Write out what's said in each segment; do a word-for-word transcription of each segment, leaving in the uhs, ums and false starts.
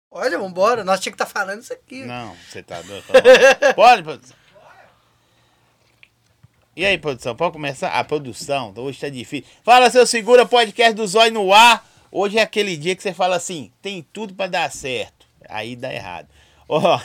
Olha, vambora. Nós tínhamos que estar tá falando isso aqui. Não, você tá doido. Pode, produção. E aí, produção, pode começar? A produção, hoje tá difícil. Fala, seu segura, podcast do Zóio no ar. Hoje é aquele dia que você fala assim, tem tudo pra dar certo. Aí dá errado. Ó,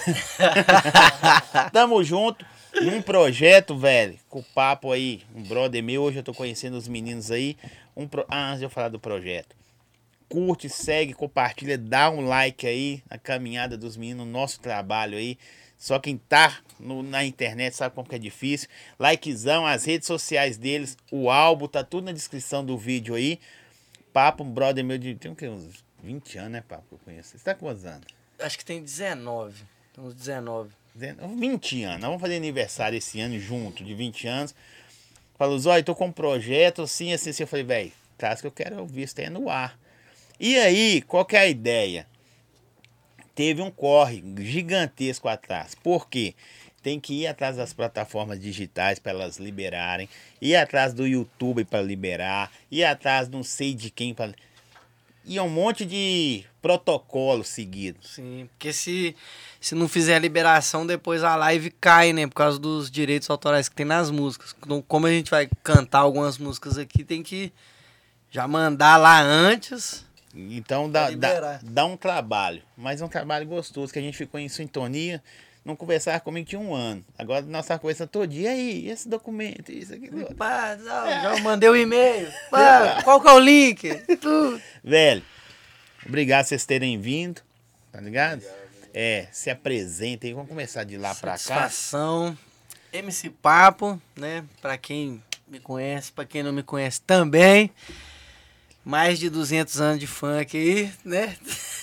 tamo junto num projeto, velho, com o papo aí, um brother meu. Hoje eu tô conhecendo os meninos aí. Um pro... ah, antes de eu falar do projeto. Curte, segue, compartilha, dá um like aí na caminhada dos meninos, no nosso trabalho aí. Só quem tá no, na internet sabe como que é difícil. Likezão, as redes sociais deles, o álbum, tá tudo na descrição do vídeo aí. Papo, um brother meu de... Tem o que? Uns vinte anos, né, Papo, que eu conheço. Você tá com quantos anos? Acho que tem dezenove. Uns dezenove. vinte anos. Nós vamos fazer aniversário esse ano junto, de vinte anos. Falou, Zóio, tô com um projeto assim, assim, assim. Eu falei, velho, traz que eu quero ouvir isso aí no ar. E aí, qual que é a ideia? Teve um corre gigantesco atrás. Por quê? Tem que ir atrás das plataformas digitais para elas liberarem, ir atrás do YouTube para liberar, ir atrás não sei de quem para... E é um monte de protocolo seguido. Sim, porque se, se não fizer a liberação, depois a live cai, né? Por causa dos direitos autorais que tem nas músicas. Então, como a gente vai cantar algumas músicas aqui, tem que já mandar lá antes... Então dá, dá, dá um trabalho, mas é um trabalho gostoso, que a gente ficou em sintonia, não conversava comigo tinha um ano. Agora nós estamos conversando todo dia, e aí, esse documento, isso aqui. Pá, já, é. já mandei o um e-mail, pá, qual que é o link? Tudo. Velho, obrigado por vocês terem vindo, tá ligado? Obrigado, é, se apresentem, vamos começar de lá pra cá. Satisfação, M C Papo, né, pra quem me conhece, pra quem não me conhece também. Mais de duzentos anos de funk aí, né?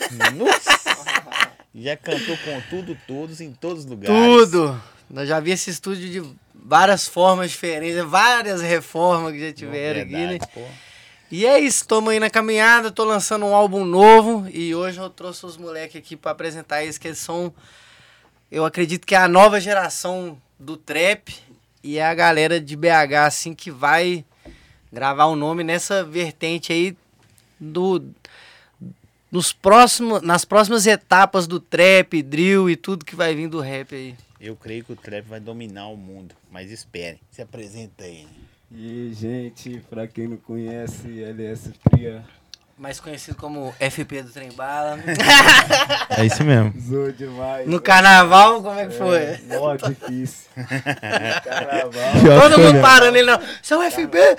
Nossa! Já cantou com tudo, todos, em todos os lugares. Tudo! Nós já vi esse estúdio de várias formas diferentes, várias reformas que já tiveram aqui, né? Pô. E é isso, estamos aí na caminhada, tô lançando um álbum novo e hoje eu trouxe os moleques aqui para apresentar eles, que eles são, eu acredito que é a nova geração do trap e é a galera de B H, assim, que vai... gravar o nome nessa vertente aí do, nos próximos, nas próximas etapas do trap, drill e tudo que vai vir do rap aí. Eu creio que o trap vai dominar o mundo, mas esperem, se apresenta aí. E gente, pra quem não conhece, L S Cria. Mais conhecido como F P do Trem Bala. É isso mesmo. Zoou demais. No carnaval, como é que foi? É, mó difícil. No carnaval. Todo mundo parando ele, não. Você é o F P?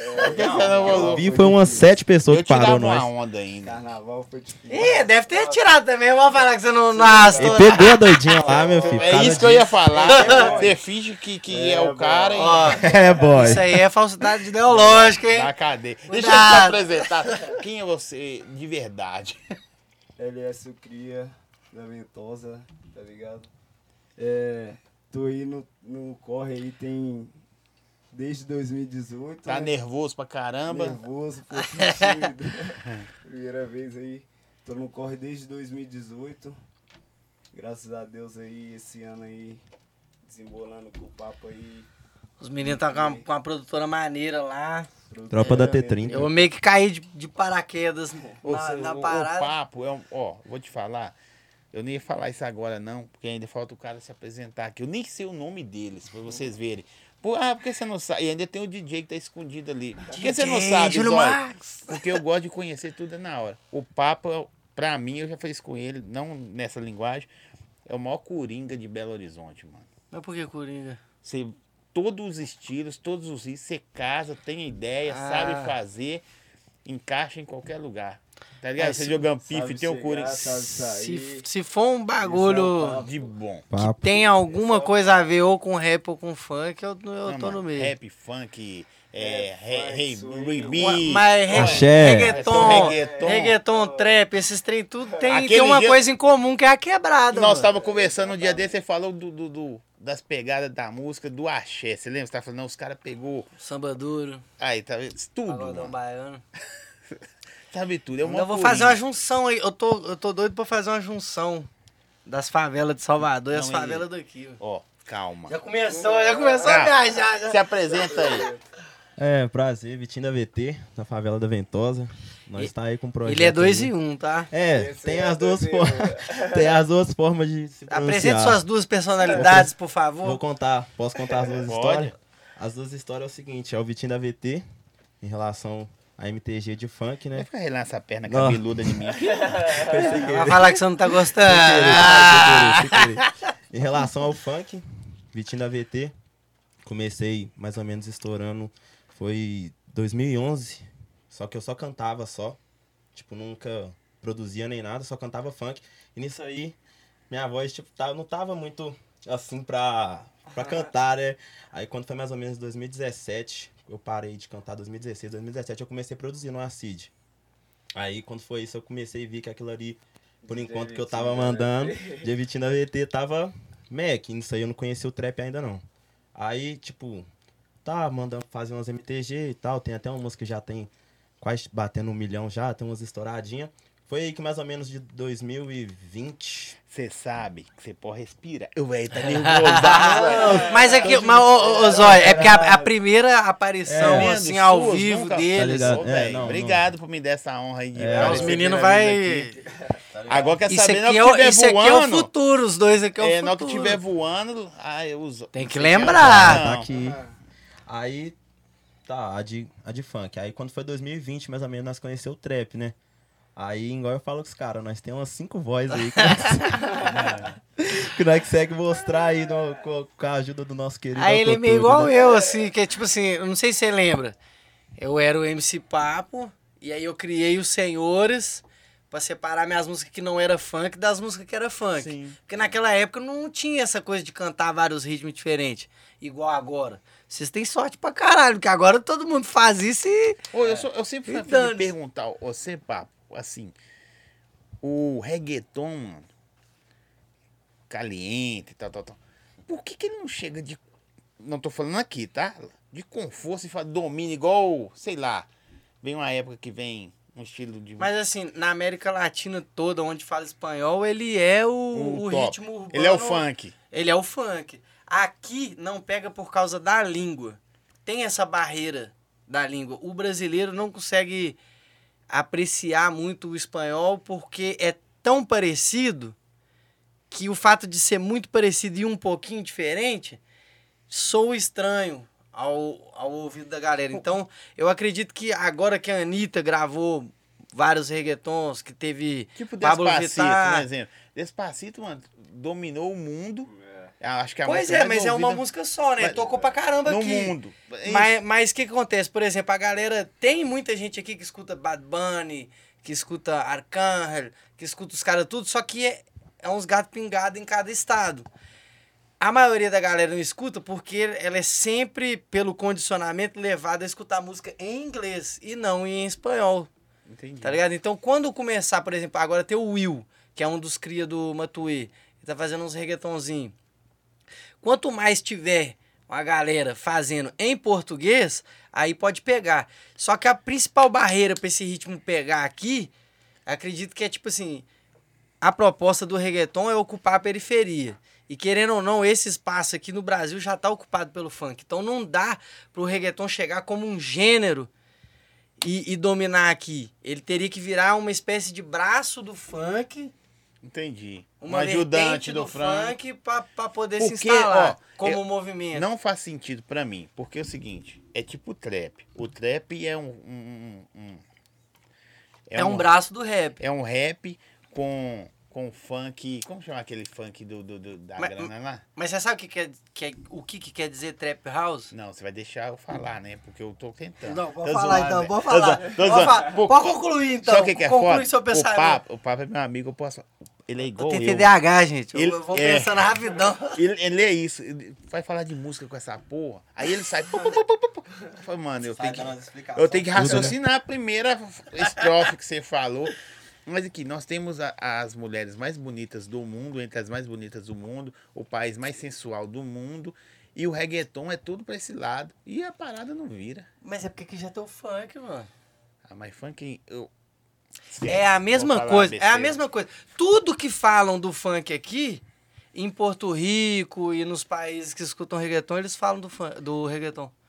Eu vi, foi umas sete pessoas eu que parou nós. nós. Uma onda ainda. Carnaval foi difícil. Ih, deve ter tirado também. Vamos falar que você não, não arrastou. Ele pegou a doidinha lá, meu filho. É isso que eu ia falar. Você finge que, que é, é o cara e... Ó, é, boy. Isso aí é falsidade ideológica, hein? Na cadeia. Deixa eu te apresentar. Quem é você de verdade? L S Cria, da Ventosa, tá ligado? É, tô aí no, no corre aí tem... desde dois mil e dezoito. Tá né? nervoso pra caramba? Nervoso, um pouco tímido. Primeira vez aí. Tô no corre desde dois mil e dezoito. Graças a Deus aí, esse ano aí, desembolando com o papo aí. Os meninos estão com, com uma produtora maneira lá. Tropa da T trinta. Eu meio que caí de, de paraquedas Ô, na, cê, na o, parada. O papo é um... Ó, vou te falar. Eu nem ia falar isso agora não, porque ainda falta o cara se apresentar aqui. Eu nem sei o nome deles, pra vocês verem. Por, ah, porque você não sabe? E ainda tem o D J que tá escondido ali. Por que você não sabe, Júlio Zóio? Marcos. Porque eu gosto de conhecer tudo na hora. O papo, pra mim, eu já fiz com ele, não nessa linguagem, é o maior coringa de Belo Horizonte, mano. Mas por que coringa? Você, todos os estilos, todos os ritmos, você casa, tem ideia, Ah. sabe fazer, encaixa em qualquer lugar. Tá ligado? É, você se- jogando sabe pife, tem o chegar, coringa. sabe Se, sair. se for um bagulho De bom. que Papo. tem alguma coisa a ver ou com rap ou com funk, eu, eu Não, tô mano, no meio. Rap, funk, é, É, re- funk, re- swing. remix. Mas re- Axé. reggaeton, Reggaeton. reggaeton, trap, esses trem tudo tem, Aquele tem uma dia- coisa em comum que é a quebrada. Nós mano. estávamos conversando um dia desse, você falou do, do- do- das pegadas da música, do axé. Você lembra? Você tava falando, não, os caras pegou. Samba duro, Aí, tá vendo? Tudo. pagodão Mano. baiano. Sabe tudo. É uma Eu vou fazer uma junção aí. Eu tô, eu tô doido pra fazer uma junção das favelas de Salvador e as Não, favelas daqui. ó. Ó, calma. Já começou, já começou a Ah, viajar. Já. Se apresenta aí. É, prazer, Vitinho da V T, da favela da Ventosa. Nós tá aí com um projeto. Ele é dois aí. em um, tá? É, Esse tem é as duas dois em formas. Tem as duas formas de se pronunciar. Apresente suas duas personalidades, por favor. Vou contar, posso contar as duas Pode. histórias? As duas histórias é o seguinte, é o Vitinho da V T, em relação a M T G de funk, Vai né? ficar relando essa perna Não. cabeluda de mim. Vai falar que você não tá gostando. Sem querer, Ah! sem querer, sem querer. Em relação ao funk, Vitinho da V T, comecei mais ou menos estourando, foi dois mil e onze, só que eu só cantava só, tipo, nunca produzia nem nada, só cantava funk. E nisso aí, minha voz, tipo, tava, não tava muito, assim, pra, pra cantar, né? Aí quando foi mais ou menos dois mil e dezessete, eu parei de cantar, dois mil e dezesseis, dois mil e dezessete, eu comecei a produzir no Acid. Aí quando foi isso, eu comecei a ver que aquilo ali, por enquanto que eu tava mandando, de Vitinho da V T, tava Mac. Nisso aí eu não conhecia o trap ainda não. Aí, tipo, tá mandando fazer umas M T G e tal, tem até uma música que já tem quase batendo um milhão já, tem umas estouradinhas. Foi aí que mais ou menos de dois mil e vinte... Você sabe que você pode respirar. O velho tá nervoso. Mas é que, mas, ô, ô, Zóia, é porque a, a primeira aparição, É. assim, ao Suas, vivo nunca- deles. Tá ligado? Ô, É, velho, não, obrigado por me dar essa honra aí de É, aparecer os meninos pela vai. vida aqui. Agora quer Isso saber, aqui, na é hora o, que isso estiver aqui é o voando, futuro, os dois aqui é o é, futuro. na hora que estiver voando, ah, eu uso. Tem que Você quer lembrar. usar? Tá Não. aqui. Aí, tá, a de, a de funk. Aí quando foi dois mil e vinte, mais ou menos, nós conhecemos o trap, né? Aí, igual eu falo com os caras, nós temos umas cinco vozes aí que nós, que nós consegue mostrar aí no- com, com a ajuda do nosso querido Aí ele é meio autotune, igual né? eu, assim, que é tipo assim, eu não sei se você lembra. Eu era o M C Papo, e aí eu criei os Senhores pra separar minhas músicas que não era funk das músicas que era funk. Sim. Porque naquela época não tinha essa coisa de cantar vários ritmos diferentes, igual agora. Vocês têm sorte pra caralho, porque agora todo mundo faz isso e... Ô, eu, sou- eu sempre fui E afim de dane-se. perguntar, você, papo, assim, o reggaeton, mano, caliente e tal, tal, tal, por que que não chega de, não tô falando aqui, tá? De com força e fala, domina igual, sei lá, vem uma época que vem um estilo de... Mas assim, na América Latina toda, onde fala espanhol, ele é o, o o top. ritmo urbano. Ele é o funk. Ele é o funk. Aqui não pega por causa da língua. Tem essa barreira da língua. O brasileiro não consegue apreciar muito o espanhol porque é tão parecido que o fato de ser muito parecido e um pouquinho diferente soa estranho ao, ao ouvido da galera. Então, eu acredito que agora que a Anitta gravou vários reggaetons, que teve Tipo Pablo Despacito, Vittar. por exemplo. Despacito, mano, dominou o mundo. Eu Acho que é a Pois música é, mais mas é uma ouvida música só, né? Mas- Tocou pra caramba no aqui. mundo. É Mas isso. mas o que, que acontece? Por exemplo, a galera... Tem muita gente aqui que escuta Bad Bunny, que escuta Arcángel, que escuta os caras tudo, só que é, é uns gatos pingados em cada estado. A maioria da galera não escuta porque ela é sempre, pelo condicionamento, levada a escutar música em inglês e não em espanhol. Entendi. Tá ligado? Então, quando começar, por exemplo, agora tem o Will, que é um dos cria do Matuê, que tá fazendo uns reggaetonzinhos. Quanto mais tiver uma galera fazendo em português, aí pode pegar. Só que a principal barreira para esse ritmo pegar aqui, acredito que é tipo assim, a proposta do reggaeton é ocupar a periferia. E querendo ou não, esse espaço aqui no Brasil já tá ocupado pelo funk. Então não dá pro reggaeton chegar como um gênero e, e dominar aqui. Ele teria que virar uma espécie de braço do funk, Entendi. Um uma ajudante vertente do, funk. funk pra, pra poder se Porque, instalar ó, como eu- movimento. Não faz sentido pra mim, porque é o seguinte, é tipo trap. O trap é um... um- um- é um braço do rap. É um rap com, com funk... Como chama aquele funk do, do, do- da Mas- grana lá? Mas você sabe o que, quer, que é, o que, que quer dizer trap house? Não, você vai deixar eu falar, né? Porque eu tô tentando. Não, pode Tô falar zoando, então, né? pode Tô falar. zoando, tô Pode, zoando. falar. Pô, Pode concluir então. Sabe o que, que é Conclui foda? seu O pensamento. papo, o papo é meu amigo, eu posso... Ele é Eu igual tenho eu. T D A H, gente. Eu- Ele- eu vou é. pensando rapidão. Ele, ele é isso, ele vai falar de música com essa porra, aí ele sai. Pô, pô, pô, pô, pô. Eu falei, mano, eu tenho, que, eu tenho que raciocinar a primeira estrofe que você falou. Mas aqui, nós temos a- as mulheres mais bonitas do mundo, entre as mais bonitas do mundo, o país mais sensual do mundo, e o reggaeton é tudo pra esse lado. E a parada não vira. Mas é porque aqui já tem o funk, mano. Ah, mas funk, eu. É a mesma Vou falar coisa, é a besteira. mesma coisa. Tudo que falam do funk aqui, em Porto Rico e nos países que escutam reggaeton, eles falam do, fun- do reggaeton.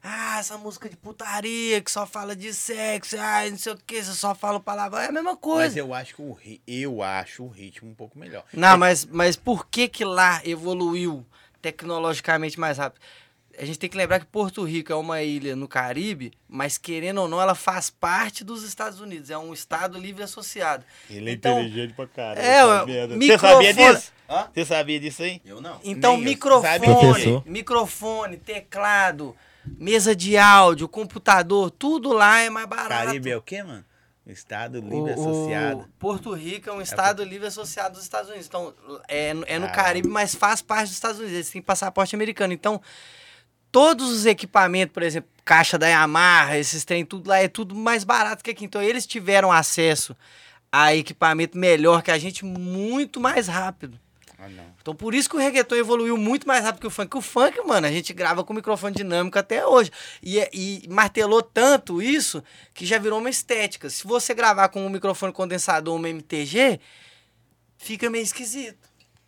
Ah, essa música de putaria, que só fala de sexo, ah, não sei o que, você só fala palavra. É a mesma coisa. Mas eu acho que o, eu acho o ritmo um pouco melhor. Não, é... mas, mas por que que lá evoluiu tecnologicamente mais rápido? A gente tem que lembrar que Porto Rico é uma ilha no Caribe, mas querendo ou não, ela faz parte dos Estados Unidos. É um estado livre associado. Ele é então, inteligente pra caralho. É, Você microfone... sabia disso? Hã? Você sabia disso aí? Eu não. Então, Nem microfone, microfone, teclado, mesa de áudio, computador, tudo lá é mais barato. Caribe é o quê, mano? Estado Livre O, Associado. O Porto Rico é um estado é livre associado dos Estados Unidos. Então, é, é no Caribe, mas faz parte dos Estados Unidos. Eles têm passaporte americano. Então, todos os equipamentos, por exemplo, caixa da Yamaha, esses trem, tudo lá é tudo mais barato que aqui. Então, eles tiveram acesso a equipamento melhor que a gente muito mais rápido. Ah, não. Então, por isso que o reggaeton evoluiu muito mais rápido que o funk. O funk, mano, a gente grava com microfone dinâmico até hoje. E, e martelou tanto isso que já virou uma estética. Se você gravar com um microfone condensador, uma M T G, fica meio esquisito.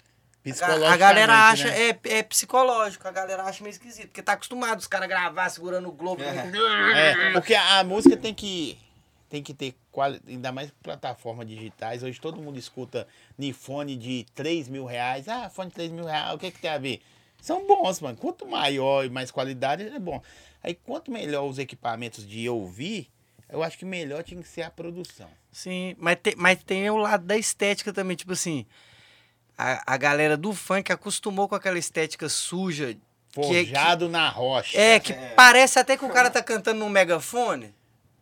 A galera acha, né? é, é psicológico, a galera acha meio esquisito. Porque tá acostumado os caras gravar segurando o globo. É, é, porque a música tem que... Tem que ter qualidade, ainda mais plataformas digitais. Hoje todo mundo escuta em fone de três mil reais. Ah, fone de três mil reais, o que, que tem a ver? São bons, mano. Quanto maior e mais qualidade, é bom. Aí quanto melhor os equipamentos de ouvir, eu acho que melhor tinha que ser a produção. Sim, mas tem, mas tem o lado da estética também. Tipo assim, a, a galera do funk acostumou com aquela estética suja. Forjado que, na rocha. É, que é. Parece até que o cara tá cantando num megafone.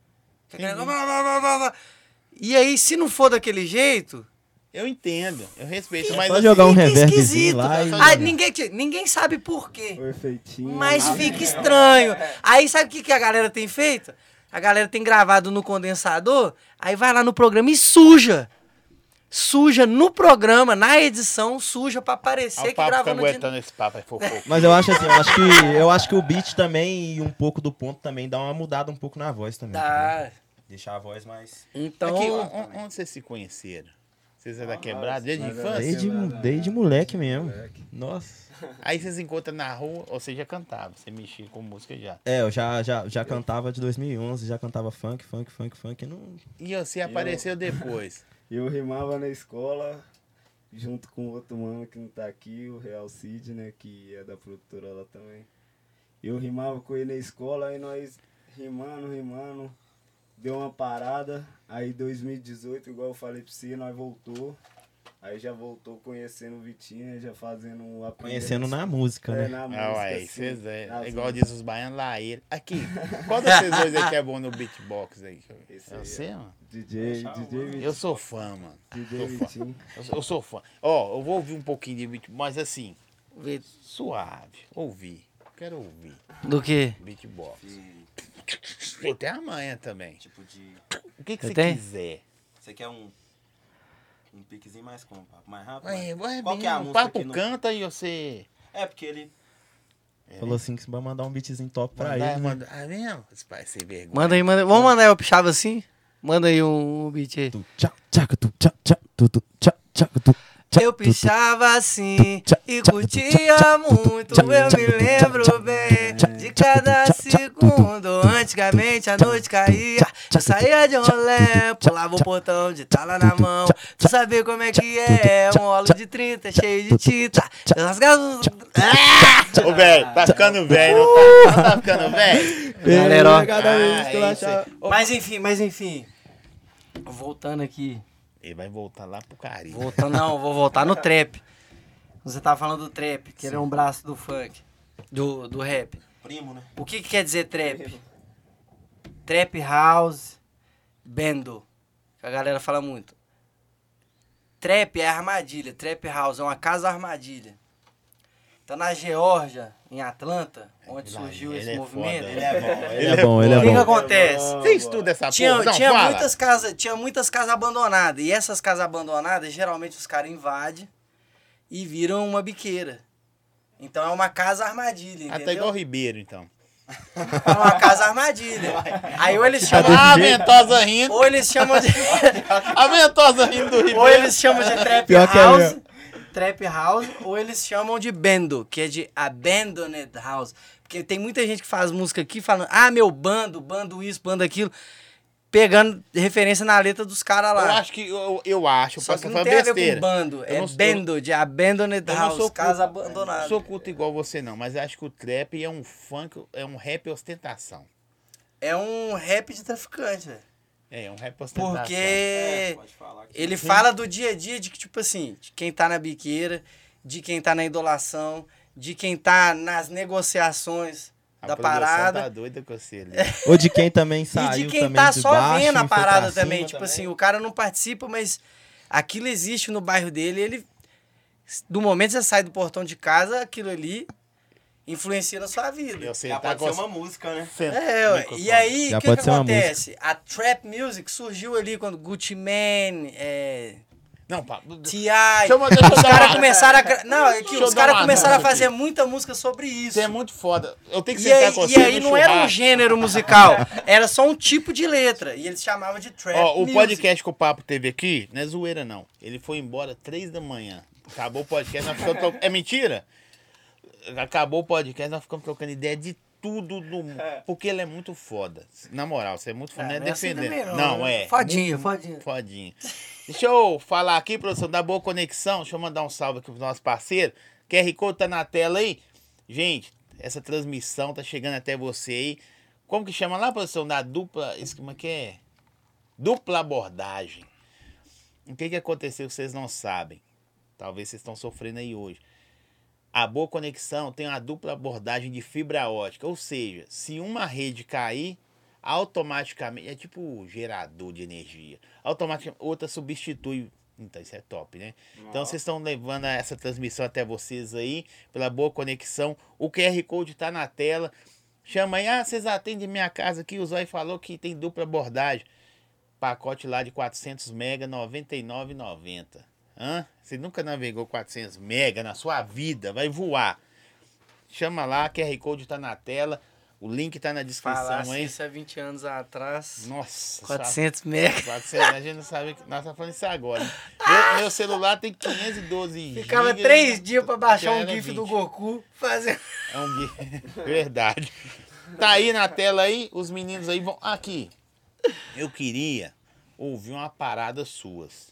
Uhum. E aí, se não for daquele jeito... Eu entendo, eu respeito, fica, mas... Só jogar um reverbzinho lá e... Ah, ninguém, ninguém sabe por quê. O efeitinho. Mas fica estranho. Aí, sabe o que, que a galera tem feito? A galera tem gravado no condensador, aí vai lá no programa e suja. Suja no programa, na edição, suja pra parecer ah, que gravou no aguentando esse papo é fofo. Mas eu acho assim, eu acho que eu acho que o beat também e um pouco do ponto também dá uma mudada um pouco na voz também. Dá. Tá, deixar a voz mais... Então... Aqui, onde, onde vocês se conheceram? Vocês eram da quebrada desde a infância? Desde, desde moleque mesmo. Moleque. Nossa. Aí vocês encontram na rua, ou você já cantava, você mexia com música já? É, eu já, já, já cantava de dois mil e onze, já cantava funk, funk, funk, funk. Não... E você apareceu eu... depois? Eu rimava na escola, junto com outro mano que não tá aqui, o Real Cid, né, que é da produtora lá também. Eu rimava com ele na escola, aí nós rimando, rimando, deu uma parada, aí dois mil e dezoito, igual eu falei pra você, nós voltou, aí já voltou conhecendo o Vitinho, já fazendo um aprendizado. Conhecendo na música, né? É, na música, ah, ué, assim, vocês é, é igual diz os baianos lá, ele. Aqui, qual desses dois aí que é bom no beatbox aí? Esse é aí, você, é. mano? D J, D J Vitinho. Eu sou fã, mano. D J Sou fã. Vitinho. Eu, eu sou fã. Ó, eu vou ouvir um pouquinho de beatbox, mas assim, Vê- suave, ouvir. Quero ouvir. Do quê? Beatbox. Eu tenho a manha também. Tipo de... O que, que Você você tem? quiser. Você quer um... Um piquezinho mais como? Mais rápido? Ué, ué, Qual que é a o música papo que não- canta e você... É, porque ele... É, Falou assim que você vai mandar um beatzinho top pra mandar, ele, né? manda, ah, mesmo? Esse pai sem vergonha. Manda aí, manda aí. Vamos mandar eu puxava assim? Manda aí um, um beat aí. Tu, tchá, tchaca, tu, tchá, tchá, tu, tu, tchá, tchaca, tu, tchá, Eu tu, tu. pichava assim e curtia muito, eu me lembro bem de cada segundo. Antigamente a noite caía, eu saía de um rolê, pulava o portão de tala na mão. Tu sabe como é que é, um rolo de trinta cheio de tinta. Eu rasgava os... Ah! Ô, velho, tá ficando velho, não tá, não tá ficando velho? Galera, ó. Cada vez Ah, que eu é isso aí. achava- Mas enfim, mas enfim. Voltando aqui. Ele vai voltar lá pro Caribe. Voltando, não, vou voltar no trap. Você tava falando do trap, que ele é um braço do funk, do, do rap. Primo, né? O que, que quer dizer trap? Trap house, bando. Que a galera fala muito. Trap é armadilha, trap house é uma casa armadilha. Então na Geórgia, em Atlanta, onde Ele é- surgiu ele esse é movimento, foda, Ele é bom, ele é bom, ele é o que, que bom. acontece? Você estuda essa Tinha, porra? Não, tinha, fala. muitas casas, tinha muitas casas abandonadas. E essas casas abandonadas, geralmente os caras invadem e viram uma biqueira. Então é uma casa armadilha, entendeu? Até igual o Ribeiro, então. É uma casa armadilha. Aí ou eles chamam... Ah, a Ventosa rindo. Ou eles chamam de... A Ventosa rindo do Ribeiro. ou eles chamam de trap Pior que é house, mesmo. trap house, ou eles chamam de bando, que é de abandoned house. Porque tem muita gente que faz música aqui falando, ah, meu bando, bando isso, bando aquilo, pegando referência na letra dos caras lá. Eu acho que, eu, eu acho, Só que posso não falar tem a ver besteira. com bando, é não- bando, de abandoned Eu não house, sou casa culto, abandonada. Não sou culto igual você não, mas acho que o trap é um funk, é um rap ostentação. É um rap de traficante, velho. É, é um rap ostentação. Porque É, pode falar que ele sim. fala do dia a dia de que, tipo assim, de quem tá na biqueira, de quem tá na idolação, de quem tá nas negociações A da produção parada. tá doida com você ali. Ou de quem também E saiu de quem também tá de só baixo, vendo a e foi pra parada cima também. Tipo assim, o cara não participa, mas aquilo existe no bairro dele. Ele, do momento que você sai do portão de casa, aquilo ali influencia na sua vida. Eu sei, Já tá pode ser com- uma música, né? Senta É, no ué. microfone. E aí, Já o que, pode que ser uma acontece? A trap music surgiu ali quando Gucci Mane, é, Não, pá. T I Deixa eu- deixa eu os dar caras uma- começaram a... cra- Não, é que Deixa eu os dar caras uma começaram a análise fazer aqui. muita música sobre isso. Você é muito foda. Eu tenho que E sentar aí, com você e aí no não era um churrasco. gênero musical, era só um tipo de letra. E eles chamavam de trap Ó, o music. podcast que o Papo teve aqui, não é zoeira não. Ele foi embora três da manhã. Acabou o podcast, nós ficamos trocando... É mentira? Acabou o podcast, nós ficamos trocando ideia de tudo do mundo. Porque ele é muito foda. Na moral, você é muito foda. Ah, não é não é assim defendendo. também não, não, né? é. Fodinha, fodinha. Fodinho. Deixa eu falar aqui, produção, da Boa Conexão. Deixa eu mandar um salve aqui pro nosso parceiro. Q R Code tá na tela aí. Gente, essa transmissão tá chegando até você aí. Como que chama lá, produção? Da dupla... Isso como é que é? Dupla abordagem. O que que aconteceu que vocês não sabem? Talvez vocês estão sofrendo aí hoje. A Boa Conexão tem uma dupla abordagem de fibra ótica. Ou seja, se uma rede cair, automaticamente... É tipo gerador de energia. Automaticamente, outra substitui. Então, isso é top, né? Então, vocês estão levando essa transmissão até vocês aí, pela Boa Conexão. O Q R Code tá na tela. Chama aí, ah, vocês atendem minha casa aqui. O Zói falou que tem dupla abordagem. Pacote lá de quatrocentos mega, noventa e nove reais e noventa centavos. Hã? Você nunca navegou quatrocentos mega na sua vida, vai voar. Chama lá, Q R Code tá na tela, o link tá na descrição Falasse aí. isso há vinte anos atrás. Nossa, quatrocentos mega. quatrocentos, a gente não sabe, que nós estamos falando isso agora. Meu, meu celular tem quinhentos e doze Ficava gigas, três dias pra baixar já um era gif do vinte. Goku fazendo... É um gui- Verdade. Tá aí na tela aí, os meninos aí vão... Aqui, eu queria ouvir uma parada suas.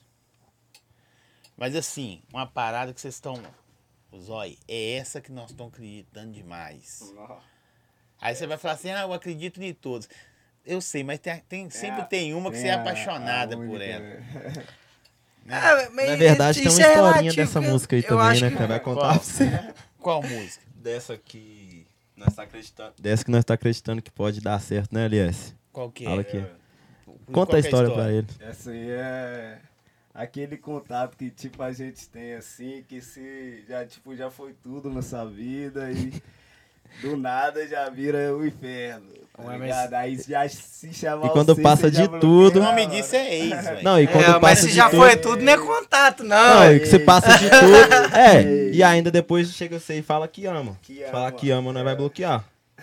Mas assim, uma parada que vocês estão... Zói, é essa que nós estamos acreditando demais. Aí você vai falar assim, ah, eu acredito em todos. Eu sei, mas tem, tem- sempre É, tem uma que tem você é a- apaixonada a por única, ela. né? Ah, mas Na verdade, tem isso uma é historinha relativo, dessa eu- música aí eu também, acho né? que- Que vai contar Qual? pra você. Qual música? Dessa que nós tá acreditando. Dessa que nós tá acreditando que pode dar certo, né, Elias? Qual que é? Fala aqui. Qual Conta que é a história pra ele. Essa aí é aquele contato que tipo a gente tem assim, que se já tipo já foi tudo nessa vida e do nada já vira o inferno. Tá Ué, mas- ligado? Aí já se chamar E quando você, passa você já de bloqueia tudo- O na nome hora. disso é ex, velho. Não, e quando É, mas passa se de já tudo... foi tudo, não é contato, não. Não, e que você passa de tudo. É, Ei. e ainda depois chega você e fala que ama. Que Falar ama, que ama, nós é. vai bloquear.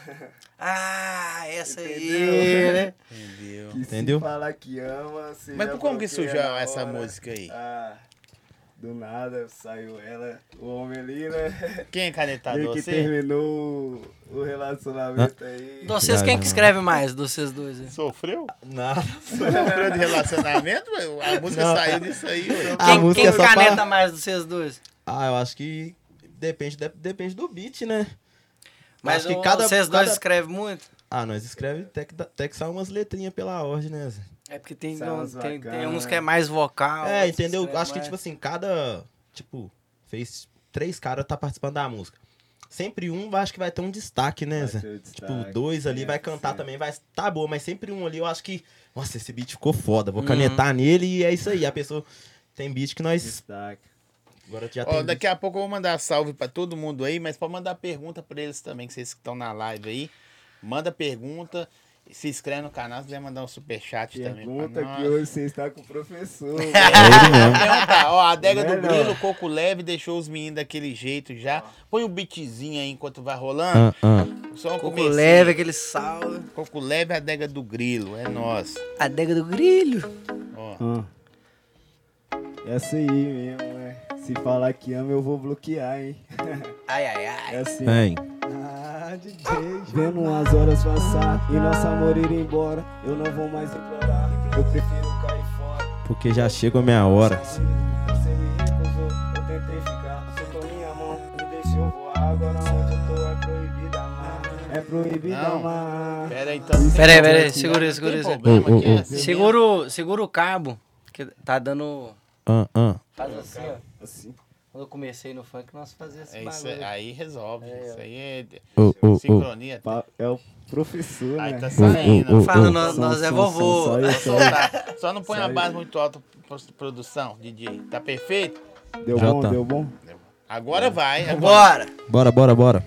Ah, essa Entendeu? aí, né? Entendeu? Que Entendeu? Se falar que ama, você Mas já por como que bloqueia surgiu na essa hora. música aí? Ah, do nada saiu ela, o homem ali, né? Quem é canetador? Ele que Você? terminou o relacionamento aí. De vocês, quem que escreve mais, de vocês dois? aí? Sofreu? Nada. Sofreu de relacionamento? velho? A música Não. saiu disso aí. velho. A Quem, música quem é só caneta pra- mais dos vocês dois? Ah, eu acho que depende, de- depende do beat, né? Mas acho que o- cada- vocês dois cada- escrevem muito? Ah, nós escreve até que, dá- até que sai umas letrinhas pela ordem, né, Zé? É porque tem, Sai um- umas tem, tem bacanas. uns que é mais vocal. É, outros entendeu? escrevem Acho que, mais. tipo assim, cada... Tipo, fez... Três caras tá participando da música. Sempre um, acho que vai ter um destaque, né, Vai Zé? ter o Tipo, destaque, dois ali é, vai cantar sim. também, vai... Tá boa, mas sempre um ali eu acho que... Nossa, esse beat ficou foda, vou Uhum. canetar nele e é isso aí. A pessoa... Tem beat que nós... Destaque. Agora já Ó, tem daqui a pouco eu vou mandar salve pra todo mundo aí, mas pode mandar pergunta pra eles também, que vocês que estão na live aí. Manda pergunta, se inscreve no canal, se quiser mandar um superchat também Pergunta pra que nós. hoje você está com o professor. É ele mesmo. Pergunta, ó, a adega do Melhor. Grilo, Coco Leve, deixou os meninos daquele jeito já. Põe um beatzinho aí enquanto vai rolando. Ah, ah. Só um Coco comecinho. leve, aquele salve. Coco Leve, adega do Grilo, é nosso. Adega do Grilho. Ó. Ah. Essa aí mesmo, né? Se falar que ama, eu vou bloquear, hein? Ai, ai, ai. É assim. Vem. Ah, D J. Vendo as horas passar e nosso amor ir embora, eu não vou mais implorar, eu prefiro cair fora. Porque já chegou a minha hora. Você me recusou, eu tentei ficar, soltou minha mão, me deixou voar. Agora onde eu tô é proibido amar, é proibido Não. amar. Pera aí, então. Pera aí, pera aí, segura aí, segura Tem aí. problema Ô, ô, aqui, ô. é assim Segura o, segura o cabo, que tá dando... Ah, ah. Faz assim, ó. Assim. Quando eu comecei no funk, nós fazíamos esse É isso bagulho. aí resolve. Isso aí é Ô, ô, ô. sincronia. Pa- É o professor, Aí né? tá saindo. Ô, ô, ô, Fala, ô. nós, Som, nós é som, vovô. som, só Vai isso, soltar. Só não põe a Sai. base muito alta pra produção, D J. Tá perfeito? Deu Já bom, tá. deu bom? Agora vai. Agora. Bora! Bora, bora, bora.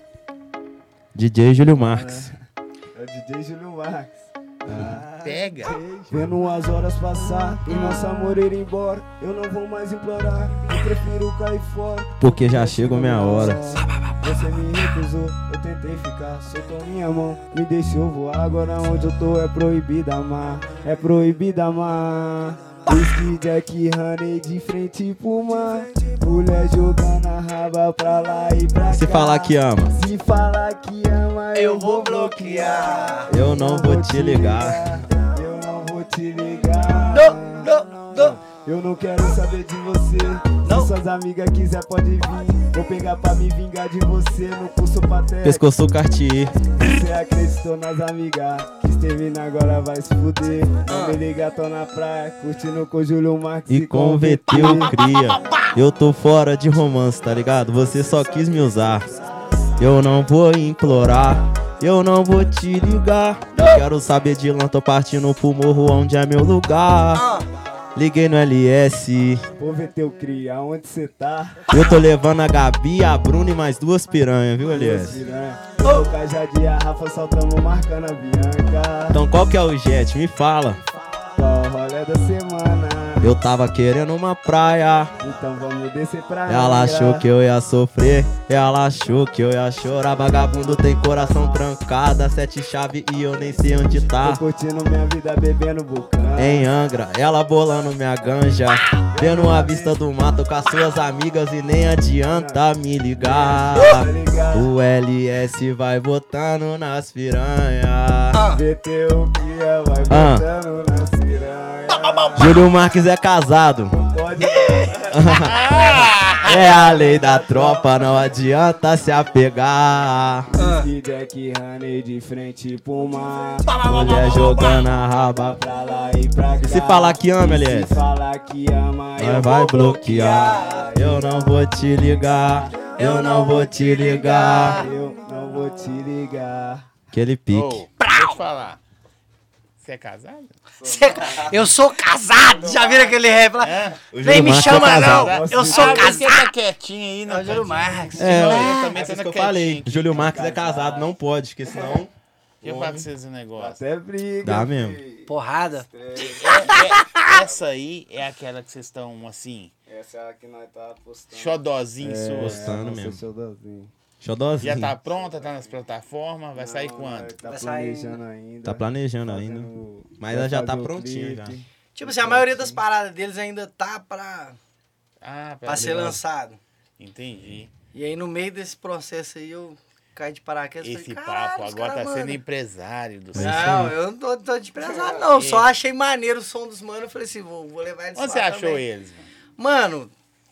D J Júlio Marques. É o D J Júlio Marques. Ah, Pega. vendo as horas passar e nosso amor ir embora, eu não vou mais implorar, eu prefiro cair fora. Porque já chegou minha hora. Você me recusou, eu tentei ficar, soltou minha mão, me deixou voar. Agora onde eu tô é proibido amar, é proibido amar. Whisky, Jack, Honey de frente pro mar, mulher jogando a raba pra lá e pra cá. Se falar que ama, Se falar que ama, eu vou bloquear. eu não vou te ligar. Eu não vou te ligar. Não, não, não. Eu não quero saber de você. Não. Se suas amigas quiser, pode vir. Vou pegar pra me vingar de você no pulso patético. Pescoço Cartier. Você acreditou nas amigas. Quis terminar, agora vai se fuder. Não me liga, tô na praia, curtindo com o Júlio Marques E com V T eu cria. Eu tô fora de romance, tá ligado? Você só quis me usar. Eu não vou implorar, eu não vou te ligar. Eu quero saber de lã, tô partindo pro morro onde é meu lugar. Liguei no L S, Ô V T eu cria, aonde cê tá? eu tô levando a Gabi, a Bruna e mais duas piranhas, viu, L S? Piranha. Tô com a Jade e a Rafa, saltamos marcando a Bianca. Então qual que é o jet? Me fala. Qual o rolê da semana? Eu tava querendo uma praia. Então vamos descer pra Ela Angra. achou que eu ia sofrer, ela achou que eu ia chorar. Vagabundo tem coração trancado, sete chaves e eu nem sei onde tá. Tô curtindo minha vida, bebendo vulcão. Em Angra, ela bolando minha ganja, vendo a vista do mato com as suas amigas e nem adianta me ligar. Tá ligado? O L S vai botando nas piranha. V T o cria, vai Ah. botando nas piranha. Júlio Marques é casado. Pode É a lei da tropa, não adianta se apegar. Whisky, Jack, Honey de frente pro mar. Mulher jogando a raba. Pra lá e pra cá. Se falar que ama, E L S, Se falar que ama, eu nós vai vou bloquear. Eu não vou te ligar, eu não vou te ligar. Eu não vou te ligar. Aquele pique. Ô, deixa eu te falar. Você é casado? Cê- Eu sou casado! Já viram aquele rap lá? É? Nem me Marques é chama casado. não! Eu sou Ah, você casado! tá quietinho aí, É não? o Júlio Marques. É, Não, ué, eu também é tô isso na que eu quietinha falei. aqui. Júlio Marques é casado, não pode, porque senão Deixa eu falar com vocês esse negócio. Até briga. dá mesmo. Porrada. É, é, essa aí é aquela que vocês estão, assim, Essa é a que nós tá postando. xodozinho sua. postando nossa, mesmo. xodózinho. Xodózinho. Já tá pronta, tá nas plataformas, vai sair Não, quando? Tá Vai sair- planejando ainda. Tá planejando ainda. Fazendo- Mas vai ela já tá fazer o prontinha clipe. já. Tipo assim, a maioria das paradas deles ainda tá pra, Ah, pra ser legal. lançado. Entendi. E aí no meio desse processo aí eu caí de paraquedas e Esse falei, papo "Caralho, os agora caras tá sendo mandam." empresário do céu. Não, eu não tô, tô de empresário não, só achei maneiro o som dos manos, eu falei assim, vou, vou levar eles Onde lá você achou também. eles, mano? Mano,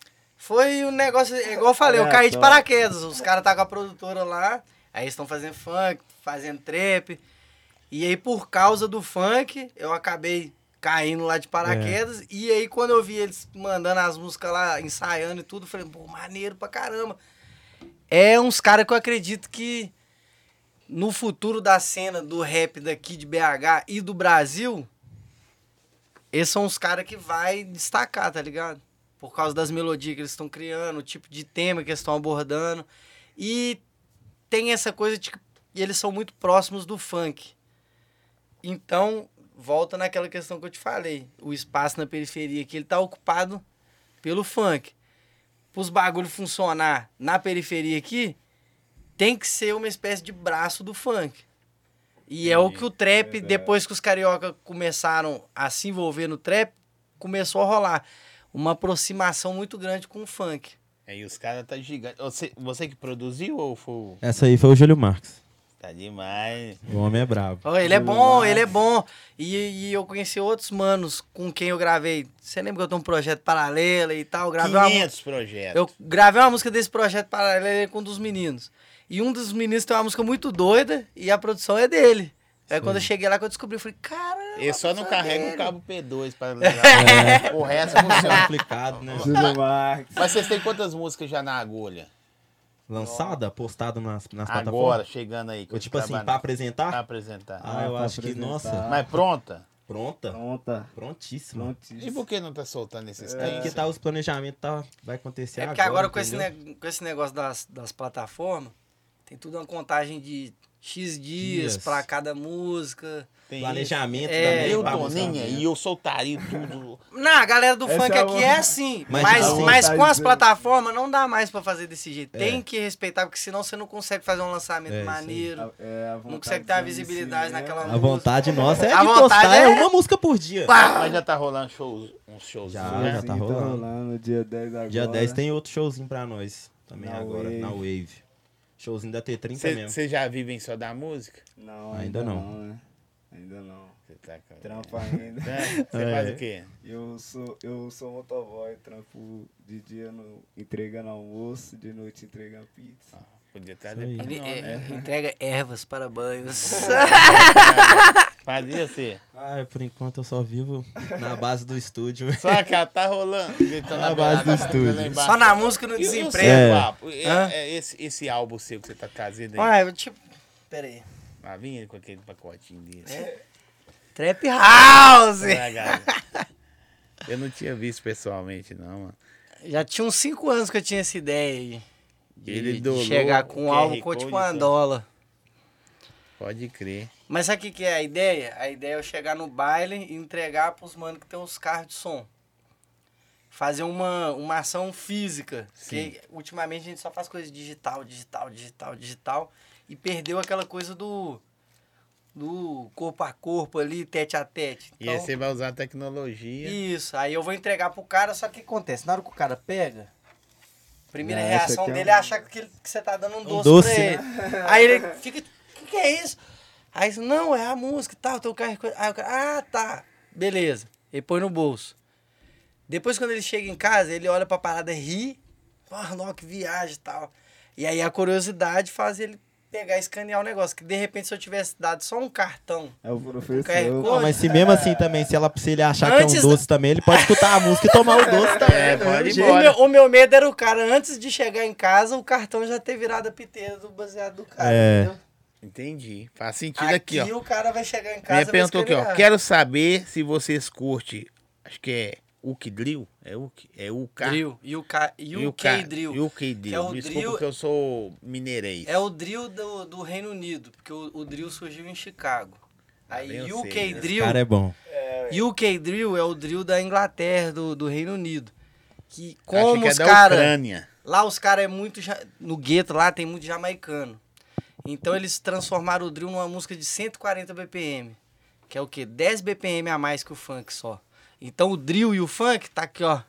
foi um negócio, é igual eu falei, eu caí de paraquedas, os caras tá com a produtora lá, aí eles estão fazendo funk, fazendo trap, e aí por causa do funk, eu acabei caindo lá de paraquedas, e aí quando eu vi eles mandando as músicas lá, ensaiando e tudo, eu falei, pô, maneiro pra caramba. É uns caras que eu acredito que no futuro da cena do rap daqui de B H e do Brasil, esses são os caras que vai destacar, tá ligado? Por causa das melodias que eles estão criando, o tipo de tema que eles estão abordando. E tem essa coisa de que eles são muito próximos do funk. Então, volta naquela questão que eu te falei. O espaço na periferia que ele tá ocupado pelo funk. Para os bagulhos funcionar na periferia aqui, tem que ser uma espécie de braço do funk. E é o que o trap, verdade. depois que os carioca começaram a se envolver no trap, começou a rolar uma aproximação muito grande com o funk. Aí os caras tá gigante. Você, você que produziu ou foi? Essa aí foi o Júlio Marques. Tá demais. O homem é brabo. Oh, ele é bom, ele é bom. E, e eu conheci outros manos com quem eu gravei. Você lembra que eu tenho um projeto paralelo e tal? Eu gravei quinhentos uma, projetos. Eu gravei uma música desse projeto paralelo com um dos meninos. E um dos meninos tem uma música muito doida e a produção é dele. Aí Sim. quando eu cheguei lá que eu descobri, eu falei, caramba. Eu só não carrego dele. o cabo P dois para ligar. É. O resto É funciona. complicado, né? Júlio Marques. Mas vocês têm quantas músicas já na agulha? Lançada, postada nas, nas Agora, plataformas? chegando aí. que Ou eu tipo assim, trabalho- pra apresentar? Pra apresentar. Ah, eu pra acho que, apresentar. nossa, Mas pronta? pronta? Pronta. Prontíssima. Prontíssimo. E por que não tá soltando esses É tempos? porque tá, os planejamentos tá, vai acontecer É agora, porque agora com esse, entendeu? ne- com esse negócio das, das plataformas, tem tudo uma contagem de X dias Dias. pra cada música. Tem Planejamento É, também. Eu, pra Toninha, música. e eu soltaria tudo. Não, a galera do Essa funk é aqui uma- é assim. Mas, Mas, tipo assim, mas tá com as dizendo- plataformas não dá mais pra fazer desse jeito. É. Tem que respeitar, porque senão você não consegue fazer um lançamento É, isso aí. maneiro. A- é, a Não vontade consegue ter a do visibilidade M C, né? naquela A música. vontade nossa é A de vontade postar é- é uma música por dia. Pá! Mas já tá rolando shows, uns shows. Já, né? já tá rolando. rolando. Dia dez agora. Dia dez tem outro showzinho pra nós. Também Na agora, Wave. na Wave. Showzinho da T trinta mesmo. Vocês já vivem só da música? Não, Ainda ainda, não. não. né? Ainda não. Você tá com... Trampo ainda. É? Você É. faz o quê? Eu sou, eu sou motoboy, trampo de dia no, entregando almoço, de noite entregando pizza. Podia estar Isso aí. depois. Ele não, é, né? entrega ervas para banhos. Fazia você. Ah, por enquanto eu só vivo na base do estúdio. Só que ela tá rolando. gritando Na na base beirada, do estúdio. lá embaixo. Só na música e no E- e o seu, desemprego. É. papo? É- Hã? é esse, esse álbum seu que você tá trazendo aí. Ué, tipo, pera aí. Lá vinha ele com aquele pacotinho dele. Trap House! Né, galera? Eu não tinha visto pessoalmente, não, mano. Já tinha uns cinco anos que eu tinha essa ideia aí. De, Ele de dolou chegar o com um Q R álbum com Code tipo e uma tudo. dólar. Pode crer. Mas sabe o que, que é a ideia? A ideia é eu chegar no baile e entregar pros manos que tem os carros de som. Fazer uma, uma ação física. Sim. Porque ultimamente a gente só faz coisa digital, digital, digital, digital. E perdeu aquela coisa do, do corpo a corpo ali, tete a tete. E aí você vai usar a tecnologia. Isso, aí eu vou entregar pro cara, só que o que acontece? Na hora que o cara pega, a primeira Já reação acha que é dele um- é achar que, ele- que você tá dando um doce, doce, pra né? ele. Aí ele fica, o que, que é isso? Aí ele, não, é a música e tal, teu carro. Aí o cara, ah, tá, beleza. Ele põe no bolso. Depois, quando ele chega em casa, ele olha pra parada e ri. Ah, não, que viagem e tal. E aí a curiosidade faz ele pegar e escanear o negócio. Que de repente, se eu tivesse dado só um cartão. É o professor. Q R Code. Não, mas se mesmo assim também, se, ela, se ele achar que é Antes- um doce também, ele pode escutar a música e tomar o doce também. É, do pode mesmo ir jeito. O embora. meu, o meu medo era o cara, antes de chegar em casa, o cartão já ter virado a piteira do baseado do cara. É. Entendeu? Entendi. Faz sentido aqui, Aqui ó. o cara vai chegar em casa. Minha vai perguntou aqui, ó. escanear. Quero saber se vocês curtem. Acho que é Uk Drill. É Uk? É U K? Drill. U K, U K Drill. U K Drill. Que é o Desculpa drill- que eu sou mineirês. É o drill do, do Reino Unido, porque o, o drill surgiu em Chicago. Aí bem eu U K sei, né? Drill, Cara, é bom. U K Drill é o drill da Inglaterra, do, do Reino Unido. Que Acho como que é os da caras... Ucrânia. Lá os caras é muito... ja- No gueto lá tem muito jamaicano. Então eles transformaram o drill numa música de cento e quarenta B P M. Que é o quê? dez B P M a mais que o funk só. Então o drill e o funk tá aqui, ó.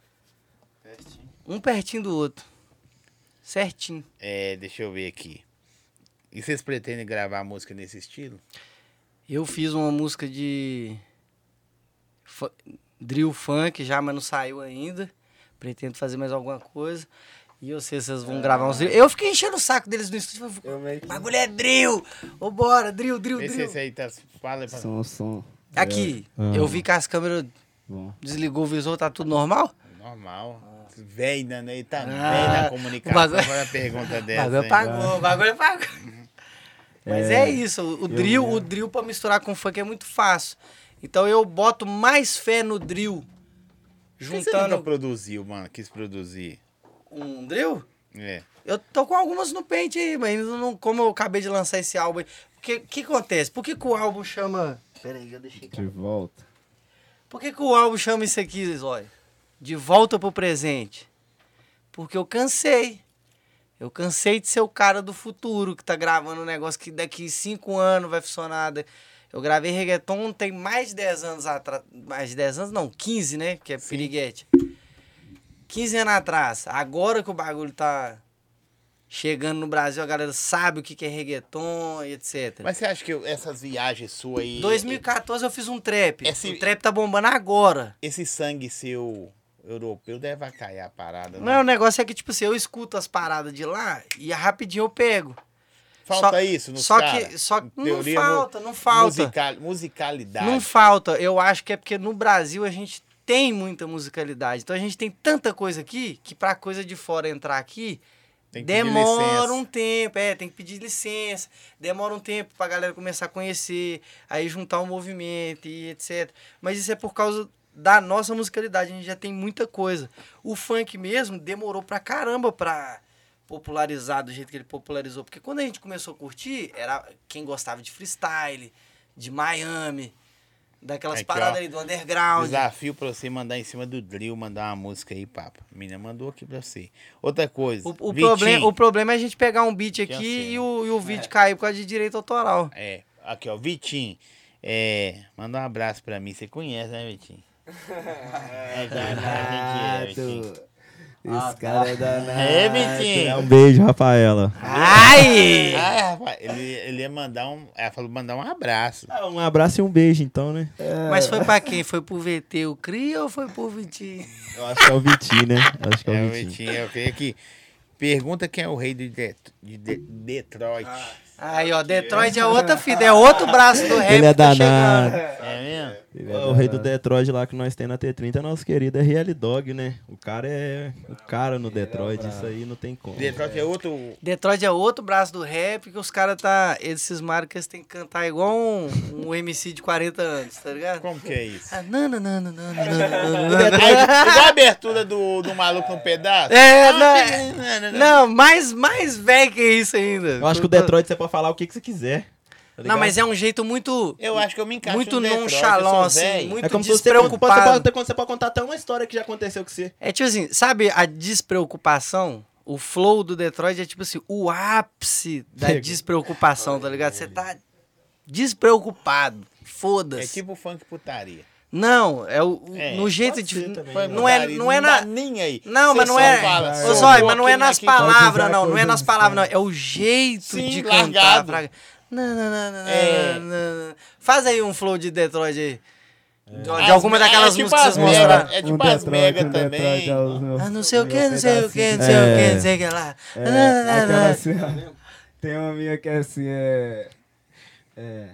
Um pertinho do outro. Certinho. É, deixa eu ver aqui. E vocês pretendem gravar música nesse estilo? Eu fiz uma música de fu- drill funk já, mas não saiu ainda. Pretendo fazer mais alguma coisa. E eu sei se vocês vão gravar uns drill. Eu fiquei enchendo o saco deles no estúdio. falei, Eu meio que... bagulho é drill! Ô, bora, drill, drill, Vê se drill. esse aí tá... Fala aí pra... Som, som. Aqui, Ah. eu vi que as câmeras Bom. desligou o visor, tá tudo normal? Normal. Véi, né? Ele tá Ah, velho na comunicação. o bagulho- Agora a pergunta O dessa. bagulho hein? pagou, o bagulho pagou. Mas é, É, isso, o drill, mesmo. o drill pra misturar com funk é muito fácil. Então eu boto mais fé no drill, Por que você nunca juntando produziu, mano? Quis produzir. um drill. É. Eu tô com algumas no pente aí, mas ainda não, como eu acabei de lançar esse álbum aí. O que, que acontece? Por que, que o álbum chama... Pera aí, eu deixei aqui. De volta. Por que, que o álbum chama isso aqui, Zóia? De volta pro presente. Porque eu cansei. Eu cansei de ser o cara do futuro que tá gravando um negócio que daqui cinco anos vai funcionar. Eu gravei reggaeton tem mais de dez anos atrás. Mais de dez anos? Não, quinze, né? Que é piriguete. quinze anos atrás. Agora que o bagulho tá chegando no Brasil, a galera sabe o que é reggaeton e etcétera. Mas você acha que essas viagens suas aí... Em dois mil e quatorze eu fiz um trap. Esse- O trap tá bombando agora. Esse sangue seu europeu deve acaiar a parada, Não, o negócio é que, tipo assim, eu escuto as paradas de lá e rapidinho eu pego. Falta só- isso nos só cara? que- só que não Teoria, falta, não falta. musical- musicalidade. Não falta. Eu acho que é porque no Brasil a gente tem muita musicalidade. Então a gente tem tanta coisa aqui que pra coisa de fora entrar aqui Tem que pedir demora licença. um tempo. É, tem que pedir licença. Demora um tempo pra galera começar a conhecer, aí juntar um movimento e etcétera. Mas isso é por causa da nossa musicalidade. A gente já tem muita coisa. O funk mesmo demorou pra caramba pra popularizar do jeito que ele popularizou. Porque quando a gente começou a curtir, era quem gostava de freestyle, de Miami, daquelas Aqui, paradas ó. ali do underground. Desafio pra você mandar em cima do drill, mandar uma música aí, papo. A menina mandou aqui pra você. Outra coisa. O, o, Vitinho. problema, o problema é a gente pegar um beat aqui Que assim, e, o, e o vídeo cair por causa de direito autoral. É, aqui ó, Vitinho. É, manda um abraço pra mim. Você conhece, né, Vitinho? É, já, já, a gente é, Vitinho. Esse cara é danado. É, Vitinho. É um beijo, Rafaela. Ai! Ah, rapaz, ele, ele ia mandar um. Ela falou mandar um abraço. Ah, um abraço e um beijo, então, né? Mas foi pra quem? Foi pro V T o Cria ou foi pro Vitinho? Eu acho que é o Vitinho, né? Eu acho que é É o o Vitinho. Vitinho, eu creio que. Pergunta quem é o rei de, Det- de De- Detroit. Aí, ó, Detroit é outra fita, é outro braço do rap Ele é que tá danado. chegando. É mesmo? Ele é O rei do danado. Detroit lá que nós temos na T trinta é nosso querido R L Dog, né? O cara é o cara no Detroit, isso aí não tem como. Detroit é outro. Detroit é outro braço do rap que os caras tá. Eles cismaram que eles têm que cantar igual um, um M C de quarenta anos, tá ligado? Como que é isso? Ah, não, não, não, não, não, não, O não, não. Detroit, igual a abertura do, do maluco no pedaço. É, Ah, não, não, não, não. não, mais, mais velho que isso ainda. Eu acho que o Detroit você pode falar o que, que você quiser. tá Não, ligado? mas é um jeito muito. Eu acho que eu me encaixo Muito no Detroit, nonchalão, eu sou assim, velho. muito É como se você, despreocupado. você, pode, você pode contar até uma história que já aconteceu com você. É tipo assim, sabe a despreocupação? O flow do Detroit é tipo assim, o ápice da Chega. despreocupação, tá ligado? Você tá despreocupado. Foda-se. É tipo funk putaria. Não, é o, o- É, no jeito pode de. ser também. Funk Não é, putaria, não é na. dá nem aí. Não, Você mas não só é. fala, Ô, sobrou Zói, mas não é aquele nas aqui- palavras, usar não. Não é nas coisas palavras, não. É o jeito Sim, de largado. cantar. Fraga. Não, não, não, não, É. não, não, não. Faz aí um flow de Detroit aí. De, de As- alguma é daquelas tipo músicas que as vocês mega, mostraram. É tipo Um as Detroit, mega um Detroit também. é os meus- Ah, não sei o que, meu não sei o que, não sei o que, não sei o que lá. É, Não, não, não, aquela não. assim, ó. Tem uma minha que é assim, é, é.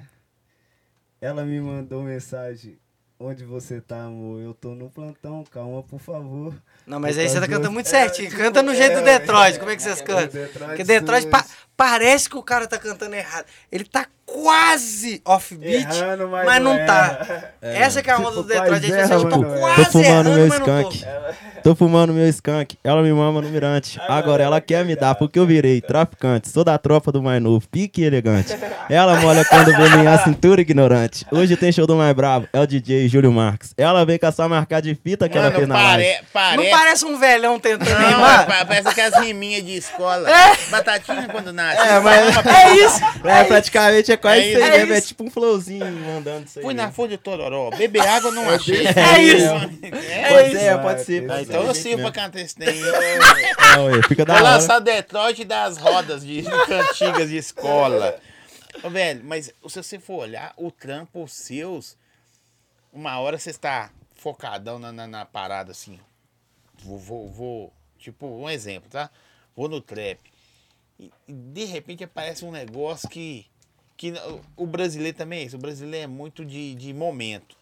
Ela me mandou mensagem. Onde você tá, amor? Eu tô no plantão, calma, por favor. Não, mas aí você tá cantando muito É, certinho. tipo, Canta no jeito do é, Detroit. Como é que vocês é, cantam? Detroit Porque Detroit Sul, pa- parece que o cara tá cantando errado. Ele tá quase offbeat, Errando, mas, mas não não tá. Essa que é a onda Tipo, do Detroit. quase É tipo assim, eu tô erra, mas não quase é. Tô fumando errando, meu mas não tô. skunk. Tô fumando meu skunk. Ela me mama no mirante. Agora ela quer me dar porque eu virei traficante. Sou da tropa do mais novo, pique e elegante. Ela molha quando vê minha cintura ignorante. Hoje tem show do mais bravo, é o D J Júlio Marques. Ela vem com essa marca de fita que ela fez Mano, na live. pare, pare... Não parece um velhão tentando Não, rimar? pa- parece aquelas riminhas de escola. Batatinha quando nasce. É, mas- Fala, É isso. É, praticamente é quase É isso aí isso. mesmo. É É isso. tipo um flowzinho mandando isso aí. Fui na mesmo. folha de Tororó. Beber água não achei. É isso. É Pode isso. ser, pode ser. Ah, pode Então ser, eu gente sirvo pra mesmo. cantar esse trem. É, ué, fica da Vou hora. lançar Detroit das rodas de cantigas de escola. Ô, velho, mas se você for olhar, o trampo, os seus, uma hora você está focadão na, na, na parada assim. Vou, vou, vou, tipo, um exemplo, tá? Vou no trap. E, e de repente aparece um negócio que, que o- o brasileiro também é isso. O brasileiro é muito de, de momento.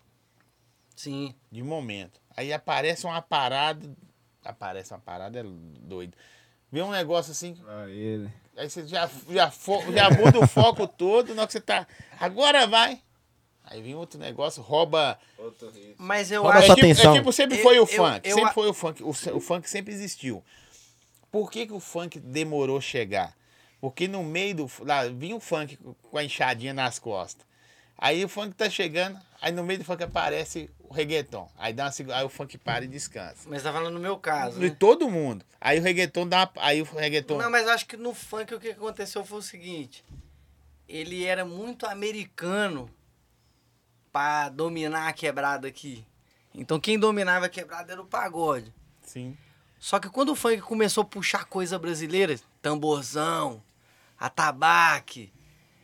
Sim. De momento. Aí aparece uma parada. Aparece uma parada, é doido. Vê um negócio assim. Ah, ele. Aí você já, já, fo- já muda o foco todo, na hora que você tá. Agora vai. Aí vem outro negócio, rouba. Outro hit. Mas eu Rouba acho sua é, tipo, atenção. é tipo, sempre Eu- foi o eu- funk. eu sempre a- foi o funk. O, o funk sempre existiu. Por que, que o funk demorou chegar? Porque no meio do. Lá, vinha o funk com a enxadinha nas costas. Aí o funk tá chegando, aí no meio do funk aparece o reggaeton. Aí, dá uma, segu- aí o funk para e descansa. Mas tá falando no meu caso, De né? todo mundo. Aí o reggaeton dá. uma- Aí o reggaeton. Não, mas eu acho que no funk o que aconteceu foi o seguinte. Ele era muito americano pra dominar a quebrada aqui. Então quem dominava a quebrada era o pagode. Sim. Só que quando o funk começou a puxar coisa brasileira, tamborzão, atabaque,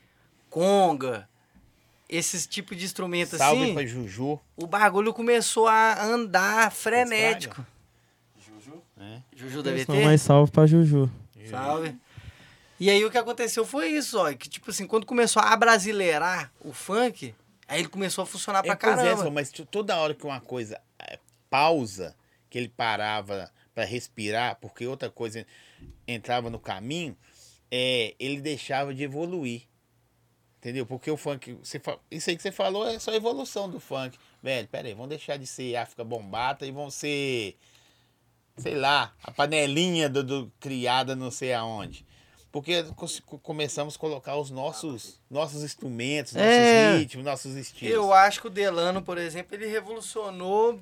conga, esses tipos de instrumentos Salve assim, pra Juju. o bagulho começou a andar frenético. Juju? É. Juju da V Não, T? mais salve pra Juju. Salve. E aí o que aconteceu foi isso, ó, que tipo assim, quando começou a abrasileirar o funk, aí ele começou a funcionar pra É, pois é, caramba. só, mas toda hora que uma coisa é, pausa, que ele parava pra respirar, porque outra coisa entrava no caminho, é, ele deixava de evoluir. Entendeu? Porque o funk, você fa... isso aí que você falou é só a evolução do funk. Velho, pera aí, vamos deixar de ser África Bombata e vão ser, sei lá, a panelinha do, do criada não sei aonde. Porque começamos a colocar os nossos, nossos instrumentos, nossos É. ritmos, nossos estilos. Eu acho que o Delano, por exemplo, ele revolucionou.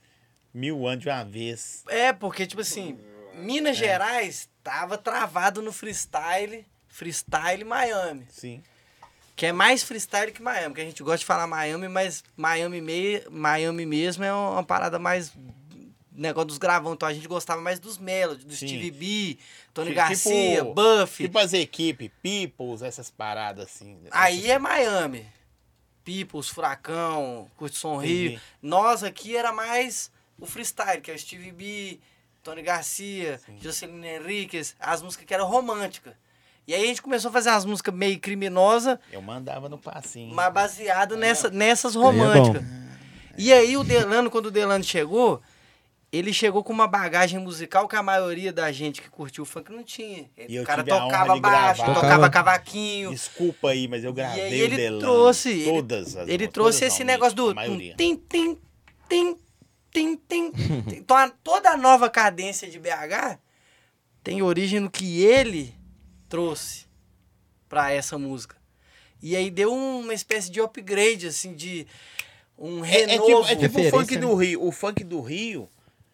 Mil anos de uma vez. É, porque, tipo assim, Minas Gerais tava travado no freestyle, freestyle Miami. Sim. Que é mais freestyle que Miami, que a gente gosta de falar Miami, mas Miami, mei, Miami mesmo é uma parada mais negócio dos gravão. Então a gente gostava mais dos Melody, do Sim. Stevie B, Tony Tipo- Garcia, Buff. Tipo as equipes, Peoples, essas paradas assim. Aí é Miami. Peoples, Furacão, Curtição Rio. Entendi. Nós aqui era mais o freestyle, que é o Stevie B, Tony Garcia, Jocelyn Henriquez, as músicas que eram românticas. E aí a gente começou a fazer as músicas meio criminosas, Eu mandava no passinho. mas baseado nessa, nessas Aí é românticas. bom. E aí o Delano, quando o Delano chegou, ele chegou com uma bagagem musical que a maioria da gente que curtiu o funk não tinha. E eu O cara tive a honra tocava de baixo, gravar. tocava Tocava. cavaquinho. Desculpa aí, mas eu gravei E aí o ele Delano. trouxe, ele- Todas as Ele músicas, trouxe todas esse não, negócio do a maioria. tim, tim, tim, tim, tim. Então a- toda a nova cadência de B H tem origem no que ele trouxe pra essa música. E aí deu uma espécie de upgrade, assim, de um É, é renovo. tipo, é tipo o Referência, funk né? do Rio. O funk do Rio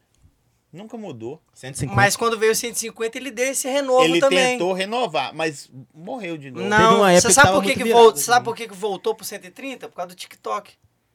nunca mudou. cento e cinquenta. Mas quando veio o cento e cinquenta, ele deu esse renovo Ele também. tentou renovar, mas morreu de novo. Não, uma época você que sabe tava por que, muito que, virado, vol- assim. sabe por que, que voltou pro cento e trinta? Por causa do TikTok.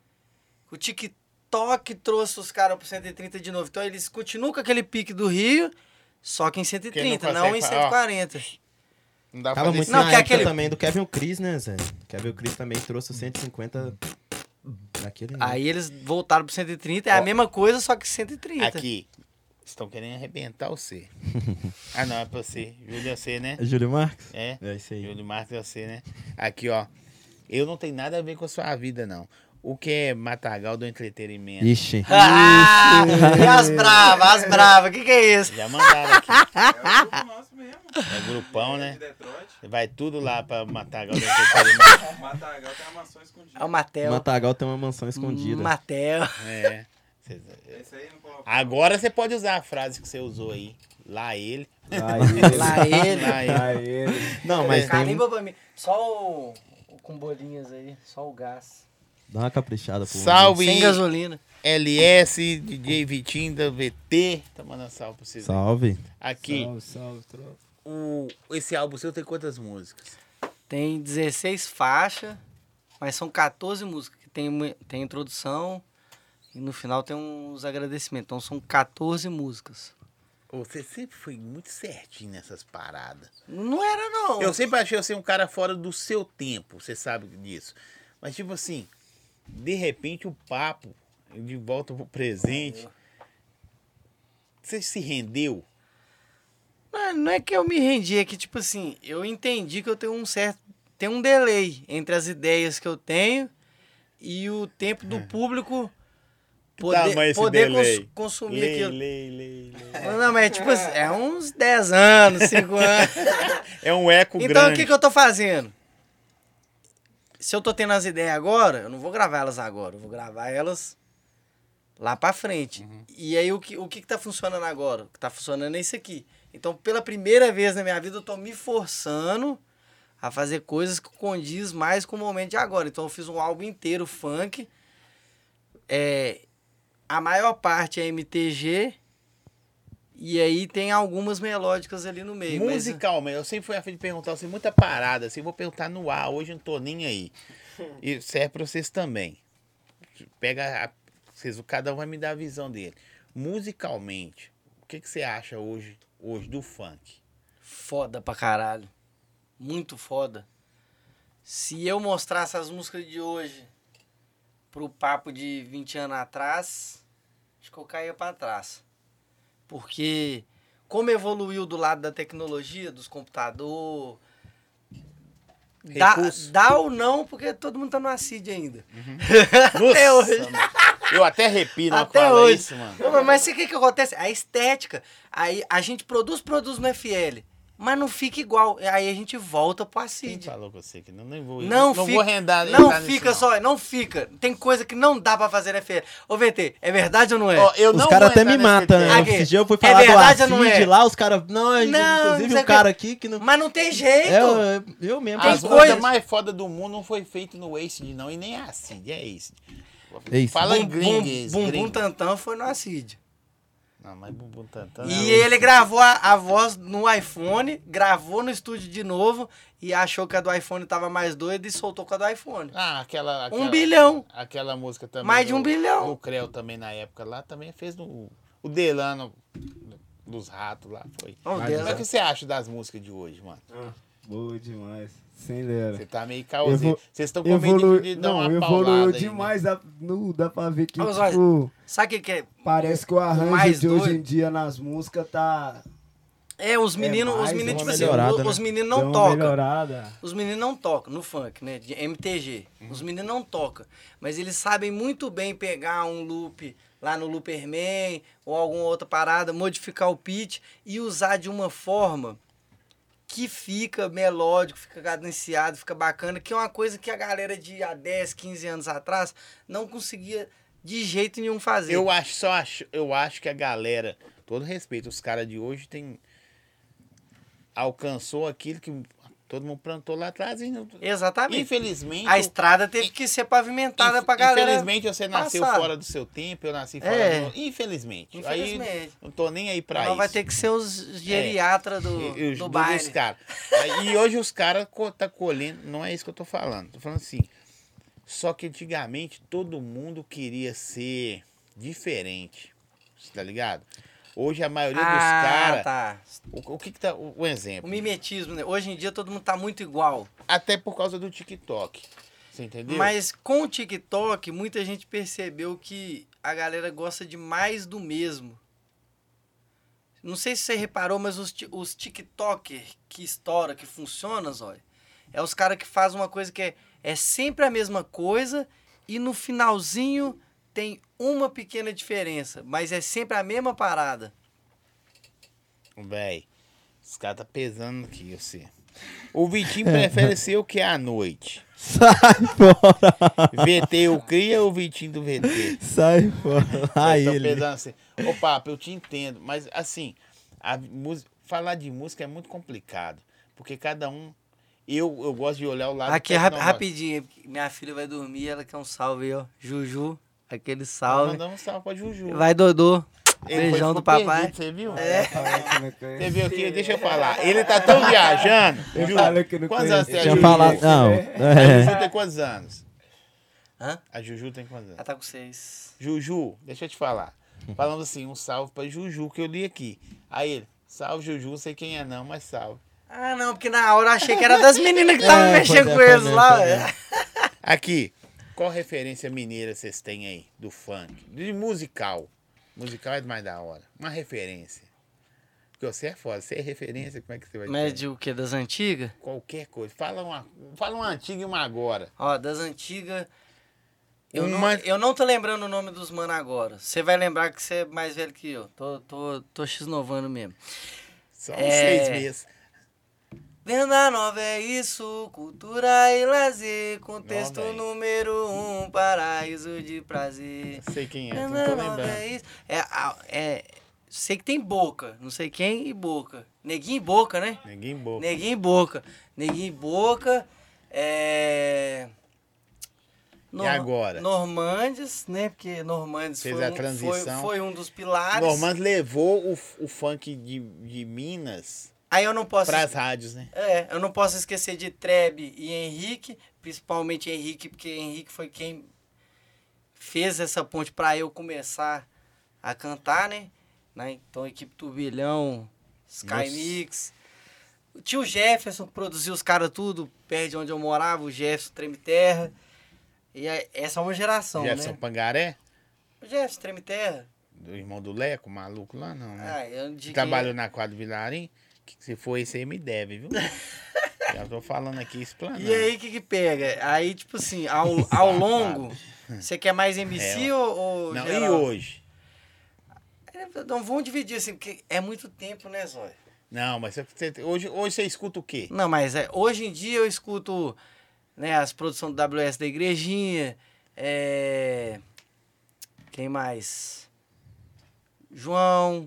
O TikTok trouxe os caras pro cento e trinta de novo. Então eles continuam com aquele pique do Rio, só que em cento e trinta, Porque não não, consegue em falar, ó. cento e quarenta. Não dá pra Tava fazer muito isso. Não, na que é época aquele- também do Kevin Chris, né, Zé? Kevin Chris também trouxe o cento e cinquenta naquele nível. Aí eles voltaram pro cento e trinta, é a Ó. mesma coisa, só que cento e trinta. Aqui. Estão querendo arrebentar você. Ah, não, é pra você. Júlio é você, né? É Júlio Marques? É. É isso aí. Júlio Marques é você, né? Aqui, ó. Eu não tenho nada a ver com a sua vida, não. O que é Matagal do entretenimento? Ixi. Ah, e as bravas, as bravas, o que que é isso? Já mandaram aqui. É o grupo nosso mesmo. É o grupão, De né? Detroit. Vai tudo lá pra Matagal do entretenimento. Matagal tem uma mansão escondida. É o Matel. Matagal tem uma mansão escondida. Matel. É. Cês- Esse aí não coloca. Agora você pode usar a frase que você usou aí. Lá ele. Lá ele. Lá ele. Lá ele. Lá ele. Não, mas tem... Carimba pra mim. Só o, o com bolinhas aí, só o gás. Dá uma caprichada, pô. Salve Sem gasolina. L S, D J Vitinho da V T. Tá mandando salve pra vocês. aí. Salve. Aqui, Salve, salve, tropa. o, esse álbum seu tem quantas músicas? Tem dezesseis faixas, mas são quatorze músicas. Que tem, uma- tem introdução e no final tem uns agradecimentos. Então são quatorze músicas. Ô, Você sempre foi muito certinho nessas paradas. Não era, não. Eu sempre achei você um cara fora do seu tempo, você sabe disso. Mas, tipo assim, de repente o papo, de volta pro presente, você se rendeu? Não, não é que eu me rendi, é que, tipo assim, eu entendi que eu tenho um certo. Tem um delay entre as ideias que eu tenho e o tempo do público poder, Tamanho esse poder cons- delay. consumir Lei, aquilo. lei, lei, lei. Não, não, mas é tipo assim, é uns dez anos, cinco anos. É um eco Então grande. o que, que eu tô fazendo? Se eu tô tendo as ideias agora, eu não vou gravar elas agora, eu vou gravar elas lá pra frente. Uhum. E aí o que, o que que tá funcionando agora? O que tá funcionando é isso aqui. Então, pela primeira vez na minha vida, eu tô me forçando a fazer coisas que condiz mais com o momento de agora. Então eu fiz um álbum inteiro funk. É, a maior parte é M T G. E aí tem algumas melódicas ali no meio. mas- Musicalmente, eu sempre fui a fim de perguntar assim, muita parada, assim, vou perguntar no ar, hoje eu não tô nem aí. E serve pra vocês também. Pega, a, vocês, cada um vai me dar a visão dele. Musicalmente, o que, que você acha hoje, hoje do funk? Foda pra caralho. Muito foda. Se eu mostrasse as músicas de hoje pro papo de vinte anos atrás, acho que eu caía pra trás. Porque como evoluiu do lado da tecnologia, dos computadores, dá, Recurso. dá ou não, porque todo mundo tá no acid ainda. Nossa, Até hoje. mano. Eu até arrepio na Até fala hoje. isso, mano. Não, mas- mas o que que acontece? A estética. Aí a gente produz, produz no F L, mas não fica igual. Aí a gente volta pro Quem acid. falou com você que não, nem vou, Não, não fica, vou rendar não entrar nisso, fica não. só, não fica. Tem coisa que não dá pra fazer no F L. Ô, V T, é verdade ou não é? Ó, eu Os não caras vou até entrar me nesse matam, critério. né? Aqui. Esse dia eu fui É falar verdade do ou não Acid é? lá, os caras... Não, Não, inclusive não sei o cara o quê. aqui que não... Mas não tem jeito. É, eu, eu mesmo. Tem As coisa- músicas mais foda do mundo não foi feito no Acid, não, e nem é Acid, é Acid. Acid. Fala em Bum, gringo, bum, esse, bum, gringo. bum Tantão foi no acid. Não, mas Bumbum Tantã... E não. ele gravou a, a voz no iPhone, gravou no estúdio de novo e achou que a do iPhone tava mais doida e soltou com a do iPhone. Ah, aquela... aquela Um bilhão. Aquela música também... Mais de um no- bilhão. No Creu também, na época lá, também fez no... O Delano dos Ratos lá, foi. Ó, o Mas Deus, Mas o que você acha das músicas de hoje, mano? Ah, boa demais. Sem dera. Você tá meio caosinho. Evolu- Vocês estão com medo Evolu... de, de dar Não, uma evoluiu paulada aí, né? demais. Dá, não, dá pra ver que, Mas, olha, tipo, Sabe o que, que é? parece que o arranjo mais de hoje doido- em dia nas músicas tá... É, os meninos, os mais meninos, uma tipo assim, melhorada, os, né? os meninos deu não uma tocam. melhorada. Os meninos não tocam no funk, né? De M T G. Os meninos não tocam. Mas eles sabem muito bem pegar um loop lá no Looperman ou alguma outra parada, modificar o pitch e usar de uma forma que fica melódico, fica cadenciado, fica bacana, que é uma coisa que a galera de há dez, quinze anos atrás não conseguia de jeito nenhum fazer. Eu acho, só acho, eu acho que a galera, todo respeito, os caras de hoje tem alcançou aquilo que todo mundo plantou lá atrás e não- Exatamente. infelizmente A estrada teve que ser pavimentada inf- pra galera. infelizmente você nasceu passar. fora do seu tempo, eu nasci fora É. do meu. Infelizmente. Infelizmente. Aí não tô nem aí pra Não isso. vai ter que ser os geriatras do, E- e os- do dos baile. caras. E hoje os caras co- tá colhendo, não é isso que eu tô falando. Tô falando assim. Só que antigamente todo mundo queria ser diferente. Você tá ligado? Hoje a maioria dos Ah, caras. tá. O, o que que tá. O, o O exemplo. mimetismo, né? Hoje em dia todo mundo tá muito igual. Até por causa do TikTok. Você entendeu? Mas com o TikTok, muita gente percebeu que a galera gosta de mais do mesmo. Não sei se você reparou, mas os, ti- os TikTokers que estouram, que funcionam, Zóia, é os caras que fazem uma coisa que é, é sempre a mesma coisa e no finalzinho tem uma pequena diferença, mas é sempre a mesma parada. Véi, os caras tá pesando aqui, você. O Vitinho prefere ser o que é à noite? Sai fora. V T o cria ou o Vitinho do V T? Sai fora. Ah, Eles tão ele. pesando assim. Ô, papo, eu te entendo, mas assim, a música, falar de música é muito complicado, porque cada um, eu, eu gosto de olhar o lado Aqui, rap- tecnológico. rapidinho, minha filha vai dormir, ela quer um salve aí, ó. Juju, aquele Vou salve. mandar um salve pra Juju. Vai, Dodô. Ele Beijão foi- do ficou papai. perdido, Você viu? É. Você viu aqui? Deixa eu falar. Ele tá tão viajando. Eu Ju, falei que não quantos anos tem a Tinha Juju? falado. Não. A É. Juju tem quantos anos? Hã? A Juju tem quantos Ela anos? tá com seis. Juju, deixa eu te falar. Falando assim, um salve pra Juju que eu li aqui. Aí ele, salve Juju, sei quem é não, mas salve. Ah, não, porque na hora eu achei que era das meninas que estavam É, mexendo pois é, com eles foi lá. mesmo, velho. Aqui, qual referência mineira vocês têm aí do funk? De musical. Musical é mais da hora. Uma referência. Porque você é foda, você é referência, como é que você vai Mas ter? de o quê? Das antigas? Qualquer coisa. Fala uma, fala uma antiga e uma agora. Ó, das antigas. Eu, Uma- não, eu não tô lembrando o nome dos mano agora. Você vai lembrar que você é mais velho que eu. Tô, tô, tô x-novando mesmo. Só uns É. seis meses. Venda nova é isso, cultura e lazer, contexto Não, véi. número um, paraíso de prazer. Sei quem é, Venda não tô nova lembrando. é isso. É, a- é, sei que tem Boca, não sei quem e Boca. Neguinho e Boca, né? Ninguém boca. Neguinho e Boca. Neguinho e Boca, é... E agora? Normandes, né? Porque Normandes Fez foi, a um, transição. foi, foi um dos pilares. Normand levou o, o funk de, de Minas Aí eu não posso... pras rádios, né? É, eu não posso esquecer de Trebe e Henrique, principalmente Henrique, porque Henrique foi quem fez essa ponte para eu começar a cantar, né? né? Então, equipe Turbilhão, Skymix. O tio Jefferson produziu os caras tudo, perto de onde eu morava, o Jefferson Treme Terra. E aí, essa é uma geração, Jefferson né? Pangaré, O Jefferson Treme Terra. do irmão do Leco, maluco lá, não, né? Ah, eu Que digo trabalhou na quadra Vilarim, que se for esse aí me deve, viu? Já tô falando aqui, explanando. E aí, o que que pega? Aí, tipo assim, ao, ao longo, você quer mais M C É, ou, ou Não, geral? e hoje? É, Não vamos dividir assim, porque é muito tempo, né, Zóia? Não, mas você, você- hoje, hoje você escuta o quê? Não, mas é, hoje em dia eu escuto, né, as produções do W S da Igrejinha, é... Quem mais? João,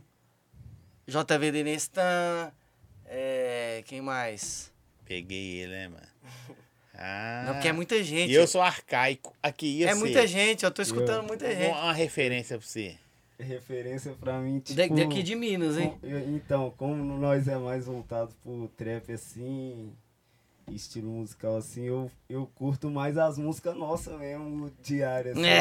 J V D Nestan, é... Quem mais? Peguei ele, né, mano? Ah, Não, porque é muita gente. E eu sou arcaico. Aqui ia É ser muita gente, eu tô escutando Eu- muita gente. uma referência pra você. Referência pra mim, tipo... Da- daqui de Minas, hein? com- eu- Então, como nós é mais voltado pro trap assim, estilo musical assim, eu, eu curto mais as músicas nossas mesmo, diárias. assim.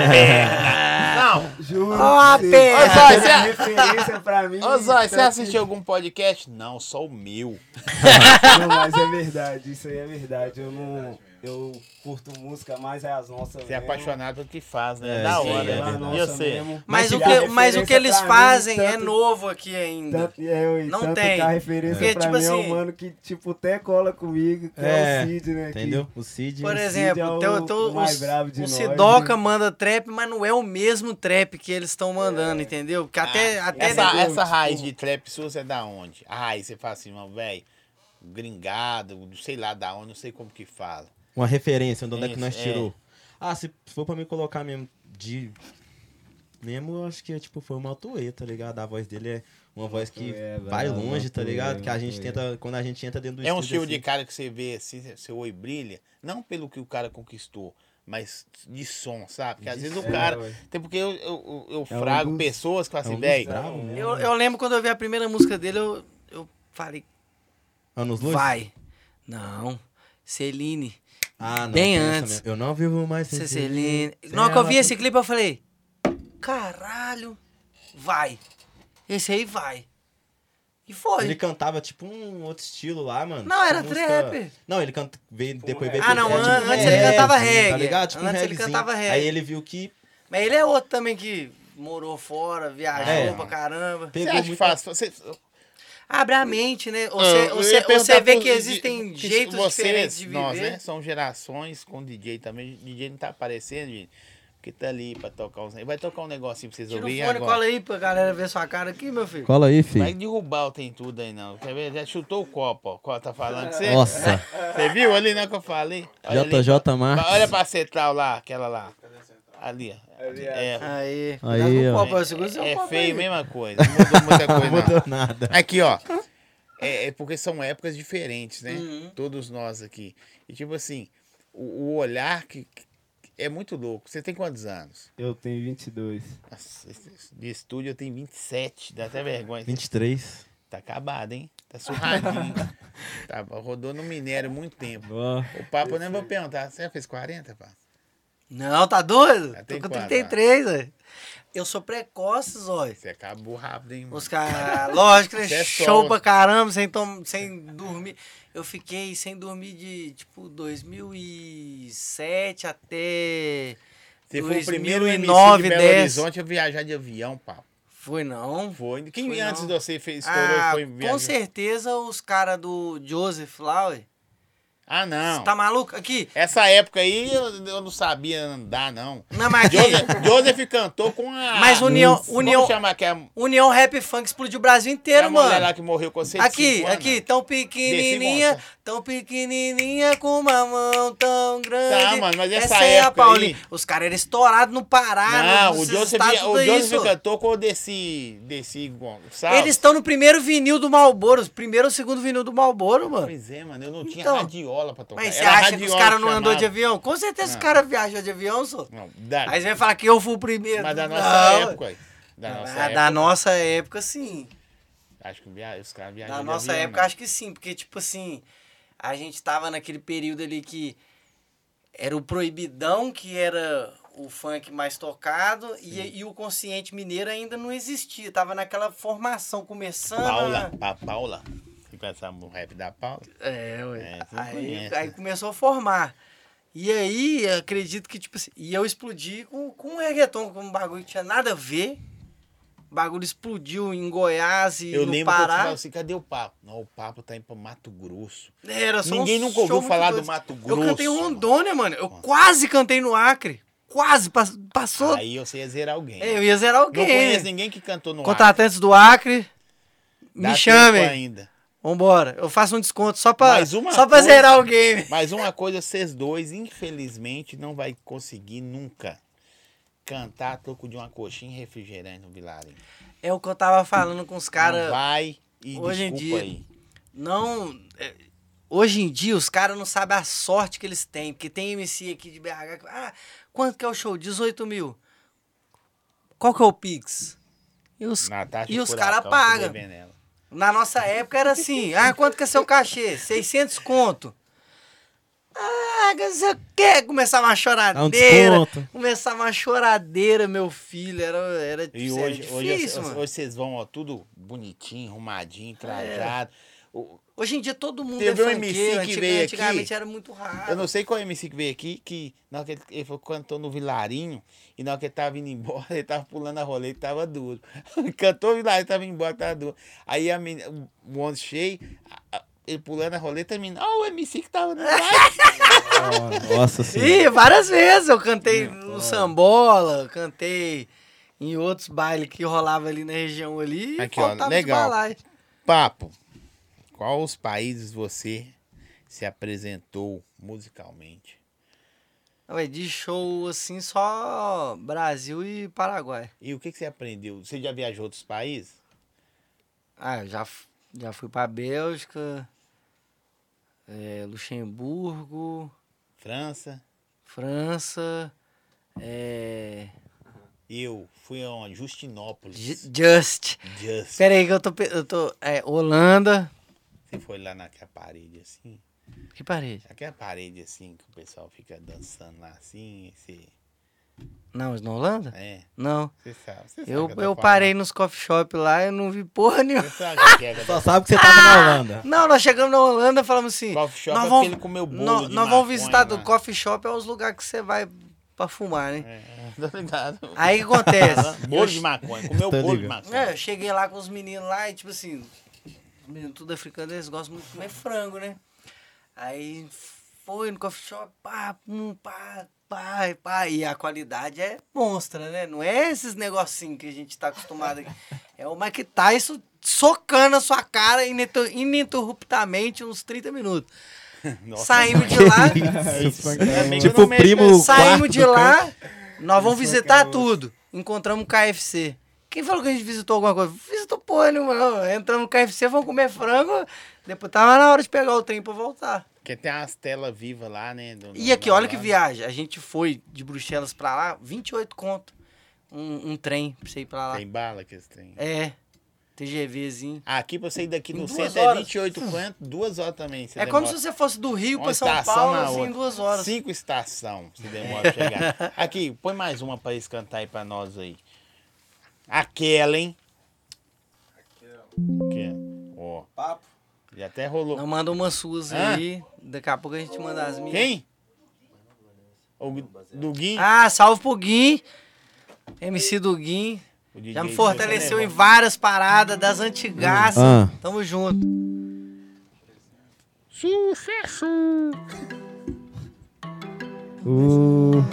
É. Não, Juro. Ó a pra você. perna. Ô, Zóia, Essa você- referência pra mim. ô Zóia, você tanto assistiu algum podcast? Não, só o meu. que- Não, mas é verdade, isso aí é verdade. Eu não. Eu curto música, mais é as nossas. Você é mesmo. apaixonado pelo que faz, né? É, da sim, hora, é né? Pela verdade. E nossa você? mesmo. Mas, o E a que, mas o que referência eles pra mim, fazem é tanto- novo aqui ainda. Tanto, é, Não tanto tem. que a referência Porque, pra tipo mim é assim- um mano que, tipo, até cola comigo, que é, É, o Cid, né? que- Entendeu? O Cid. Por Cid exemplo, é o- teu, teu, o mais o, bravo de o nós, Sidoca né? manda trap, mas não é o mesmo trap que eles estão mandando, entendeu? Porque até, até Essa, entendeu? essa Tipo- raiz de trap sua é da onde? A raiz, você fala assim, mano, velho, gringado, sei lá da onde, não sei como que fala. Uma referência, de onde é que Isso, nós é. tirou. Ah, se for pra me colocar mesmo de... Mesmo, eu acho que tipo, foi o Matuê, tá ligado? A voz dele é uma voz que É, vai vai, longe, tá Matuê, ligado? Que a gente Matuê. tenta, quando a gente entra dentro do É um estúdio, estilo de assim, cara que você vê assim, seu oi brilha, não pelo que o cara conquistou, mas de som, sabe? Porque às vezes o É, cara. ué. Tem porque eu, eu, eu É um frago dos- pessoas que falam é assim, um dos velho. bravos mesmo, eu, né? eu lembro quando eu vi a primeira música dele, eu, eu falei, Anos luz? vai. Não, Celine. Ah, não. Bem tem essa antes. mesmo. Eu não vivo mais sem Cê- Celine. Celine. Na hora que eu vi esse clipe, eu falei, caralho, vai. Esse aí vai. E foi. Ele cantava tipo um outro estilo lá, mano. Não, era Tipo, trap. Não, ele canta... veio, depois veio Ah, pro não, trap, an- tipo, antes um ele cantava reggae, reggae. Tá ligado? Tipo um Antes ele reggaezinho. cantava reggae. Aí ele viu que Mas ele é outro também que morou fora, viajou É. pra caramba. Você pegou acha que muito... faz? Você, Abre a mente, né? Ah, Você, eu você, ia perguntar você vê pro- que existem que jeitos vocês, diferentes de viver. Nós, né? São gerações com D J também. D J não tá aparecendo, gente. Porque tá ali pra tocar uns. Vai tocar um negocinho pra vocês Tira o ouvirem fone, agora. cola aí pra galera ver sua cara aqui, meu filho. Cola aí, Vai derrubar o tem tudo aí, não. Quer ver? Já chutou o copo, ó. Qual tá falando que você? Nossa. Você viu ali, né, que eu falei? Olha ali. J J Marques. Olha pra central lá, aquela lá. Ali, ó. Ali, É, Aí, Aí, cuidado com o ó. copo, segura seu é copo feio, aí. mesma coisa. Não mudou muita coisa, Não não. mudou nada. Aqui, ó. É, é porque são épocas diferentes, né? Uhum. Todos nós aqui. E tipo assim, o, o olhar que, que é muito louco. Você tem quantos anos? Eu tenho vinte e dois. Nossa, esse- de estúdio eu tenho vinte e sete. Dá até vergonha. vinte e três. Tá acabado, hein? Tá surradinho. Tá, rodou no minério muito tempo. Ó. O papo eu nem vou perguntar. Você já fez quarenta, pá? Não, tá doido? Já Tô tem com quanto, trinta e três, velho. Eu sou precoce, zóio. Você acabou rápido, hein, mano? Os caras, lógico, né? Você é Show sol, pra né? caramba, sem, tom, sem dormir. Eu fiquei sem dormir de, tipo, dois mil e sete até Você foi o primeiro dois M mil e C nove, de Belo dez. Horizonte a viajar de avião, pá. Foi não. Foi. Quem Foi antes não. de você fez, estourou Ah, e foi com viajar? certeza os caras do Joseph lá, ué. Ah, não. Você tá maluco? Aqui. Essa época aí eu, eu não sabia andar, não. Não, mas aqui. Joseph, Joseph cantou com a... Mas União- Vamos União- chamar que é a, União Rap Funk explodiu o Brasil é inteiro, a mulher mano. lá que morreu com você de Aqui, cinco anos. aqui, tão pequenininha, Desci, tão pequenininha com uma mão tão grande. Tá, mano, mas essa é a época Paulinha. aí- Os caras eram estourados no Pará, Não, nos o Joseph, estados, o tudo Joseph isso. cantou com o Desi, Desi Gonçalves. Eles estão no primeiro vinil do Malboro, primeiro ou segundo vinil do Malboro, mano. Pois é, mano, eu não tinha Então, radiola pra tocar. Mas você Era acha que os radiola caras não andou chamava. de avião? Com certeza os Não. caras viajam de avião, só. Não, da, Aí você vai falar que eu fui o primeiro. mas da nossa Não, época, aí. Da Ah, nossa da época. nossa época, sim. Acho que via- os caras viajam Na de nossa avião, época, né? acho que sim, porque, tipo assim, a gente tava naquele período ali que era o proibidão, que era o funk mais tocado e, e o consciente mineiro ainda não existia. Tava naquela formação, começando... Paula, a... pa, Paula. Você conhece o rap da Paula? É, ué. É, você não aí, conhece. aí começou a formar. E aí, acredito que, tipo assim... E eu explodi com, com o reggaeton, com um bagulho que tinha nada a ver. O bagulho explodiu em Goiás e Eu no lembro que eu Pará. falava assim, cadê o papo? Não, o papo tá indo pra Mato Grosso. Era só Ninguém um nunca ouviu show muito falar do doido. Mato Eu Grosso. cantei em Rondônia, mano. Eu quase cantei no Acre. Quase. pass- Passou. Aí você ia zerar alguém. É, eu ia zerar Não alguém. conheço ninguém que cantou no Acre. Contratantes do Acre, Dá me tempo chame. ainda. Vambora. Eu faço um desconto só pra, Mais uma só pra coisa- zerar o game. Mas uma coisa, vocês dois, infelizmente, não vai conseguir nunca cantar a troco de uma coxinha e refrigerante no Vilarinho. É o que eu tava falando com os Não caras. vai e hoje em desculpa dia- aí. Não. é, hoje em dia, os caras não sabem a sorte que eles têm. Porque tem M C aqui de B H. que- Ah, quanto que é o show? dezoito mil. Qual que é o Pix? E os, Natasha e os Furacão, caras tô pagam. devendo ela. Na nossa época era assim. Ah, quanto que é seu cachê? seiscentos conto. Ah, que não sei o quê. Começava uma Dá um choradeira. desconto. Começava uma choradeira, meu filho. Era, era, E era hoje, hoje, difícil, mano. hoje vocês vão ó, tudo bonitinho, arrumadinho, trajado. O- Hoje em dia todo mundo Teve é um M C funkeiro. que Antiga- veio Antigamente aqui. era muito raro. Eu não sei qual M C que veio aqui, que na hora que ele, ele falou, cantou no Vilarinho, e na hora que ele tava indo embora, ele tava pulando a rolê e tava duro. Cantou o Vilarinho, tava indo embora, tava duro. Aí a menina, o ônibus cheio, a- a- ele pulando a rolê, termina, ó, o M C que tava no Vilarinho. Nossa Ih, senhora. várias vezes. Eu cantei no Sambola, cantei em outros bailes que rolava ali na região ali. e Aqui, ó, faltava os legal. balaios. Papo, qual os países você se apresentou musicalmente? Ué, de show assim, só Brasil e Paraguai. E o que, que você aprendeu? Você já viajou a outros países? Ah, já, f- já fui pra Bélgica, é, Luxemburgo, França? França, é, Eu fui aonde? Justinópolis. Ju- Just. Just. Pera aí que eu tô... pe- Eu tô é, Holanda. Você foi lá naquela parede assim? Que parede? Aquela parede assim que o pessoal fica dançando lá assim, você... Não, na Holanda? É, Não. você sabe. Você sabe Eu, o que tô eu falando. parei nos coffee shop lá e não vi porra nenhuma. Você sabe o que é que eu tô Só sabe que você tava na Holanda. Não, nós chegamos na Holanda e falamos assim... Coffee shop nós é vamos, porque ele comeu bolo nó- de Nós vamos maconha visitar do lá. coffee shop, é os lugares que você vai pra fumar, né? É, tô ligado. Aí o que acontece? Bolo de maconha, comeu Tô bolo de ligado. maconha. É, eu cheguei lá com os meninos lá e, tipo assim, os meninos tudo africanos, eles gostam muito de comer frango, né? Aí foi no coffee shop, pá, pum, pá, pá, e pá. E a qualidade é monstra, né? Não é esses negocinhos que a gente tá acostumado aqui. É o Mike Tyson socando a sua cara ininter- ininterruptamente uns trinta minutos. Nossa, Saímos de lá, isso. Ainda bem que eu Tipo não mexo primo- nessa- saímos quarto de do lá, nós vamos visitar tudo. Encontramos um K F C. Quem falou que a gente visitou alguma coisa? Visitou porra nenhuma, não. Entramos no K F C, vamos comer frango. Depois tava na hora de pegar o trem pra voltar. Porque tem umas telas vivas lá, né? do- E aqui, do- olha que do- viagem. A gente foi de Bruxelas pra lá, vinte e oito conto. Um, um trem pra você ir pra lá. Tem bala que eles têm. É, TGVzinho. Aqui pra você ir daqui Em no duas centro é horas. vinte e oito quanto? Duas horas também. Você É como demora. se você fosse do Rio Uma pra São estação Paulo, na assim, em outra. duas horas. Cinco estações você demora pra chegar. Aqui, põe mais uma pra eles cantar aí pra nós aí. Aquela, hein? Aqui, ó. Papo. Já até rolou. Não, manda umas suas Hã? aí. Daqui a pouco a gente manda as minhas. Quem? O do Guim? Ah, salve pro Gui. M C do Gui. O D J Já me de fortaleceu em Nervosa. várias paradas das antigaças. Ah. Tamo junto. Sucesso! O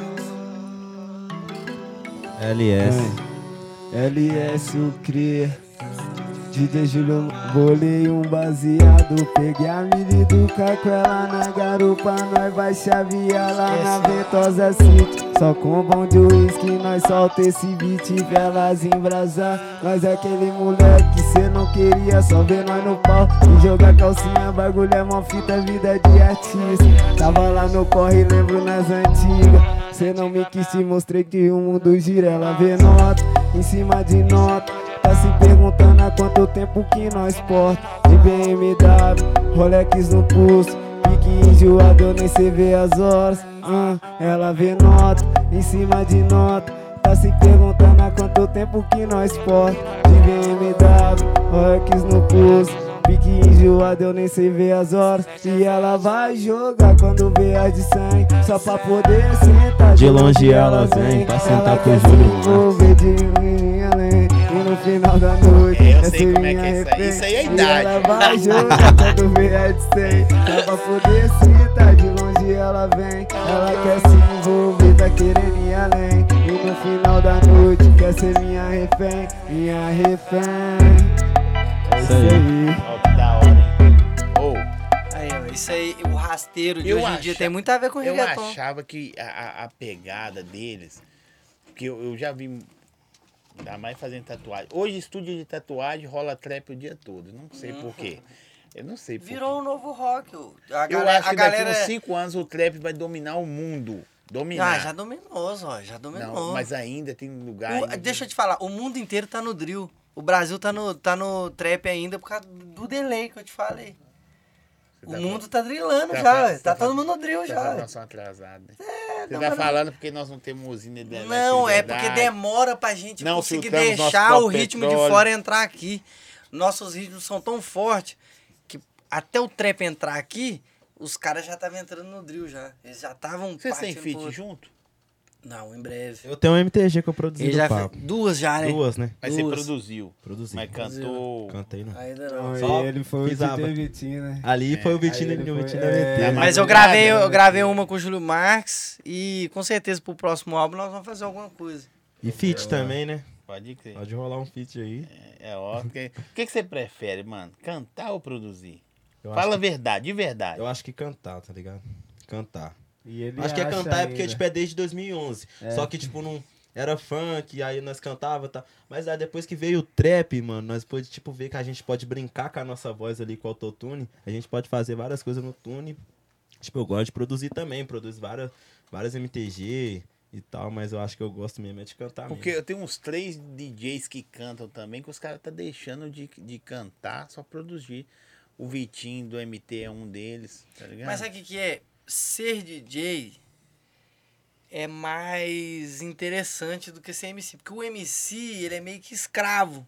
L S. L S o Cria. D J Júlio, bolei um baseado. Peguei a mini do Caco, ela na garupa. Nós vai chavear lá na Ventosa City. Só com bom de uísque, nós solta esse beat e velas embrasar. Nós é aquele moleque que cê não queria, só ver nós no pau e jogar calcinha, bagulho é mó fita, vida de artista. Tava lá no corre, lembro nas antigas. Cê não me quis, te mostrei que o mundo gira. Ela vê nota, em cima de nota. Tá se perguntando há quanto tempo que nós porta. De B M W, Rolex no pulso, Pique enjoado, eu nem sei ver as horas. Ah, ela vê nota, em cima de nota. Tá se perguntando há quanto tempo que nós porta. De B M W, Rolex no pulso. Pique enjoado, eu nem sei ver as horas. E ela vai jogar quando vê as de cem. Só pra poder sentar. De longe ela vem pra sentar ela pro quer se Júlio. envolver de mim além. E no final da noite, É, eu quer sei ser como é que minha é isso aí. refém. Isso aí é E idade. ela vai jogar quando vê as de cem. Só pra poder sentar. De longe ela vem. Ela quer se envolver, tá querendo ir além. E no final da noite, quer ser minha refém. Minha refém. É isso aí. Ó, que da hora, hein? Ô, Aí, ó, isso aí, o rasteiro de Eu hoje em dia acha- tem muito a ver com eu reggaeton. achava que a, a- a pegada deles, que eu, eu já vi, ainda mais fazendo tatuagem. Hoje, estúdio de tatuagem rola trap o dia todo. Não sei por quê. Eu não sei por Virou quê. um novo rock. o- A Eu galera, acho a que daqui galera... uns cinco anos o trap vai dominar o mundo. Dominar. Ah, já dominou, Zó, já dominou. Não, mas ainda tem lugar. O- ainda deixa eu te falar, o mundo inteiro tá no drill. O Brasil tá no, tá no trap ainda por causa do delay que eu te falei. O tá mundo tá drillando tá já, fa- ué. tá Tá fa- todo mundo no drill Tá já. falando ué. nós somos atrasados, né? É, Você não, tá mas- falando porque nós não temos usina de Não, é porque eletricidade. demora pra gente Não conseguir filtramos nosso deixar o próprio ritmo petróleo. de fora entrar aqui. Nossos ritmos são tão fortes que até o trap entrar aqui, os caras já estavam entrando no drill já. Eles já estavam Vocês têm partindo feat pro- junto? Não, em breve. Eu tenho um M T G que eu produzi Ele do já papo. fez duas já, né? Duas, né? Mas você Duas. produziu. Produzi. Mas cantou. Cantei, não. Ainda não. Não, Só ele foi o fiz a- D T Vitinho, né? Ali foi o Vitinho, Aí ele o foi- Vitinho é, da V T. mas Mas eu não gravei, nada, eu né? gravei uma com o Júlio Marques e com certeza pro próximo álbum nós vamos fazer alguma coisa. E feat também, né? Pode crer. Pode rolar um feat aí. É óbvio. porque- O que, que você prefere, mano? Cantar ou produzir? Eu Fala a acho que- verdade, de verdade. Eu acho que cantar, tá ligado? Cantar. E ele Acho que é acha cantar é porque, ainda. tipo, é desde dois mil e onze. É. Só que, tipo, não... Era funk, aí nós cantava e tal. Mas aí depois que veio o trap, mano, nós pôde, tipo, ver que a gente pode brincar com a nossa voz ali com o autotune. A gente pode fazer várias coisas no tune. Tipo, eu gosto de produzir também. Produzo várias, várias M T G e tal, mas eu acho que eu gosto mesmo é de cantar Porque mesmo. eu tenho uns três D Js que cantam também, que os caras tá deixando de, de cantar, só produzir. O Vitinho do M T é um deles, tá ligado? Mas sabe o que, que é? Ser D J é mais interessante do que ser M C. Porque o M C, ele é meio que escravo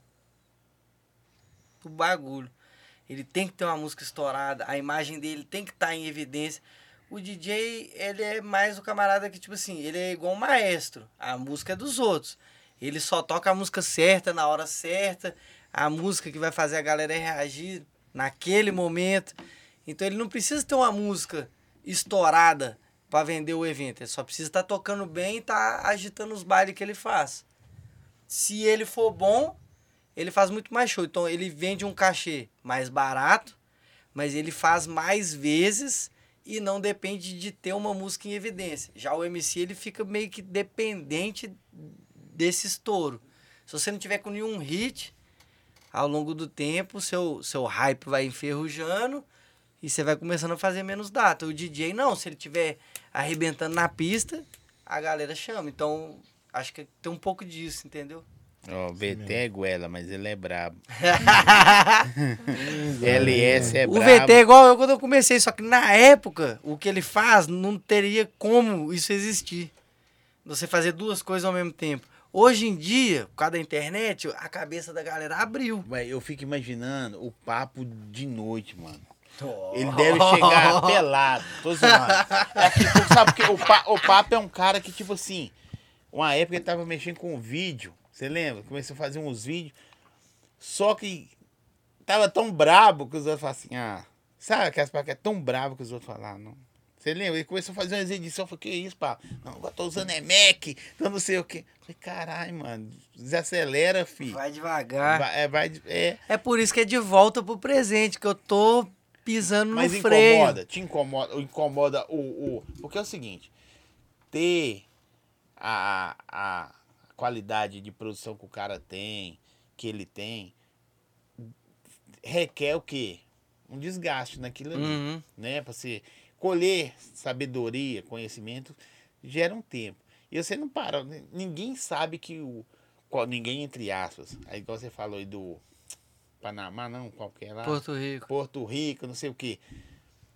do bagulho. Ele tem que ter uma música estourada, a imagem dele tem que estar em evidência. O D J, ele é mais o camarada que, tipo assim, ele é igual um maestro. A música é dos outros. Ele só toca a música certa, na hora certa, a música que vai fazer a galera reagir naquele momento. Então ele não precisa ter uma música estourada para vender o evento. Ele só precisa estar tocando bem e estar agitando os bailes que ele faz. Se ele for bom, ele faz muito mais show. Então ele vende um cachê mais barato, mas ele faz mais vezes e não depende de ter uma música em evidência. Já o M C, ele fica meio que dependente desse estouro. Se você não tiver com nenhum hit, ao longo do tempo, seu, seu hype vai enferrujando e você vai começando a fazer menos data. O D J não, se ele tiver arrebentando na pista, a galera chama. Então, acho que tem um pouco disso, entendeu? Ó, V T é goela, mas ele é brabo. L S é O brabo. V T é igual eu quando eu comecei, só que na época, o que ele faz, não teria como isso existir. Você fazer duas coisas ao mesmo tempo. Hoje em dia, por causa da internet, a cabeça da galera abriu. Ué, eu fico imaginando o papo de noite, mano. Ele deve chegar pelado. Tô zoando. É que, tu sabe que o, pa, o Papo é um cara que, tipo assim, uma época ele tava mexendo com vídeo. Você lembra? Começou a fazer uns vídeos. Só que tava tão brabo que os outros falaram assim, ah, sabe aquelas partes que é tão brabo que os outros falaram, não. Você lembra? Ele começou a fazer umas edições, eu falei, que isso, Papo? Não, agora tô usando é Mac, então não sei o quê. Eu falei, caralho, mano, desacelera, filho. Vai devagar. Vai, é, vai, é. É por isso que é de volta pro presente, que eu tô pisando Mas no freio. incomoda, te incomoda, incomoda o, o... Porque é o seguinte, ter a, a qualidade de produção que o cara tem, que ele tem, requer o quê? Um desgaste naquilo ali, Uhum. né? Pra você colher sabedoria, conhecimento, gera um tempo. E você não para, ninguém sabe que o... qual- Ninguém, entre aspas, aí igual você falou aí do Panamá, não, qualquer lá. Porto Rico. Porto Rico, não sei o quê.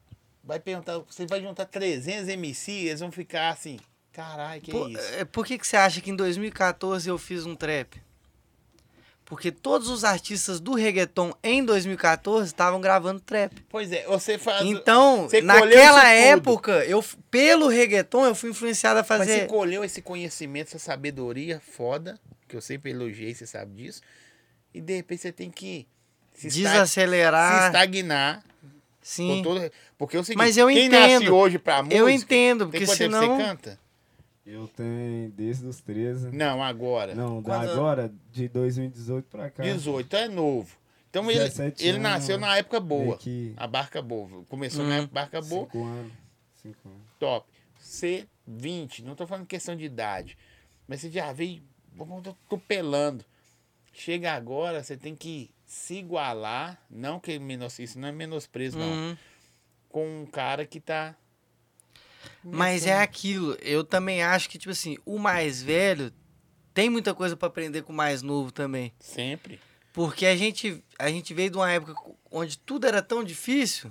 vai perguntar, você vai juntar trezentos M C, eles vão ficar assim, caralho, que Por, é isso? é, por que, que você acha que em dois mil e quatorze eu fiz um trap? Porque todos os artistas do reggaeton em dois mil e quatorze estavam gravando trap. Pois é, você faz... Então, você colheu naquela isso tudo. época, eu, pelo reggaeton, eu fui influenciado a Mas você fazer... colheu esse conhecimento, essa sabedoria foda, que eu sempre elogiei, você sabe disso, e de repente você tem que se, esta- Desacelerar. se estagnar. Sim. Com todo... Porque é o seguinte, Mas eu quem entendo. nasce hoje pra música... Eu entendo, tem porque quanto tempo senão... você canta? Eu tenho desde os treze. Não, agora. Não, da Quando- agora, de dois mil e dezoito pra cá. dezoito, então é novo. Então ele, dezessete ele anos, nasceu na época boa. meio que A barca boa. Começou Hum. na barca boa, Cinco anos. Cinco anos. top. C vinte, não tô falando questão de idade. Mas você já veio atropelando. Chega agora, você tem que se igualar. Não que menos, isso não é menosprezo, não. Uhum. Com um cara que tá. Mas é aquilo, eu também acho que, tipo assim, o mais velho tem muita coisa pra aprender com o mais novo também. Sempre. Porque a gente, a gente veio de uma época onde tudo era tão difícil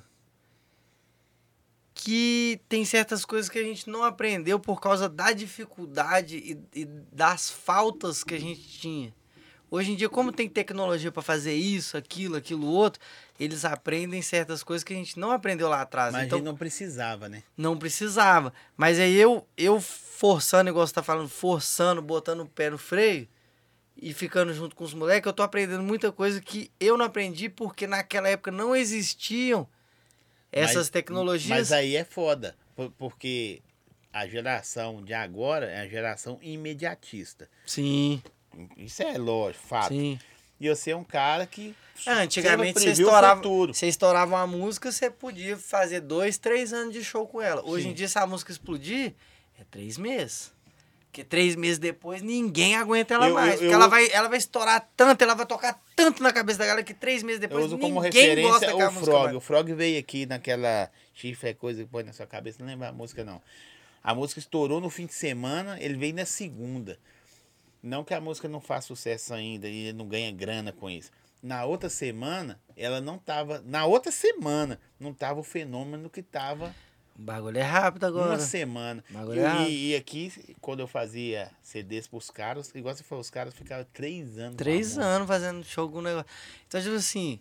que tem certas coisas que a gente não aprendeu por causa da dificuldade e, e das faltas que a gente tinha. Hoje em dia, como tem tecnologia para fazer isso, aquilo, aquilo outro, eles aprendem certas coisas que a gente não aprendeu lá atrás. Mas então, a gente não precisava, né? não precisava. Mas aí eu, eu forçando, igual você tá falando, forçando, botando o pé no freio e ficando junto com os moleques, eu tô aprendendo muita coisa que eu não aprendi porque naquela época não existiam essas Mas- tecnologias. Mas aí é foda. por- Porque a geração de agora é a geração imediatista. Sim, Isso é lógico, fato. sim. E você é um cara que. É, antigamente você sempre previu o estourava, futuro. você estourava uma música, você podia fazer dois, três anos de show com ela. Hoje Sim. em dia, se a música explodir, é três meses. Porque três meses depois, ninguém aguenta ela Eu- mais. eu- porque eu- ela, vai, ela vai estourar tanto, ela vai tocar tanto na cabeça da galera que três meses Eu depois uso ninguém como gosta referência daquela o música Frog. mais. O Frog veio aqui naquela chifre é coisa que põe na sua cabeça, não lembro a música não. A música estourou no fim de semana, ele veio na segunda. Não que a música não faça sucesso ainda e ele não ganha grana com isso. Na outra semana, ela não tava. Na outra semana, não tava o fenômeno que tava O bagulho é rápido agora. uma semana. O bagulho é rápido. E, e aqui, quando eu fazia C Ds pros caras, igual você falou, os caras ficavam três anos. com a Três música. anos fazendo show com o negócio. Então, tipo assim,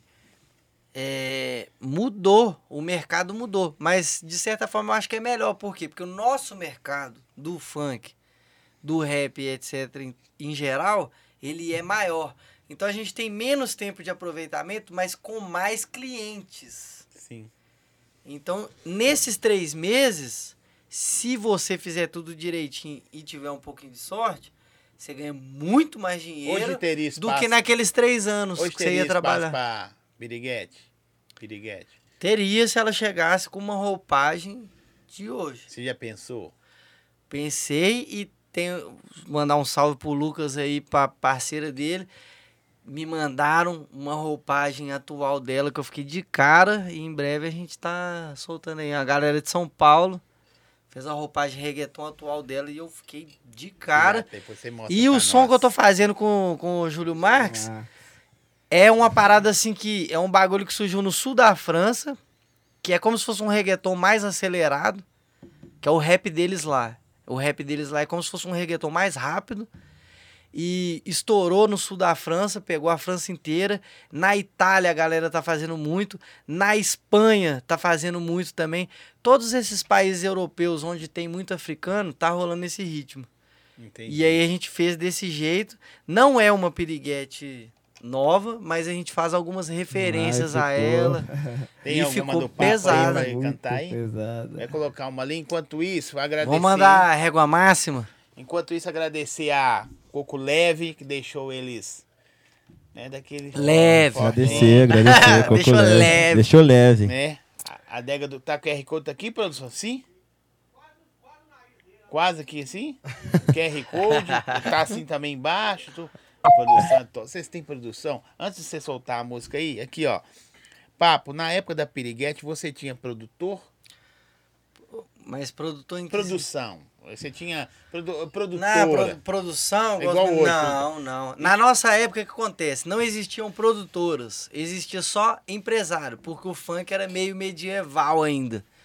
é, mudou, o mercado mudou. Mas, de certa forma, eu acho que é melhor. Por quê? Porque o nosso mercado do funk, do rap, etcétera, em, em geral, ele é maior. Então, a gente tem menos tempo de aproveitamento, mas com mais clientes. Sim. Então, nesses três meses, se você fizer tudo direitinho e tiver um pouquinho de sorte, você ganha muito mais dinheiro Hoje teria do espaço. que naqueles três anos Hoje que você teria ia espaço trabalhar. pra Piriguete? Piriguete. Teria se ela chegasse com uma roupagem de hoje. Você já pensou? Pensei e tenho mandar um salve pro Lucas aí, pra parceira dele. Me mandaram uma roupagem atual dela que eu fiquei de cara e em breve a gente tá soltando aí. A galera de São Paulo fez a roupagem reggaeton atual dela e eu fiquei de cara. Já, depois você mostra E pra o som nós. que eu tô fazendo com, com o Júlio Marques Ah, é uma parada assim que é um bagulho que surgiu no sul da França, que é como se fosse um reggaeton mais acelerado, que é o rap deles lá. O rap deles lá é como se fosse um reggaeton mais rápido. E estourou no sul da França, pegou a França inteira. Na Itália a galera tá fazendo muito. Na Espanha tá fazendo muito também. Todos esses países europeus onde tem muito africano, tá rolando esse ritmo. Entendi. E aí a gente fez desse jeito. Não é uma piriguete nova, mas a gente faz algumas referências Ai, a ficou. ela. Tem e alguma ficou do papo aí pesada. pra muito cantar aí? pesada. Vai colocar uma ali. Enquanto isso, vai agradecer. Vamos mandar a régua máxima. Enquanto isso, agradecer a Coco Leve, que deixou eles. Né, daquele. Leve. forte, Agradecer, agradecer. Coco Deixou leve. Deixou leve. Né? A adega do. Tá Q R Code tá aqui, produção? Sim? Quase aqui assim? Q R Code. Tá assim também embaixo. Tu... Produção. to- Vocês têm produção? Antes de você soltar a música aí, aqui, ó. Papo, na época da Piriguete, você tinha produtor? Mas produtor em que Produção. Você tinha produ Na produtora. pro- produção, É igual gosto- hoje, não, não. Na nossa época, o que acontece? Não existiam produtoras, existia só empresário, porque o funk era meio medieval ainda.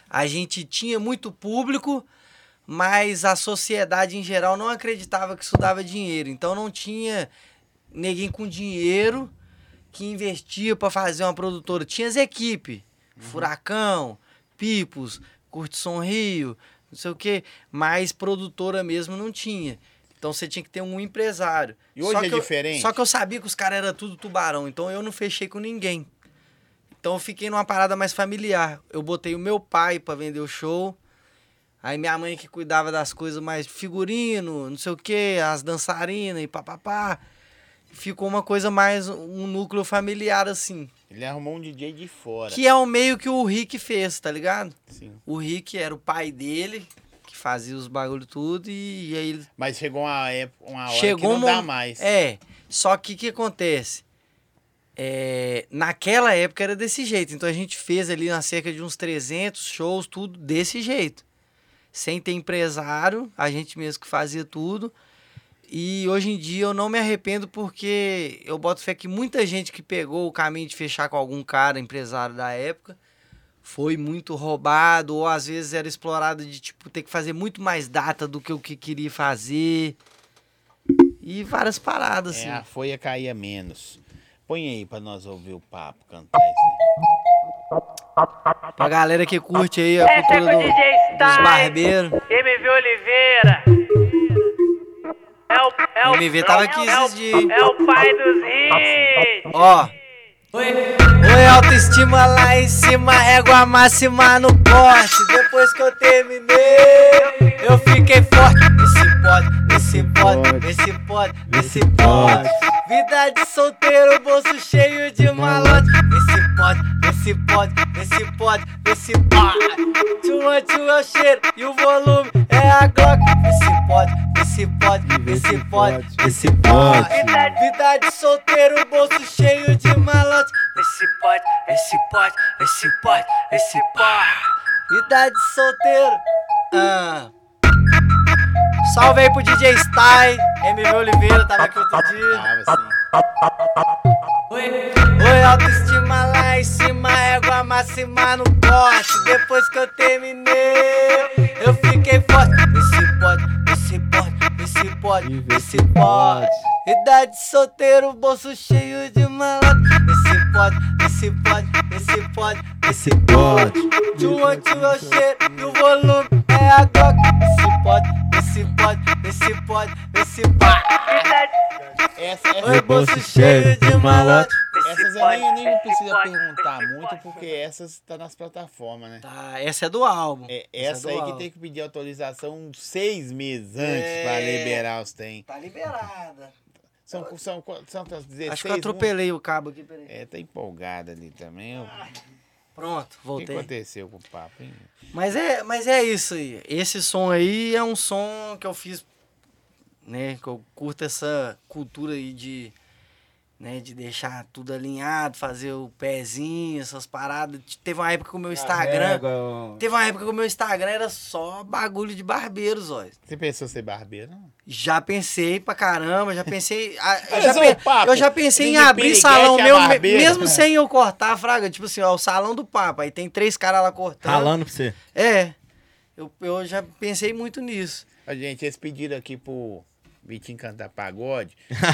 A gente tinha muito público, mas a sociedade em geral não acreditava que isso dava dinheiro. Então não tinha ninguém com dinheiro que investia para fazer uma produtora. Tinha as equipes, uhum. Furacão, Pipos, Curtição Rio, não sei o quê, mas produtora mesmo não tinha. Então você tinha que ter um empresário. E hoje só é que eu, diferente? Só que eu sabia que os caras eram tudo tubarão, então eu não fechei com ninguém. Então eu fiquei numa parada mais familiar. Eu botei o meu pai para vender o show, aí minha mãe que cuidava das coisas mais figurino, não sei o quê, as dançarinas e papapá. Ficou uma coisa mais, um núcleo familiar assim. Ele arrumou um D J de fora. Que é o meio que o Rick fez, tá ligado? Sim. O Rick era o pai dele, que fazia os bagulho tudo, e, e aí ele... Mas chegou uma, época, uma hora chegou que não uma... dá mais. É, só que o que acontece? É, naquela época era desse jeito, então a gente fez ali na cerca de uns trezentos shows, tudo desse jeito. Sem ter empresário, a gente mesmo que fazia tudo. E hoje em dia eu não me arrependo porque eu boto fé que muita gente que pegou o caminho de fechar com algum cara, empresário da época, foi muito roubado ou às vezes era explorado de tipo ter que fazer muito mais data do que o que queria fazer. E várias paradas, assim. É, a folha caía menos. Põe aí pra nós ouvir o papo cantar isso aí. Pra galera que curte aí a cultura do, dos barbeiros. M V Oliveira. É o, é o, M V tava aqui é o, esses dias. É o pai dos hits. Ó. Oi. Oi, autoestima lá em cima, régua máxima no corte. Depois que eu terminei, eu fiquei forte. Esse pode, esse pode, esse pode, esse pode. Vida de solteiro, bolso cheio de malote. Esse pode, esse pode, esse pode, esse pode. Tchua, tchua é o cheiro e o volume é a Glock. Esse pode, esse pode, esse pode, esse pode. Vida de solteiro, bolso cheio de malote. Esse pode, esse pode, esse pode, esse pode. Vida de solteiro. Ah. Salve aí pro D J Style, M V Oliveira, tava aqui outro dia. Tava assim. Oi, Oi, autoestima lá em cima, régua máxima no corte. Depois que eu terminei, eu fiquei forte. Esse pode, esse pode, esse pode, esse pode. Idade solteiro, bolso cheio de malote. Esse pode, esse pode, esse pode, esse pode. Tchua, tchua, o cheiro e o volume é a Glock. Esse pode, esse pode, esse pode, esse pode. Essa, essa, Oi, bolso cheio de malote. Essas eu nem, nem precisa perguntar muito, porque essas tá nas plataformas, né? Tá, essa é do álbum. É, essa é do aí que álbum. tem que pedir autorização seis meses antes É. pra liberar os tem. Tá liberada. São, são, são, são dezesseis. Acho que eu atropelei o cabo aqui, peraí. É, tá empolgado ali também. O Pronto, que voltei. aconteceu com o papo, hein? Mas é, mas é isso aí. Esse som aí é um som que eu fiz, né? Que eu curto essa cultura aí de, né, de deixar tudo alinhado, fazer o pezinho, essas paradas. Teve uma época que o meu Instagram... Teve uma época que o meu Instagram era só bagulho de barbeiros, ó. Você pensou ser barbeiro? Não? Já pensei pra caramba, já pensei... ah, eu, Mas já o pe- papo, eu já pensei em Ligue abrir Piriguete salão é meu, me- barbeiro. mesmo sem eu cortar a fraga. Tipo assim, ó, o salão do papo. Aí tem três caras lá cortando. Ralando pra você. É, eu, eu já pensei muito nisso. Ó, gente, eles pediram aqui pro Vitinho cantar pagode.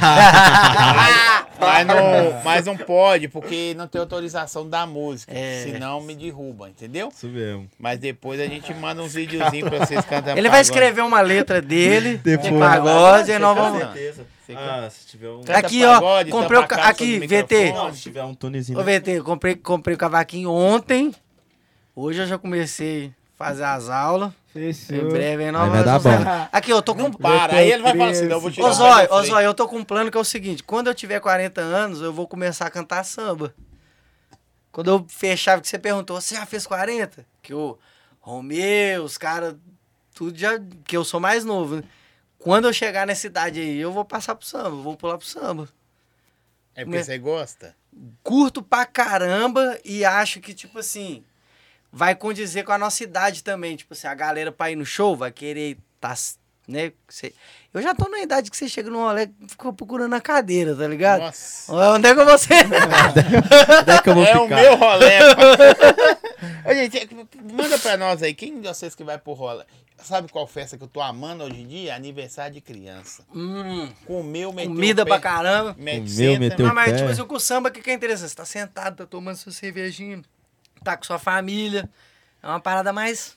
mas, não, mas não pode, porque não tem autorização da música. É. Senão me derruba, entendeu? Isso mesmo. Mas depois a gente manda uns videozinhos pra vocês cantarem Ele vai escrever uma letra dele, de Depois. pagode, e nós Você vamos... canta? certeza. Você Ah, se tiver um... Canta Aqui, ó, pagode, comprei tampa o ca- a cápsula aqui, do V T. microfone. Não, se tiver um tunezinho... Ô, V T, eu comprei, comprei o cavaquinho ontem. Hoje eu já comecei a fazer as aulas. Em Fechou. breve aí nós Aí vai vamos... dar Aqui, eu tô com... Não para, aí ele vai falar assim, não, eu vou tirar Ô, o Zóio, pé da ô, frente. Zóio, eu tô com um plano que é o seguinte. Quando eu tiver quarenta anos, eu vou começar a cantar samba. Quando eu fechava, que você perguntou, você já fez quarenta? Que o Romeu, os caras, tudo já... Que eu sou mais novo, né? Quando eu chegar nessa idade aí, eu vou passar pro samba, vou pular pro samba. É porque você gosta? Curto pra caramba e acho que, tipo assim, vai condizer com a nossa idade também. Tipo assim, a galera pra ir no show vai querer tá, né? Cê... Eu já tô na idade que você chega no rolê e fica procurando a cadeira, tá ligado? Nossa. Onde é que eu vou ser? Onde é que eu vou É ficar? o meu rolê. Ô, gente, gente, manda pra nós aí, quem de vocês que vai pro rola? Sabe qual festa que eu tô amando hoje em dia? Aniversário de criança. Hum, Comeu, meteu comida o pé, pra caramba. mete, Comeu, senta, meteu- Não, mas pé. tipo assim, com o samba, o que que é interessante? Você tá sentado, tá tomando sua cervejinha, tá com sua família. É uma parada mais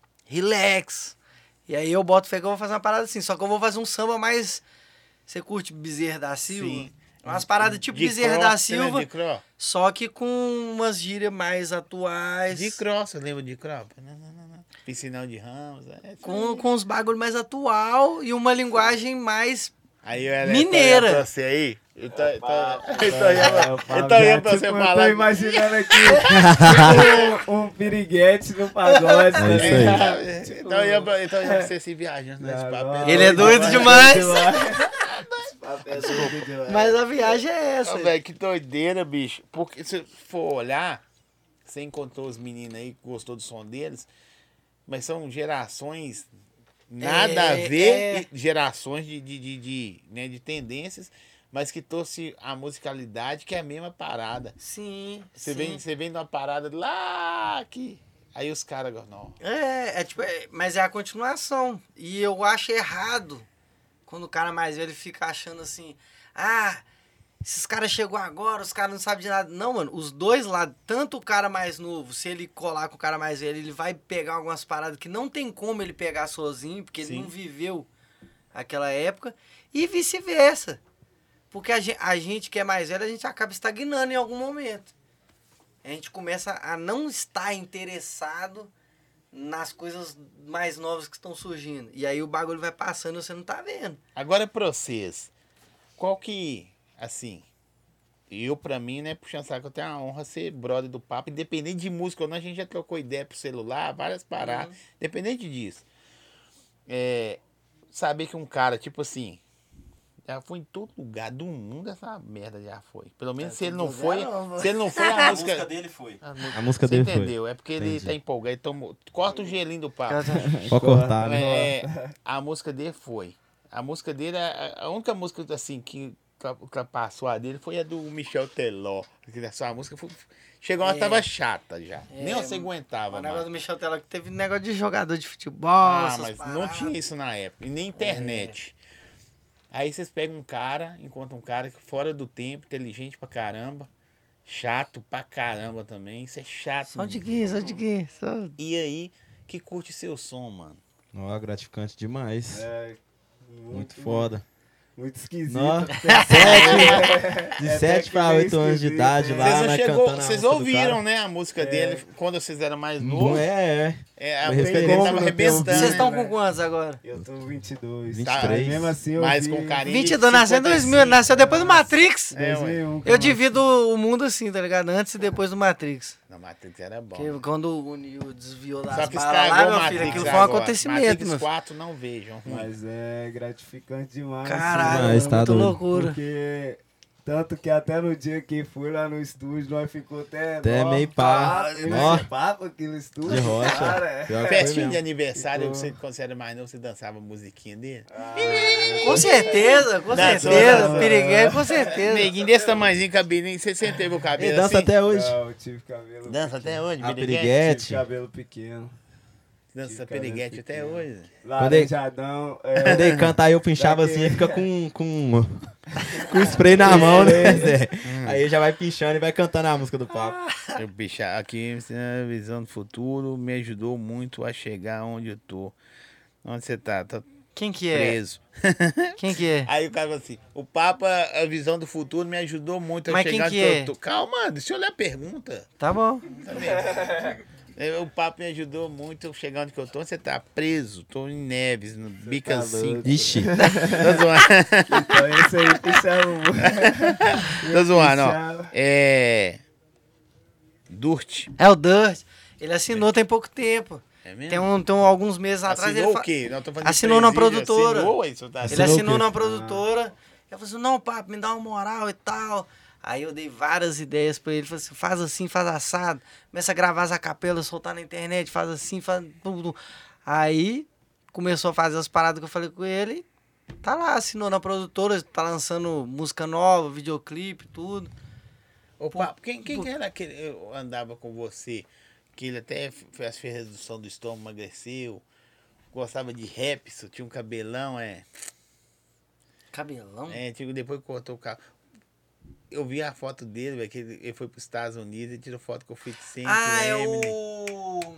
relax. E aí eu boto fé que eu vou fazer uma parada assim, só que eu vou fazer um samba mais... Você curte Bezerra da Silva? Sim. Umas paradas tipo de Bezerra cross, da você lembra Silva, De cross? só que com umas gírias mais atuais. De cross, você lembra de cross? Não, não, não, não. Piscinão de Ramos. É isso Com, aí. com os bagulho mais atual e uma linguagem mais... Aí eu Mineira. Pra você aí. Eu tô, eu tô, eu tô, É, eu o tô, Fábio eu tô já, indo pra tipo, você eu falar. tô imaginando aqui tipo, um, um piriguete no pagode. tá É isso ligado? aí. Então eu ia pra, então eu ia pra você se viajando nesse Não, papel. não, Ele é doido não, demais. Esse papo é doido demais. Mas a viagem é essa. Ô, velho, que doideira, bicho. Porque se for olhar, você encontrou os meninos aí que gostou do som deles, mas são gerações nada É, a ver, é. e gerações de, de, de, de, né, de tendências, mas que trouxe a musicalidade que é a mesma parada. Sim, Você sim. vem, você vem de uma parada lá aqui, aí os caras agora, não. É, é tipo, é- mas é a continuação. E eu acho errado quando o cara mais velho fica achando assim, ah, esses caras chegou agora, os caras não sabem de nada. Não, mano, os dois lados, tanto o cara mais novo, se ele colar com o cara mais velho, ele vai pegar algumas paradas que não tem como ele pegar sozinho, porque ele Sim. não viveu aquela época, e vice-versa. Porque a gente, a gente que é mais velho, a gente acaba estagnando em algum momento. A gente começa a não estar interessado nas coisas mais novas que estão surgindo. E aí o bagulho vai passando e você não tá vendo. Agora pra vocês, qual que, assim, eu pra mim, né, puxando saco, eu tenho a honra de ser brother do papo, independente de música ou não, a gente já trocou ideia pro celular, várias paradas, Uhum. independente disso. É, saber que um cara, tipo assim, já foi em todo lugar do mundo, essa merda já foi. Pelo menos É, se ele todo não lugar foi, não, se ele não foi, a, A música... música dele foi. a música- A música Você dele foi. entendeu? É porque ele Entendi. tá empolgado, ele tomou, corta o gelinho do papo. Pode cortar, né? É, a música dele foi. A música dele, a, a única música assim que ultrapassou a dele foi a do Michel Teló. Porque essa música foi, chegou, ela É. tava chata já. É, Nem você aguentava, O negócio mano. do Michel Teló que teve negócio de jogador de futebol. Ah, essas mas não paradas. tinha isso na época. E nem internet. Aí vocês pegam um cara, encontram um cara que fora do tempo, inteligente pra caramba, chato pra caramba também. Isso é chato. Só de mano. quê? Só de quê? Só... E aí, que curte seu som, mano. Ó, gratificante demais. É, Muito foda. Muito esquisito. Nó. É, De até sete que pra meio oito anos de esquisito, idade é. lá, Vocês, não né, chegou, cantando a vocês música do ouviram, cara. né, a música É. dele quando vocês eram mais Não novos? é, é. É, a Não música tem dele como tava não ter arrebentando. Vocês estão né? com quantos agora? Eu tô vinte e dois. vinte e Tá, três. Mesmo assim eu Mas vi... com carinho. vinte e de dois, nasceu em dois mil, cinquenta e cinco. nasceu depois do Matrix. É, dois mil e um, que Eu divido o mundo assim, tá ligado? Antes e depois do Matrix. Não, Matrix era bom. Porque quando o Neo desviou das Só que balas lá, estragou meu o filho, Matrix aquilo foi um agora. acontecimento, Matrix meu filho. quatro não vejam. Ruim. Mas é gratificante demais. Caralho, Demais, é tá muita doido. loucura. Porque tanto que até no dia que fui lá no estúdio, nós ficou até... Até nó, meio pá. parado, Nó. né? Papo aqui no estúdio. De rocha. Cara, é. Pior que foi Festinha de mesmo. aniversário, Ficou. você, quando você era mais novo, você dançava a musiquinha dele? Com certeza, com Não, certeza. não, não. Piriguete, com certeza. Neguinho desse tamanhozinho, cabelinho, você sempre teve o cabelo Ele dança assim? até hoje. Não, eu tive cabelo... Dança até hoje, A piriguete? piriguete. Tive cabelo pequeno. Dança tive cabelo piriguete até pequeno. hoje. Laranjadão. É, Quando ele canta aí, eu pinchava Daquele- assim e fica com, com, com spray na mão, né, Zé? Aí ele já vai pinchando e vai cantando a música do papo. Eu, bicho, aqui, a visão do futuro me ajudou muito a chegar onde eu tô. Onde você tá? Tá Quem que é? preso. Quem que é? Aí o cara fala assim, o Papa, a visão do futuro me ajudou muito a Mas chegar quem onde que eu tô. Calma, deixa eu ler a pergunta. Tá bom. Tá vendo? É, o Papa me ajudou muito a chegar onde que eu tô. Você tá preso, tô em Neves, no Bica tá cinco. louco. Ixi. Tô zoando, Então esse aí, esse é o... tô zoando, ó. Esse É... Durt. É o Dirt. Ele assinou tem pouco tempo. É mesmo? Tem, um, tem um- alguns meses atrás. Assinou Ele o fa- quê? Nós estamos falando de Assinou numa presídio, produtora. Assinou, aí, você tá Ele Assinou o assinou quê? numa produtora. Eu falei assim, não, papo, me dá uma moral e tal. Aí eu dei várias ideias pra ele. Falei assim, faz assim, faz assado. Começa a gravar as acapelas, soltar na internet, faz assim, faz tudo. Aí começou a fazer as paradas que eu falei com ele. Tá lá, assinou na produtora, tá lançando música nova, videoclipe, tudo. Ô, Papo, quem, quem que era aquele eu andava com você? que ele até fez, fez redução do estômago, emagreceu. Gostava de rap, só tinha um cabelão, é. Cabelão? É, tipo, depois que cortou o carro. Eu vi a foto dele, velho, que ele, ele foi para os Estados Unidos e tirou foto com o fifty Cent, Ah, o é Eminem, o...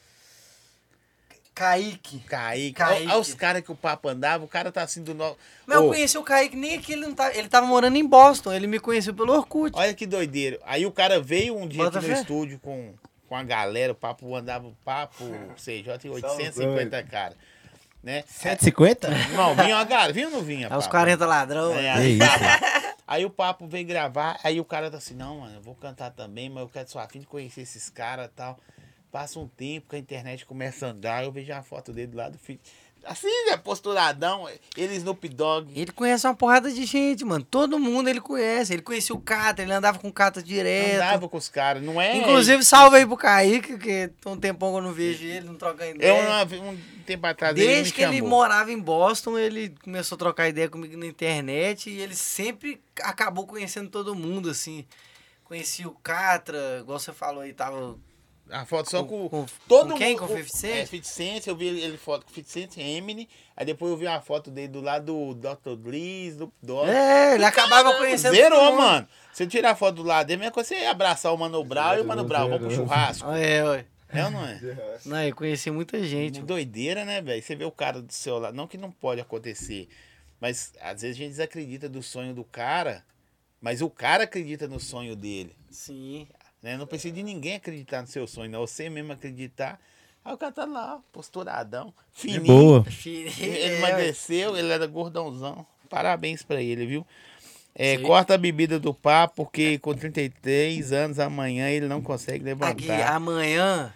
Kaique. Kaique. Kaique. Olha os caras que o papo andava, o cara tá assim do novo. Mas eu conheci o Kaique, nem aqui ele não tá. Ele tava morando em Boston, ele me conheceu pelo Orkut. Olha que doideira. Aí o cara veio um dia Bota aqui no fé. estúdio com, com a galera, o papo andava, o papo, C J tem oitocentos e cinquenta cara. Né? cento e cinquenta? Não, vinha uma galera, vinha ou não vinha? É os papo? quarenta ladrão. É, né? aí, isso. aí o papo veio gravar, aí o cara tá assim, não, mano, eu vou cantar também, mas eu quero só a fim de conhecer esses caras e tal. Passa um tempo que a internet começa a andar, eu vejo a foto dele lá do filho. Assim, né, posturadão, ele Snoop Dogg. Ele conhece uma porrada de gente, mano. Todo mundo ele conhece. Ele conhecia o Cata, ele andava com o Cata direto. Andava com os caras, não é? Inclusive, salve aí pro Kaique, que tem um tempão que eu não vejo ele, não troca ideia. Eu, uma- um tempo atrás, ele me Desde que ele chamou. morava em Boston, ele começou a trocar ideia comigo na internet e ele sempre acabou conhecendo todo mundo, assim. Conheci o Catra, igual você falou aí, tava... A foto só Com- com, com- todo com quem? mundo- Com o fifty Cent? É, fifty Cent, eu vi ele foto com fifty Cent, Eminem, aí depois eu vi uma foto dele do lado do doutor Dre, do Dog. É, ele acabava conhecendo Zerou, todo mundo. mano. Se eu tirar a foto do lado dele, é coisa você abraçar o Mano Brown e o Mano Brown, vamos pro churrasco. É, ué. É ou não é? Não, eu conheci muita gente. Doideira, né, velho? Você vê o cara do seu lado, não que não pode acontecer, mas às vezes a gente desacredita do sonho do cara, mas o cara acredita no sonho dele. Sim. Né? Não precisa de ninguém acreditar no seu sonho, não. Você mesmo acreditar. Aí o cara tá lá, posturadão, De fininho. boa. Ele É, emagreceu, ele era gordãozão. Parabéns pra ele, viu? É, Sim. corta a bebida do papo, porque com trinta e três anos amanhã ele não consegue Aqui, levantar. amanhã,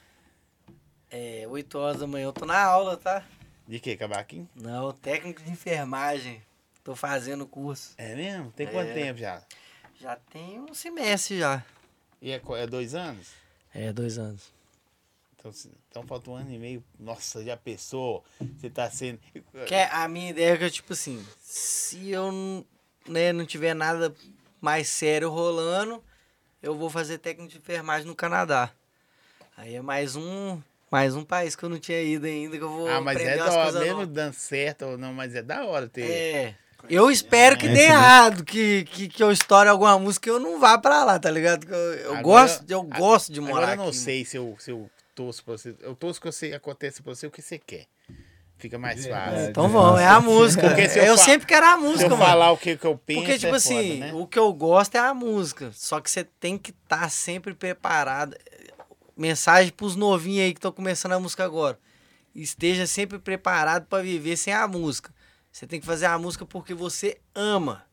é, oito horas da manhã, eu tô na aula, tá? De quê, Cavaquinho? Não, técnico de enfermagem. Tô fazendo curso. É mesmo? Tem quanto É. tempo já? Já tem um semestre já. E é, co- é dois anos? É, dois anos. Então, se- então falta um ano e meio. Nossa, já pensou? Você tá sendo. Que é- a minha ideia é que, tipo assim, se eu não, né, não tiver nada mais sério rolando, eu vou fazer técnico de enfermagem no Canadá. Aí é mais um, mais um país que eu não tinha ido ainda, que eu vou Ah, mas aprender é umas da hora, coisas mesmo novas. dando certo ou não, mas é da hora ter. É. Eu espero que É, dê esse errado, que, que, que eu estoure alguma música e eu não vá pra lá, tá ligado? Que eu eu Agora- gosto, eu a- gosto de morar Agora eu não aqui. sei se eu, se eu torço pra você. Eu torço que você aconteça pra você o que você quer. Fica mais fácil. Então vamos, é a música. Porque se eu eu fa- sempre quero a Se música, eu mano. falar o que, que eu penso, Porque, tipo é assim, foda, né? o que eu gosto é a música. Só que você tem que estar sempre preparado. Mensagem pros novinhos aí que estão começando a música agora. Esteja sempre preparado pra viver sem a música. Você tem que fazer a música porque você ama.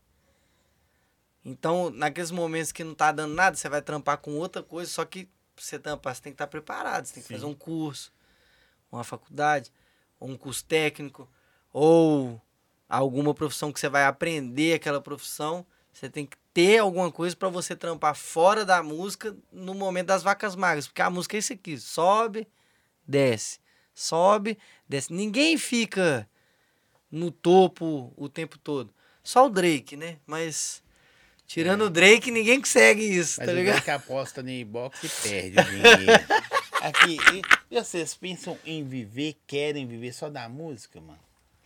Então, naqueles momentos que não tá dando nada, você vai trampar com outra coisa, só que pra você trampar, você tem que estar preparado. Você tem que Sim. fazer um curso, uma faculdade, ou um curso técnico, ou alguma profissão que você vai aprender aquela profissão. Você tem que ter alguma coisa pra você trampar fora da música no momento das vacas magras. Porque a música é isso aqui, sobe, desce, sobe, desce. Ninguém fica no topo o tempo todo. Só o Drake, né? Mas tirando o Drake, ninguém consegue isso, Mas tá o ligado? que aposta no boxe e perde o dinheiro. Aqui, e, e vocês pensam em viver, querem viver só da música, mano?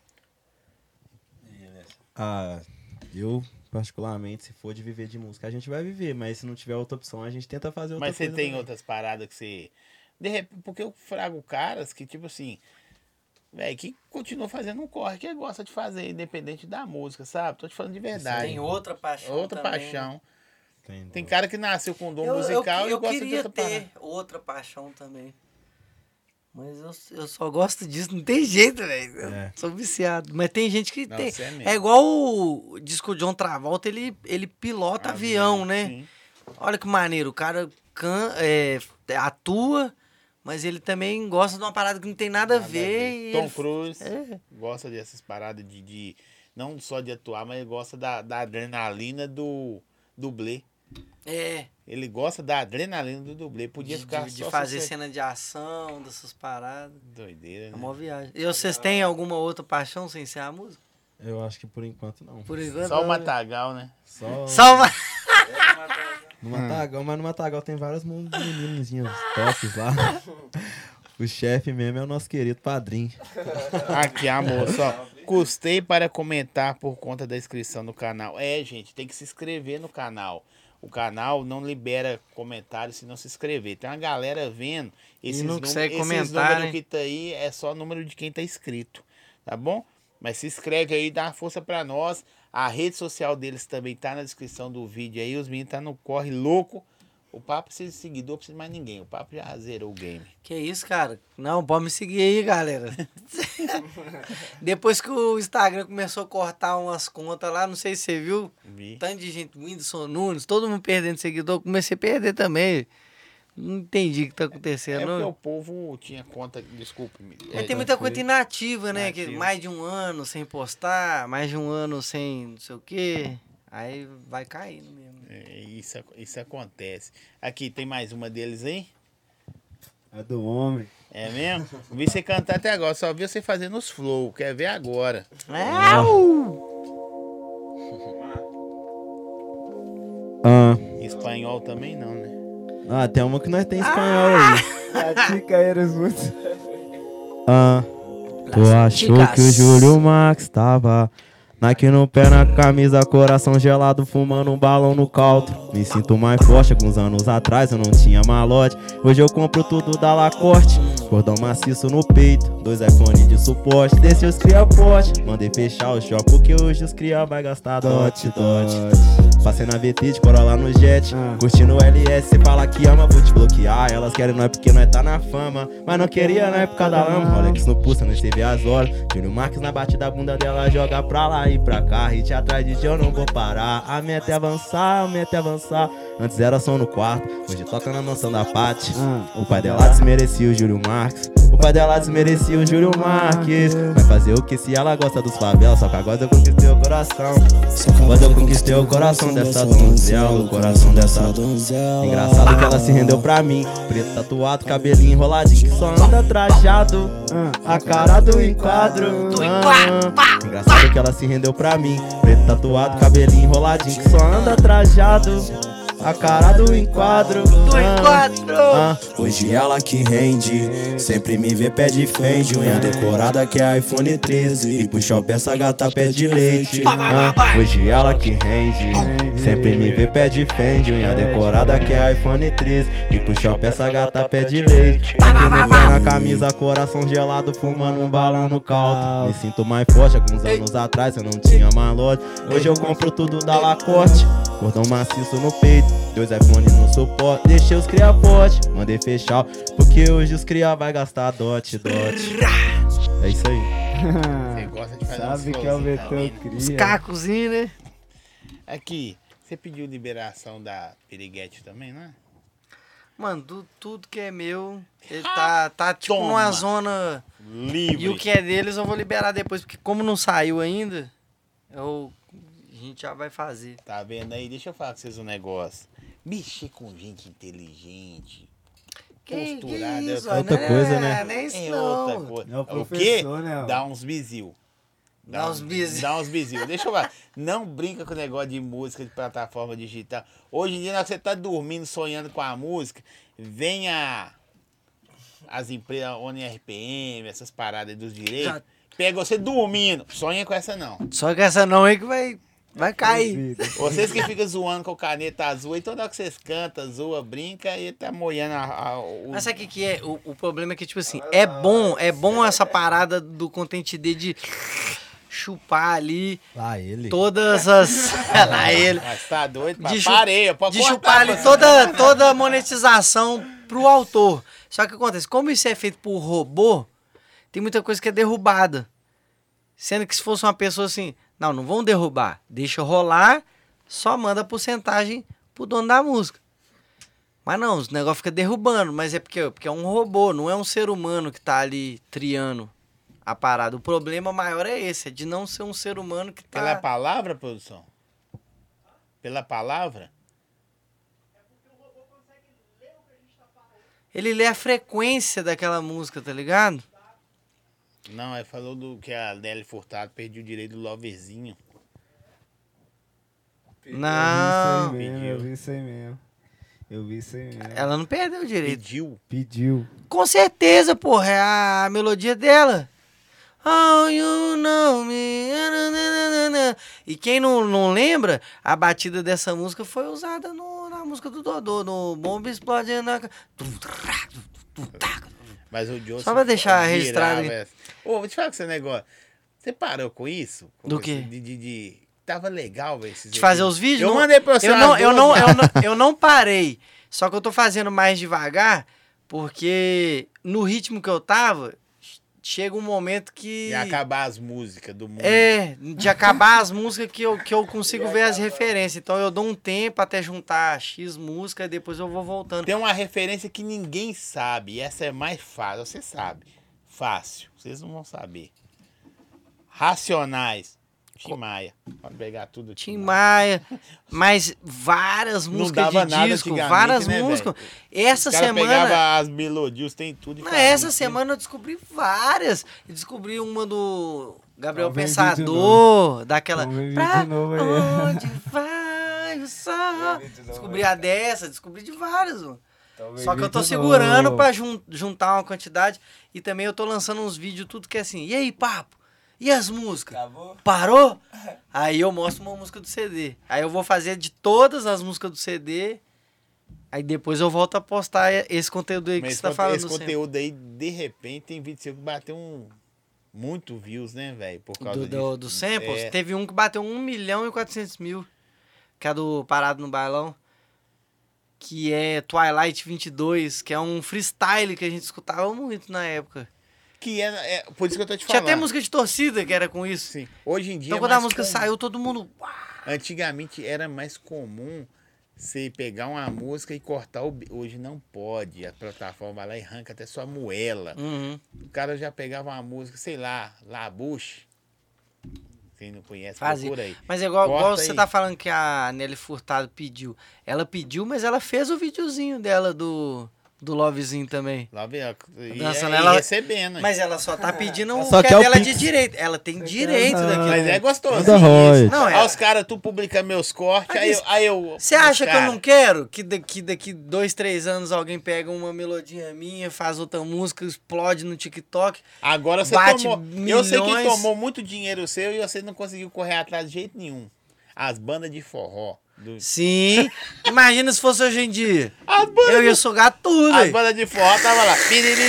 Ah, eu, particularmente, se for de viver de música, a gente vai viver, mas se não tiver outra opção, a gente tenta fazer outra Mas você coisa. tem também. outras paradas que você. De repente, porque eu frago caras que, tipo assim, velho, que continua fazendo um corre que gosta de fazer, independente da música, sabe? Tô te falando de verdade. Tem outra paixão Outra também, né? paixão. Tem, Tem cara que nasceu com dom Eu, eu, musical eu e gosta de queria outra ter parada. outra paixão também. Mas eu, eu só gosto disso, não tem jeito, velho. Eu É. sou viciado. Mas tem gente que Não, tem. você é mesmo. É igual o disco John Travolta, ele, ele pilota avião, né? Sim. Olha que maneiro. O cara can, é, atua, mas ele também gosta de uma parada que não tem nada, a Nada ver. e Tom ele- Cruise É. gosta dessas paradas de, de. Não só de atuar, mas ele gosta da, da adrenalina do dublê. É. Ele gosta da adrenalina do dublê. Podia De, ficar de- de só fazer sossegado. cena de ação, dessas paradas. Doideira, É né? uma viagem. E vocês têm alguma outra paixão sem ser a música? Eu acho que por enquanto não. Por enquanto. Só o não, né? matagal, né? Só, Só uma. No Matagal, mas no Matagal tem vários meninozinhos tops lá. O chefe mesmo é o nosso querido padrinho. Aqui, amor, só. Custei para comentar por conta da inscrição no canal. É, gente, tem que se inscrever no canal. O canal não libera comentários se não se inscrever. Tem uma galera vendo. Esses, não números, consegue esses comentar, números né? que tá aí é só número de quem tá inscrito. Tá bom? Mas se inscreve aí, dá uma força pra nós. A rede social deles também tá na descrição do vídeo aí. Os meninos tá no corre louco. O Papo precisa de seguidor, precisa de mais ninguém. O Papo já zerou o game. Que isso, cara? Não, pode me seguir aí, galera. Depois que o Instagram começou a cortar umas contas lá, não sei se você viu, Vi. tanto de gente, Whindersson Nunes, todo mundo perdendo seguidor, comecei a perder também. Não entendi o que tá acontecendo. É porque não. o povo tinha conta, desculpe-me. Mas É, tem muita coisa inativa, né? Que Inativa. mais de um ano sem postar, mais de um ano sem não sei o quê. Aí vai caindo mesmo. é, isso, isso acontece. Aqui, tem mais uma deles aí? É do homem. É mesmo? Vi você cantar até agora, só vi você fazendo os flow. Quer ver agora? Ah, Espanhol também não, né? ah, tem uma que nós tem espanhol aí. Pratica eres muito. Ah, tu Las achou chicas. que o Júlio Max tava Nike no pé, na camisa, coração gelado, fumando um balão no caltro. Me sinto mais forte, alguns anos atrás eu não tinha malote. Hoje eu compro tudo da Lacoste, cordão maciço no peito, dois iPhone de suporte. Desci os cria pote, mandei fechar o shopping porque hoje os cria vai gastar dote, dote. Passei na V T de Corolla no jet, Ah. curtindo o L S, cê fala que ama, vou te bloquear. Elas querem nós porque nós tá na fama, mas não queria na época da lama. Rolex no pulso, nós teve as horas. Júnior Marques na batida, a bunda dela joga pra lá e pra cá. Hit atrás de ti eu não vou parar. A meta é avançar, a meta é avançar. Antes era som no quarto, hoje toca na mansão da Paty. Ah. O pai dela desmerecia o Júlio Marques. O pai dela desmerecia o Júlio Marques. Vai fazer o que se ela gosta dos favelas? Só que agora eu conquistei o coração. Quando eu conquistei o coração dessa donzela, o coração dessa donzela. Engraçado que ela se rendeu pra mim. Preto tatuado, cabelinho enroladinho, que só anda trajado. A cara do enquadro. Ah, engraçado que ela se rendeu pra mim. Preto tatuado, cabelinho enroladinho, que só anda trajado. A cara do enquadro. Do Ah, enquadro. ah. Hoje ela que rende, sempre me vê pé de frente. Unha decorada que é iPhone treze, e puxa o pé essa gata pé de leite. Ah, hoje ela que rende, sempre me vê pé de frente. Unha decorada que é iPhone treze, e puxa o pé essa gata pé de leite. Aqui no pé na camisa, coração gelado, fumando um balão no caldo. Me sinto mais forte, alguns anos atrás eu não tinha malote. Hoje eu compro tudo da Lacoste, cordão maciço no peito, dois iPhone no suporte. Deixei os cria forte, mandei fechar, porque hoje os cria vai gastar dote, dote. É isso aí. Você gosta de fazer uns Sabe que é o flowzinho Vettel também. Os cria. cacozinhos, né? Aqui, você pediu liberação da Piriguete também, não é? Mano, tu- tudo que é meu, ele tá, tá tipo Toma. numa zona. Livre. E o que é deles eu vou liberar depois, porque como não saiu ainda, eu, a gente já vai fazer. Tá vendo aí? Deixa eu falar com vocês um negócio. Mexer com gente inteligente, Que, posturada, que isso, é outra né? coisa, né? Não é isso é não. outra coisa. É o o quê? professor, né, ó. Dá uns bizil. Dá uns bizil. Dá uns bizil. Deixa eu falar. Não brinca com o negócio de música de plataforma digital. Hoje em dia, na hora que você tá dormindo, sonhando com a música, vem a, as empresas, ONU R P M, essas paradas aí dos direitos, Já- pega você dormindo. Sonha com essa não. Só que essa não aí que vai, vai cair. Vocês que ficam zoando com caneta azul, aí toda hora que vocês cantam, zoa, brinca e tá moendo a, a, o... Mas sabe o que, que é? O, o problema é que, tipo assim, é bom, é bom essa parada do Content D de chupar ali Lá ele. todas as. Lá ele. Mas tá doido? De, chu- Parei, eu posso de cortar chupar ali você. toda, toda a monetização pro autor. Só que acontece, como isso é feito por robô, tem muita coisa que é derrubada. Sendo que se fosse uma pessoa assim, não, não vão derrubar, deixa rolar, só manda a porcentagem pro dono da música. Mas não, os negócios ficam derrubando, mas é porque, porque é um robô, não é um ser humano que tá ali triando a parada. O problema maior é esse, é de não ser um ser humano que tá... Pela palavra, produção? Pela palavra? Ele lê a frequência daquela música, tá ligado? Não, ele falou do que a Nelly Furtado perdeu o direito do loverzinho. Não. Eu vi isso aí mesmo, eu vi isso aí mesmo. Eu vi isso aí mesmo. Ela não perdeu o direito. Pediu. Pediu. Com certeza, porra, é a melodia dela. Oh, you know me. E quem não, não lembra, a batida dessa música foi usada no, na música do Dodô, no Bomba Explode na... Mas o Joe Só pra deixar registrado aí. essa. Ô, vou te falar com esse negócio. Você parou com isso? Com Do esse- quê? De, de, de- Tava legal, velho. De fazer os vídeos? Eu não- mandei pra você eu umas não, eu, duas, não, mas- eu, não, eu não parei. Só que eu tô fazendo mais devagar, porque no ritmo que eu tava, chega um momento que... E acabar as músicas do mundo. É, de acabar as músicas que eu, que eu consigo ver as referências. Então eu dou um tempo até juntar X música e depois eu vou voltando. Tem uma referência que ninguém sabe. E essa é mais fácil. Você sabe. Fácil. Vocês não vão saber. Racionais. Tim Maia. Pode pegar tudo. Tim Maia, mas várias Não músicas dava de nada disco, antigamente, várias né, músicas. velho? Essa Os caras semana... pegavam as melodias, tem tudo. e Não, fazia essa assim. semana eu descobri várias. Eu descobri uma do Gabriel Então vem Pensador, daquela. Então vem Pra de novo aí. onde vai o sol? Vem de novo Descobri aí. a dessa, descobri de várias. Mano. Então Só que eu tô vem de segurando novo. pra jun- juntar uma quantidade. E também eu tô lançando uns vídeos, tudo que é assim. E aí, papo? E as músicas? Acabou? Parou? Aí eu mostro uma música do C D. Aí eu vou fazer de todas as músicas do C D. Aí depois eu volto a postar esse conteúdo aí que Mas você tá esse falando. Esse sempre. conteúdo aí, de repente, tem vídeo seu que bateu um... muito views, né, velho? Por causa Do, disso. do, do Samples, É. teve um que bateu um milhão e quatrocentos mil, que é do Parado no Bailão, que é Twilight vinte e dois, que é um freestyle que a gente escutava muito na época. Que é, é... Por isso que eu tô te Tinha falando. até música de torcida que era com isso. Sim. Hoje em dia Então é quando a mais música comum. saiu, todo mundo... Antigamente era mais comum você pegar uma música e cortar o... bi- Hoje não pode. A plataforma vai lá e arranca até sua moela. Uhum. O cara já pegava uma música, sei lá, Labuche. Quem não conhece, Fazia. procura aí. Mas é igual, Corta igual você aí. tá falando que a Nelly Furtado pediu. Ela pediu, mas ela fez o videozinho dela do, do Lovezinho também. Lá vem, ó, e, Dançando, e ela- recebendo. Mas ela só tá pedindo o Só que quer é o dela de Pix. direito. Ela tem direito quer- daquilo. Mas é gostosinho Manda Roy. isso. Não, é- Aí os caras, tu publica meus cortes, Mas aí isso- eu... Aí eu Você acha os que eu cara- não quero que daqui, daqui dois, três anos alguém pega uma melodia minha, faz outra música, explode no TikTok? Agora você bate tomou... Eu sei que milhões? tomou muito dinheiro seu e você não conseguiu correr atrás de jeito nenhum. As bandas de forró. do- Sim. Imagina se fosse hoje em dia. As bandas Eu ia sugar tudo. As aí. bandas de forró tava lá.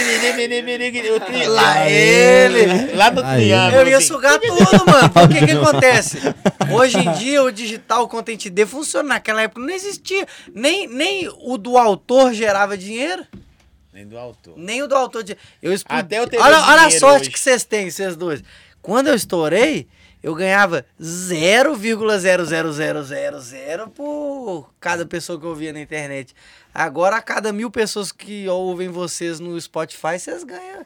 O tri- Lá ele. Lá no Aí. triângulo. Eu ia assim. sugar tudo, mano. Porque que acontece? Hoje em dia o digital, o Content D funciona. Naquela época não existia. Nem, nem o do autor gerava dinheiro. Nem do autor. Nem o do autor de. Eu explodi... Até eu ter olha, olha a dinheiro sorte hoje. que vocês têm, vocês dois. Quando eu estourei, eu ganhava zero vírgula zero zero zero zero zero por cada pessoa que eu via na internet. Agora, a cada mil pessoas que ouvem vocês no Spotify, vocês ganham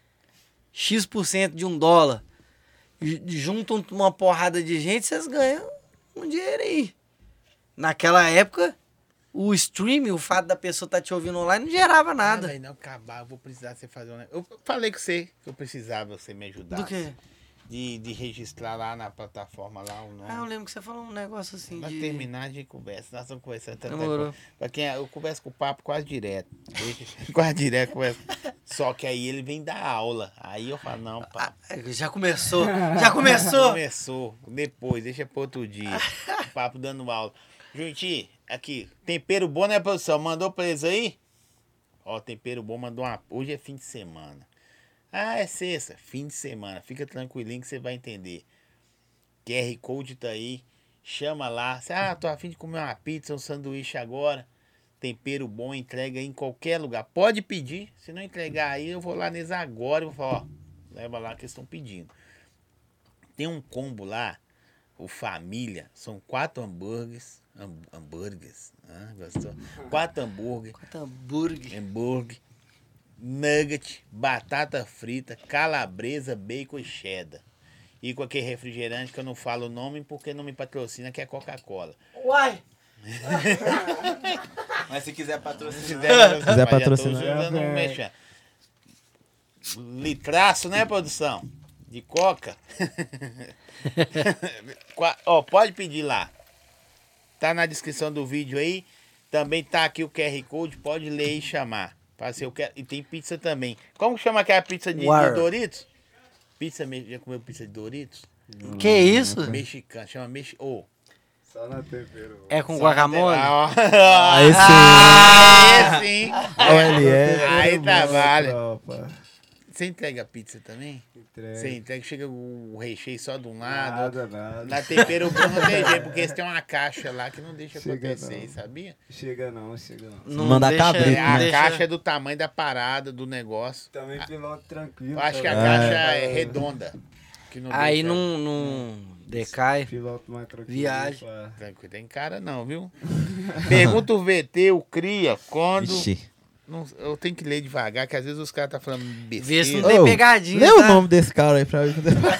X% por cento de um dólar. J- Juntam uma porrada de gente, vocês ganham um dinheiro aí. Naquela época, o streaming, o fato da pessoa estar te ouvindo online, não gerava Ah, nada. velho, não acabar, eu vou precisar você fazer um negócio. Eu falei com você que eu precisava você me ajudar. Do quê? De, de registrar lá na plataforma lá o nome. Ah, eu lembro que você falou um negócio assim Nós de... terminar, a gente conversa. Nós estamos conversando tanta Demorou. coisa. Pra quem é- eu converso com o papo quase direto. quase direto, converso. Só que aí ele vem dar aula. Aí eu falo, não, papo. Ah, já começou, já começou. Começou. Depois, deixa para outro dia. O papo dando aula. Juntinho, aqui, tempero bom, né, produção? Mandou pra eles aí? Ó, tempero bom, mandou uma... Hoje é fim de semana. Ah, é sexta. Fim de semana. Fica tranquilinho que você vai entender. Q R Code tá aí. Chama lá. Você, ah, tô a fim de comer uma pizza, um sanduíche agora. Tempero bom, entrega aí em qualquer lugar. Pode pedir. Se não entregar aí, eu vou lá neles agora e vou falar, ó, leva lá que eles estão pedindo. Tem um combo lá, o Família, são quatro hambúrgueres. Ham- hambúrgueres. Ah, gostou? Quatro hambúrgueres. Quanto hambúrguer. Hambúrguer, nugget, batata frita, calabresa, bacon e cheddar. E com aquele refrigerante que eu não falo o nome porque não me patrocina, que é Coca-Cola. Uai! Mas se quiser Se patrocinar. quiser quiser já tô patrocinar. usando um mexendo. Litraço, né, produção? De coca. Qua- Ó, pode pedir lá. Tá na descrição do vídeo aí. Também tá aqui o Q R Code, pode ler e chamar. Fala assim, eu quero... E tem pizza também. Como que chama aquela pizza de, de Doritos? Pizza, me- já comeu pizza de Doritos? Que isso? Mexicano, chama mexi... Oh. Só na tempero. É com guacamole? Ah, Aí sim. ah, sim. Olha, é. Aí trabalha. Tropa. Você entrega pizza também? Entrega. Você entrega, chega o recheio só de um lado. Nada, nada. Na tempero bom não tem jeito, porque eles têm uma caixa lá que não deixa Chega acontecer, não. sabia? Chega não, chega não. Não Manda deixa- cabrito, É, a deixa- caixa é do tamanho da parada, do negócio. Também piloto tranquilo. Eu acho que a também. caixa é redonda. Que não Aí deixa- não, não decai. Piloto mais tranquilo. Viagem. pá. Tranquilo, tem cara não, viu? Pergunta o V T, o Cria, quando... Ixi. Não, eu tenho que ler devagar, que às vezes os caras tá falando Vê se besteira. não tem Ô, pegadinha, Lê tá? o nome desse cara aí pra mim.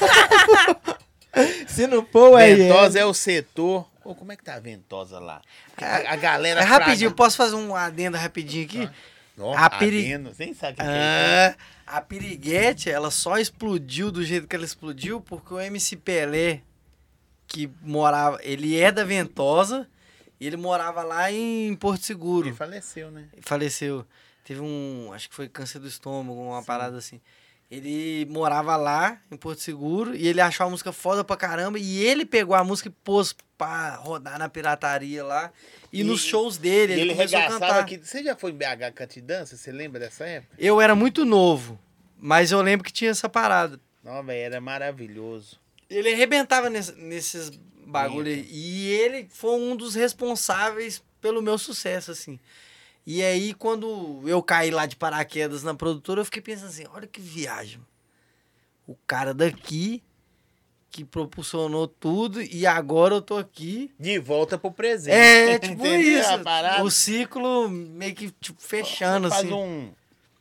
Se não for, é. Ventosa é o setor... Ô, como é que tá a Ventosa lá? A, a galera... É rapidinho, fraga- posso fazer um adendo rapidinho aqui? Ó, a peri- adendo, você nem sabe o que que é. Ah, a Piriguete, ela só explodiu do jeito que ela explodiu porque o M C Pelé, que morava, ele é da Ventosa, e ele morava lá em Porto Seguro. Ele faleceu, né? Faleceu. Teve um, acho que foi câncer do estômago, uma parada assim. Ele morava lá em Porto Seguro e ele achou a música foda pra caramba e ele pegou a música e pôs pra rodar na pirataria lá. E, E- nos shows dele, E ele, ele começou a regaçava cantar. aqui. Você já foi em B H Cantidança? Você lembra dessa época? Eu era muito novo, mas eu lembro que tinha essa parada. Não, velho, era maravilhoso. Ele arrebentava nesse- nesses bagulho aí. E ele foi um dos responsáveis pelo meu sucesso, assim. E aí, quando eu caí lá de paraquedas na produtora, eu fiquei pensando assim, olha que viagem. O cara daqui, que propulsionou tudo, e agora eu tô aqui. De volta pro presente. É, tipo Entendeu isso. a parada? O ciclo meio que tipo, fechando, Faz assim. um...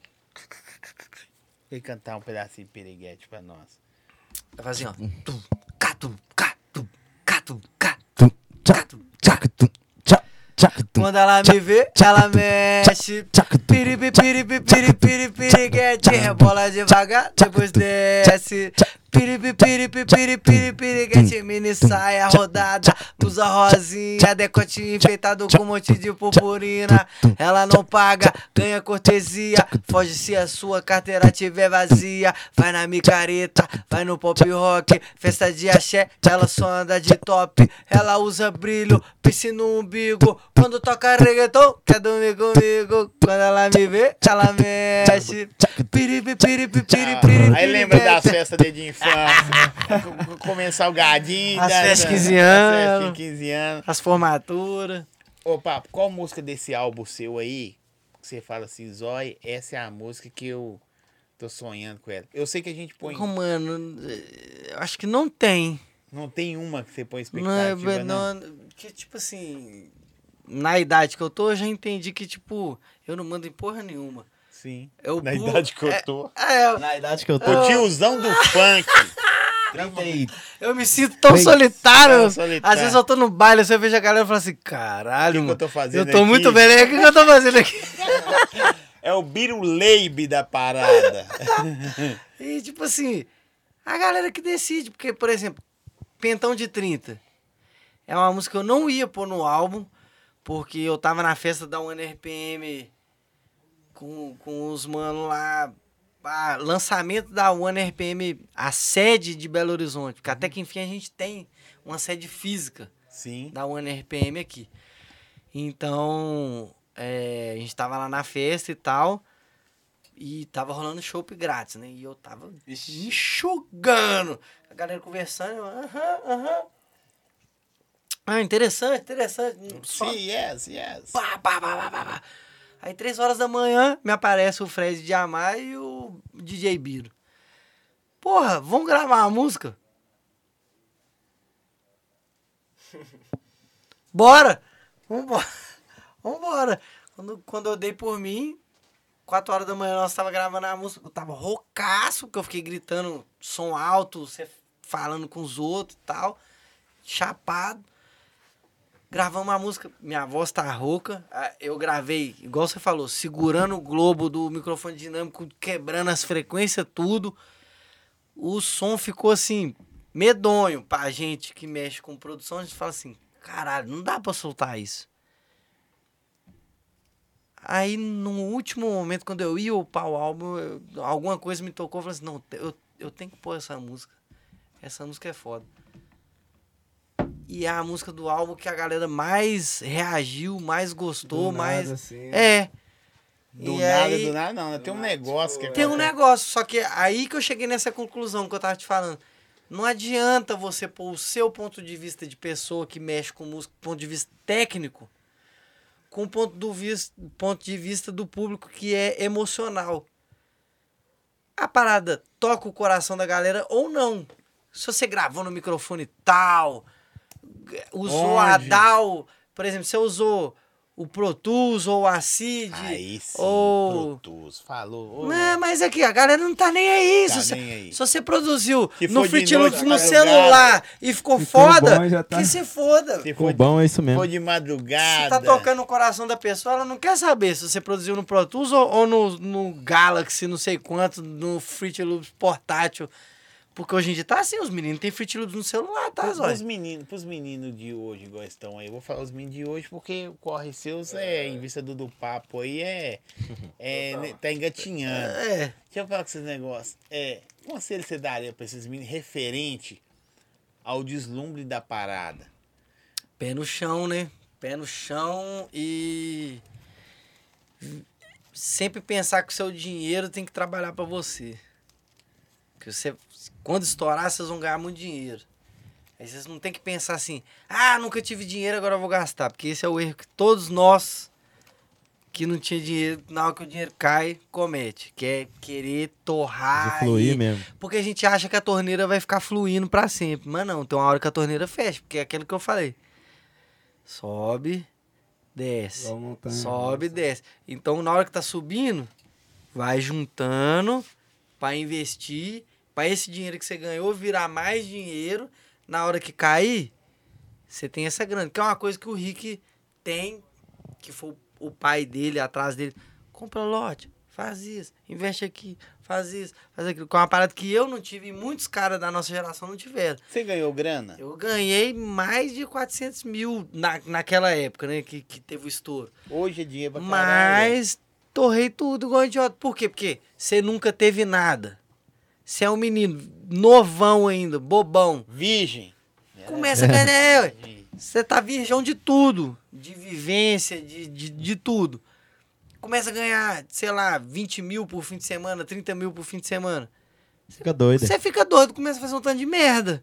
E cantar um pedacinho de piriguete pra nós. Vai fazer assim, ó. Tum, catu, catu, catu, catu, Tum, tchac, catu. tchac, tum, tchac, tchac, tum. Quando ela me vê, ela mexe. Piripi, piripi, piripi, piriguete. Rebola devagar, depois desce. Piripi, piripi, piripi, piriguete. Mini saia rodada, blusa rosinha. Decote enfeitado com um monte de purpurina. Ela não paga, ganha cortesia. Foge se a sua carteira tiver vazia. Vai na micareta, vai no pop rock. Festa de axé, ela só anda de top. Ela usa brilho, piercing no umbigo. Quando toca reggaeton, quer dormir comigo. Quando ela me vê, ela mexe. Piripi, piripi, piripi, piripi. Aí lembra das festas de infância. Co- Comer salgadinho. As da- festas de da- quinze as anos. festas de quinze anos. As formaturas. Ô, Papo, qual música desse álbum seu aí, que você fala assim, Zói, essa é a música que eu tô sonhando com ela? Eu sei que a gente põe... Ô, mano, eu acho que não tem. Não tem uma que você põe Não, é- expectativa, não? não, que tipo assim, na idade que eu tô, eu já entendi que, tipo, eu não mando em porra nenhuma. Sim. Eu Na pulo- idade que eu é- tô. É, Na idade que eu tô. O tiozão do funk. trinta e- eu me sinto tão Bem, solitário. tão solitário. Às vezes eu tô no baile, você vejo a galera e fala assim, caralho, O que que mano, eu tô fazendo eu tô aqui? muito bem, o que, que eu tô fazendo aqui? É o biruleibe da parada. E, tipo assim, a galera que decide, porque, por exemplo, Pentão de trinta é uma música que eu não ia pôr no álbum, porque eu tava na festa da One R P M com, com os manos lá, ah, lançamento da One R P M, a sede de Belo Horizonte, porque até que enfim a gente tem uma sede física Sim. da One R P M aqui. Então, é, a gente tava lá na festa e tal, e tava rolando chopp grátis, né? E eu tava enxugando, a galera conversando, eu, aham, aham. Ah, interessante, interessante. Só Sim, yes, yes. pá, pá, pá, pá, pá, pá. Aí, três horas da manhã, me aparece o Fred de Amar e o D J Biro. Porra, vamos gravar uma música? Bora! Vambora! Vambora! Quando, quando eu dei por mim, quatro horas da manhã nós tava gravando a música, eu tava roucaço, porque eu fiquei gritando som alto, você falando com os outros e tal, chapado. Gravamos a música, minha voz tá rouca, ah, eu gravei, igual você falou, segurando o globo do microfone dinâmico, quebrando as frequências, tudo. O som ficou assim, medonho pra gente que mexe com produção, a gente fala assim, caralho, não dá pra soltar isso. Aí, no último momento, quando eu ia upar o álbum, eu- alguma coisa me tocou. Eu falei assim, não, eu, eu tenho que pôr essa música. Essa música é foda. E é a música do álbum que a galera mais reagiu, mais gostou, Do mais... nada, assim. É. Do E nada, aí- do nada não, né? Tem um nada, negócio tipo, que Tem um acontece. negócio, só que aí que eu cheguei nessa conclusão que eu tava te falando. Não adianta você pôr o seu ponto de vista de pessoa que mexe com música, ponto de vista técnico, com o ponto, do vis- ponto de vista do público que é emocional. A parada toca o coração da galera ou não. Se você gravou no microfone tal, usou a Onde? D A W, por exemplo, você usou o Pro Tools ou a Cid, Aí sim, ou... Pro Tools, falou. ô, Não, mas aqui, a galera não tá nem aí. Tá se, você, nem aí. se você produziu Se no for de Fruit noite, Loops no madrugada. celular e ficou Ficou foda, bom, já tá- que se foda. Se Ficou for, bom, é isso se mesmo. for de madrugada. Se tá tocando no coração da pessoa, ela não quer saber se você produziu no Pro Tools ou, ou no, no Galaxy, não sei quanto, no Fruit Loops portátil. Porque hoje em dia tá assim, os meninos tem Fruit Loops no celular, tá, Pros, Zóio? pros meninos, pros meninos de hoje, igual estão aí, eu vou falar os meninos de hoje porque o corre seus é, em vista do, do papo aí, é, é né, tá engatinhando. É, Deixa eu falar com esses negócios. É, que conselho você daria pra esses meninos referente ao deslumbre da parada? pé no chão, né? Pé no chão e... sempre pensar que o seu dinheiro tem que trabalhar pra você. Que você, quando estourar, vocês vão ganhar muito dinheiro. Aí vocês não tem que pensar assim, ah, nunca tive dinheiro, agora eu vou gastar. Porque esse é o erro que todos nós que não tinha dinheiro, na hora que o dinheiro cai, comete. Que é querer torrar. De fluir e- mesmo. Porque a gente acha que a torneira vai ficar fluindo pra sempre. Mas não, tem uma hora que a torneira fecha. Porque é aquilo que eu falei. Sobe, desce. Igual montanha Sobe, russa. desce. Então, na hora que tá subindo, vai juntando pra investir, pra esse dinheiro que você ganhou virar mais dinheiro. Na hora que cair, você tem essa grana. Que é uma coisa que o Rick tem, que foi o pai dele atrás dele. Compra lote, faz isso, investe aqui, faz isso, faz aquilo. Que é uma parada que eu não tive e muitos caras da nossa geração não tiveram. Você ganhou grana? Eu ganhei mais de quatrocentos mil na, naquela época, né? Que, que teve o estouro. Hoje é dinheiro pra caralho. Mas torrei tudo igual idiota. Por quê? Porque você nunca teve nada. Você é um menino novão ainda, bobão. Virgem. Começa a ganhar, ué. Você tá virgão de tudo. De vivência, de, de, de tudo. Começa a ganhar, sei lá, vinte mil por fim de semana, trinta mil por fim de semana. Fica doido. Você fica doido, começa a fazer um tanto de merda.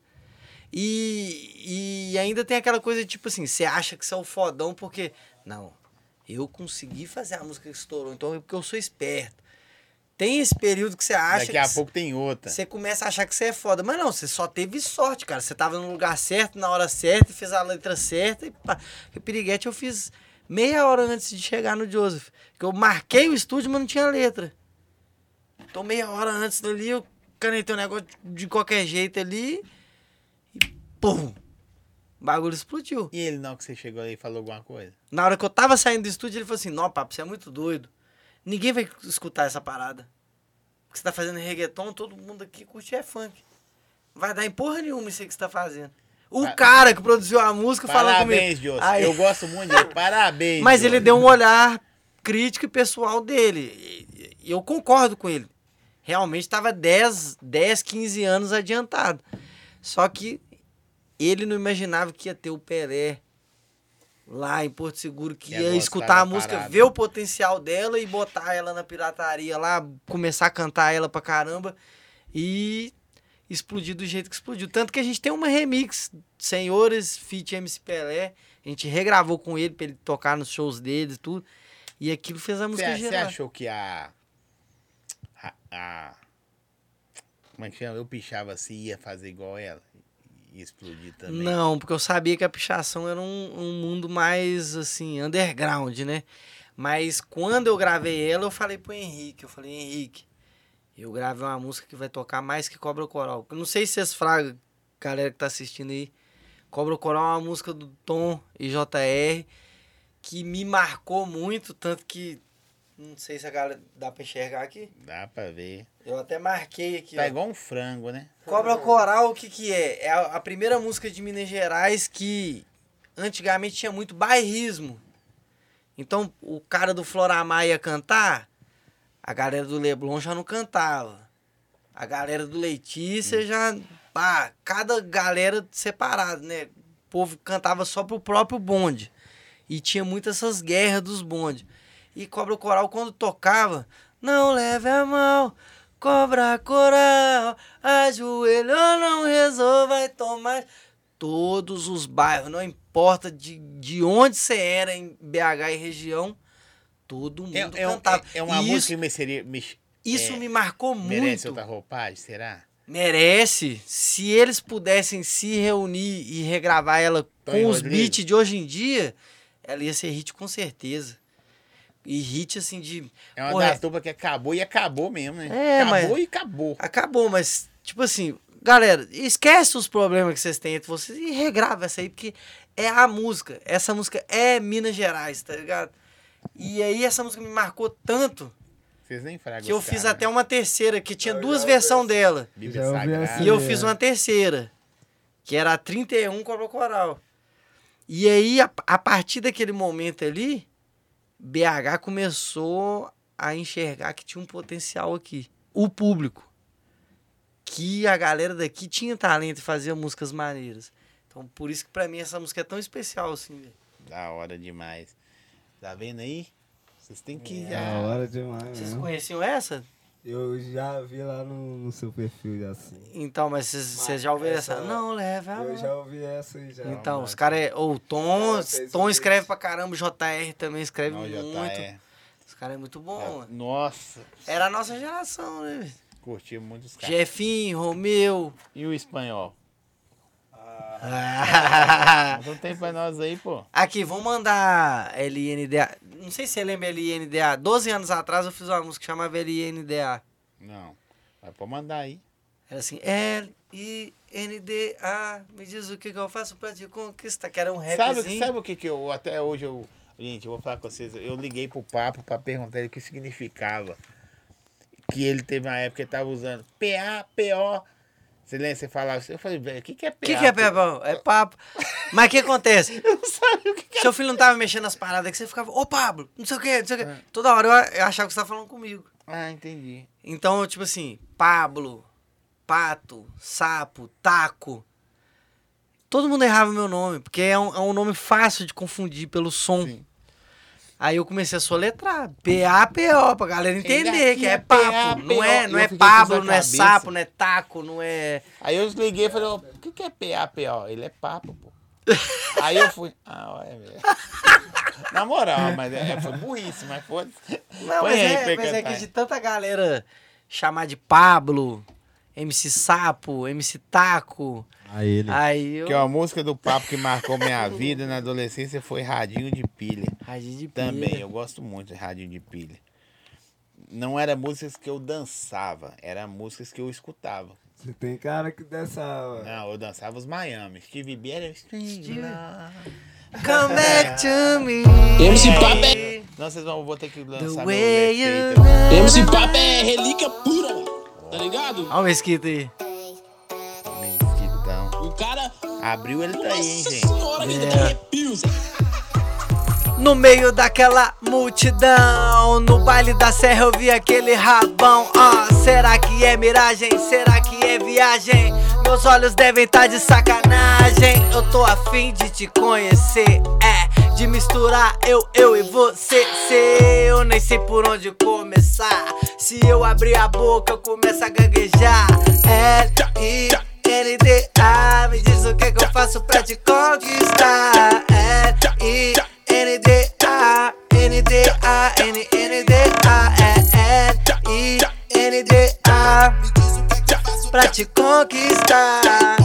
E, e ainda tem aquela coisa, tipo assim, você acha que você é o fodão porque... Não, eu consegui fazer a música que estourou, então é porque eu sou esperto. Tem esse período que você acha Daqui a que pouco tem outra. você começa a achar que você é foda. Mas não, você só teve sorte, cara. Você tava no lugar certo, na hora certa, e fez a letra certa. E pá. E Piriguete eu fiz meia hora antes de chegar no Joseph. Que eu marquei o estúdio, mas não tinha letra. Então meia hora antes dali, eu canetei um negócio de qualquer jeito ali. E pum! O bagulho explodiu. E ele, não, que você chegou aí e falou alguma coisa? Na hora que eu tava saindo do estúdio, ele falou assim, não, papo, você é muito doido. Ninguém vai escutar essa parada. Porque você tá fazendo reggaeton, todo mundo aqui curte é funk. Não vai dar em porra nenhuma isso aí que você tá fazendo. O Pa- cara que produziu a música falou Parabéns, comigo. Joseph. Aí- Eu gosto muito dele. Parabéns, Mas Joseph. ele deu um olhar crítico e pessoal dele. E e eu concordo com ele. Realmente estava dez, dez, quinze anos adiantado. Só que ele não imaginava que ia ter o Pelé lá em Porto Seguro, que Ia ia gostar escutar da a música, parada. ver o potencial dela e botar ela na pirataria lá, começar a cantar ela pra caramba e explodir do jeito que explodiu. Tanto que a gente tem uma remix, Senhores, feat M C Pelé, a gente regravou com ele pra ele tocar nos shows dele e tudo, e aquilo fez a música Você você gerar. achou que a, a, a- Como é que chama? Eu pichava assim ia fazer igual ela? Ia explodir também? Não, porque eu sabia que a pichação era um, um mundo mais, assim, underground, né? Mas quando eu gravei ela, eu falei pro Henrique, eu falei, Henrique, eu gravei uma música que vai tocar mais que Cobra Coral. Eu não sei se vocês fragam, galera que tá assistindo aí, Cobra Coral é uma música do Tom e J R que me marcou muito, tanto que, não sei se a galera dá pra enxergar aqui, Dá pra ver. eu até marquei aqui, Tá ó. igual um frango, né? Cobra Coral, o que que é? É a, a primeira música de Minas Gerais que antigamente tinha muito bairrismo. Então, o cara do Floramar ia cantar, a galera do Leblon já não cantava. A galera do Letícia hum. já... Pá, cada galera separada, né? O povo cantava só pro próprio bonde. E tinha muitas essas guerras dos bondes. E Cobra Coral, quando tocava, não leve a mão, Cobra Coral, ajoelhou, não rezou, vai tomar... Todos os bairros, não importa de, de onde você era em B H e região, todo mundo é, cantava. É, é uma isso, música que me seria... Me, isso é, me marcou muito. Merece outra roupagem, será? Merece. Se eles pudessem se reunir e regravar ela Tony com os Rodrigues. beats de hoje em dia, ela ia ser hit com certeza. E hit assim de... É uma porra, das duplas que acabou e acabou mesmo, né? É, acabou mas- e acabou. Acabou, mas tipo assim, galera, esquece os problemas que vocês têm entre vocês e regrava essa aí, porque é a música. Essa música é Minas Gerais, tá ligado? E aí essa música me marcou tanto Vocês nem fragam que eu os fiz caras, até né? uma terceira, que tinha Eu duas já versões ouvi dela. Bíblia Já ouvi Sagrada. assim. E eu É. fiz uma terceira, que era a trinta e um Cobra Coral. E aí, a, a partir daquele momento ali, B H começou a enxergar que tinha um potencial aqui. O público. Que a galera daqui tinha talento e fazia músicas maneiras. Então, por isso que pra mim essa música é tão especial, assim, velho. Da hora demais. Tá vendo aí? Vocês têm que... Da ah, hora demais, Vocês né? conheciam essa? Eu já vi lá no, no seu perfil já assim. Então, mas vocês vocês já ouviram essa? essa- Não, leva a Eu mão. já ouvi essa aí já. Então, mas- os caras... é- Ou o Tom, Ela fez Tom um escreve beat. pra caramba, o J R também escreve não, já muito. tá, é. Os caras é muito bom, mano. Nossa, Era a nossa geração, né? velho? curti muito os caras. Jefinho, Romeu. E o espanhol? Ah. Não tem pra nós aí, pô. Aqui, vamos mandar L I N D A. Não sei se você lembra L I N D A. doze anos atrás eu fiz uma música que chamava L I N D A. Não. Vai pra mandar aí. Era assim, L I N D A, me diz o que, que eu faço pra te conquistar. Que era um Sabe, rapzinho. sabe o que que eu, até hoje eu... Gente, eu vou falar com vocês. Eu liguei pro Papo pra perguntar ele o que significava. Que ele teve uma época que ele tava usando P A P O. Você lembra? Você falava assim. Eu falei, velho, o que que é P A? O que, que é papo? É papo. Mas o que acontece? Eu não sabia o que que Seu filho não tava mexendo nas paradas que você ficava, ô Pablo, não sei o que, não sei o que. É. Toda hora eu, eu achava que você tava falando comigo. Ah, entendi. Então, tipo assim, Pablo, Pato, Sapo, Taco. Todo mundo errava o meu nome, porque é um, é um nome fácil de confundir pelo som. Sim. Aí eu comecei a soletrar. P A P O, pra galera entender aqui que é é papo. P A P O. Não é, não Eu é fiquei com Pablo, isso na não é cabeça. sapo, não é taco, não é... Aí eu desliguei e falei, ó, o que que é P A P O? Ele é papo, pô. Aí eu fui, ah, olha, velho. Na moral, mas é, foi burrice, mas foi. Não, Põe mas, aí é, pra mas é cantar. que de tanta galera chamar de Pablo, M C Sapo, M C Taco, A ele. aí eu... Que é uma música do Papo que marcou minha vida na adolescência foi Radinho de Pilha. Radinho de pilha. Também, eu gosto muito de Radinho de Pilha. Não era músicas que eu dançava, era músicas que eu escutava. Você tem cara que dessa... Não, eu dançava os Miami. Steve B era Steve. Come back to me. M C Papo é, Não, vocês vão, vou ter que The lançar meu way you efeito. love. M C Papo é relíquia pura, tá ligado? Olha o Mesquita aí. Mesquitão. O cara, Abriu, ele tá aí, hein, nossa gente. senhora, que É. dá arrepio, Zé. No meio daquela multidão, no baile da serra eu vi aquele rabão. Ah, será que é miragem? Será que é viagem? Meus olhos devem estar de sacanagem. Eu tô afim de te conhecer, é, de misturar eu, eu e você. Se eu nem sei por onde começar, se eu abrir a boca eu começo a gaguejar. L I N D A, me diz o que, que eu faço pra te conquistar. L I N D A, N D A, N N D A, é L I N D A, pra te conquistar.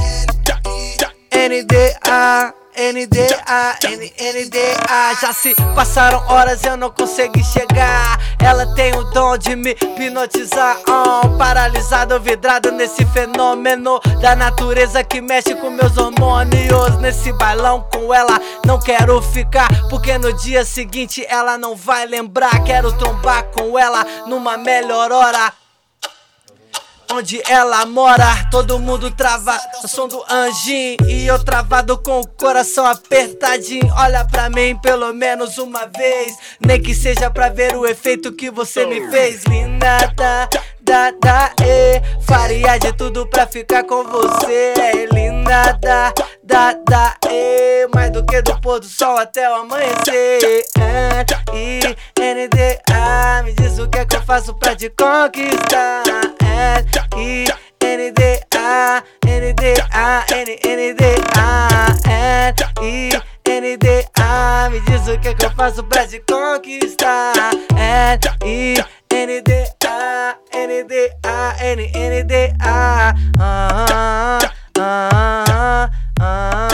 N D A, N D A, N N D A. Já se passaram horas e eu não consegui chegar. Ela tem o dom de me hipnotizar, oh, paralisado, vidrado nesse fenômeno da natureza que mexe com meus hormônios. Nesse bailão com ela não quero ficar, porque no dia seguinte ela não vai lembrar. Quero trombar com ela numa melhor hora. onde ela mora. Todo mundo travado, o som do anjinho. E eu travado com o coração apertadinho. Olha pra mim pelo menos uma vez, nem que seja pra ver o efeito que você me fez. Linda, da, da, da, e faria de tudo pra ficar com você. É linda, da, da, da, e mais do que do pôr do sol até o amanhecer. E N D A, me diz o que é que eu faço pra te conquistar. E N D A, N D A, N N D A, E N D A, me diz o que é que eu faço pra te conquistar. E N D A, N D A, N N D A. Ah, ah, ah, ah,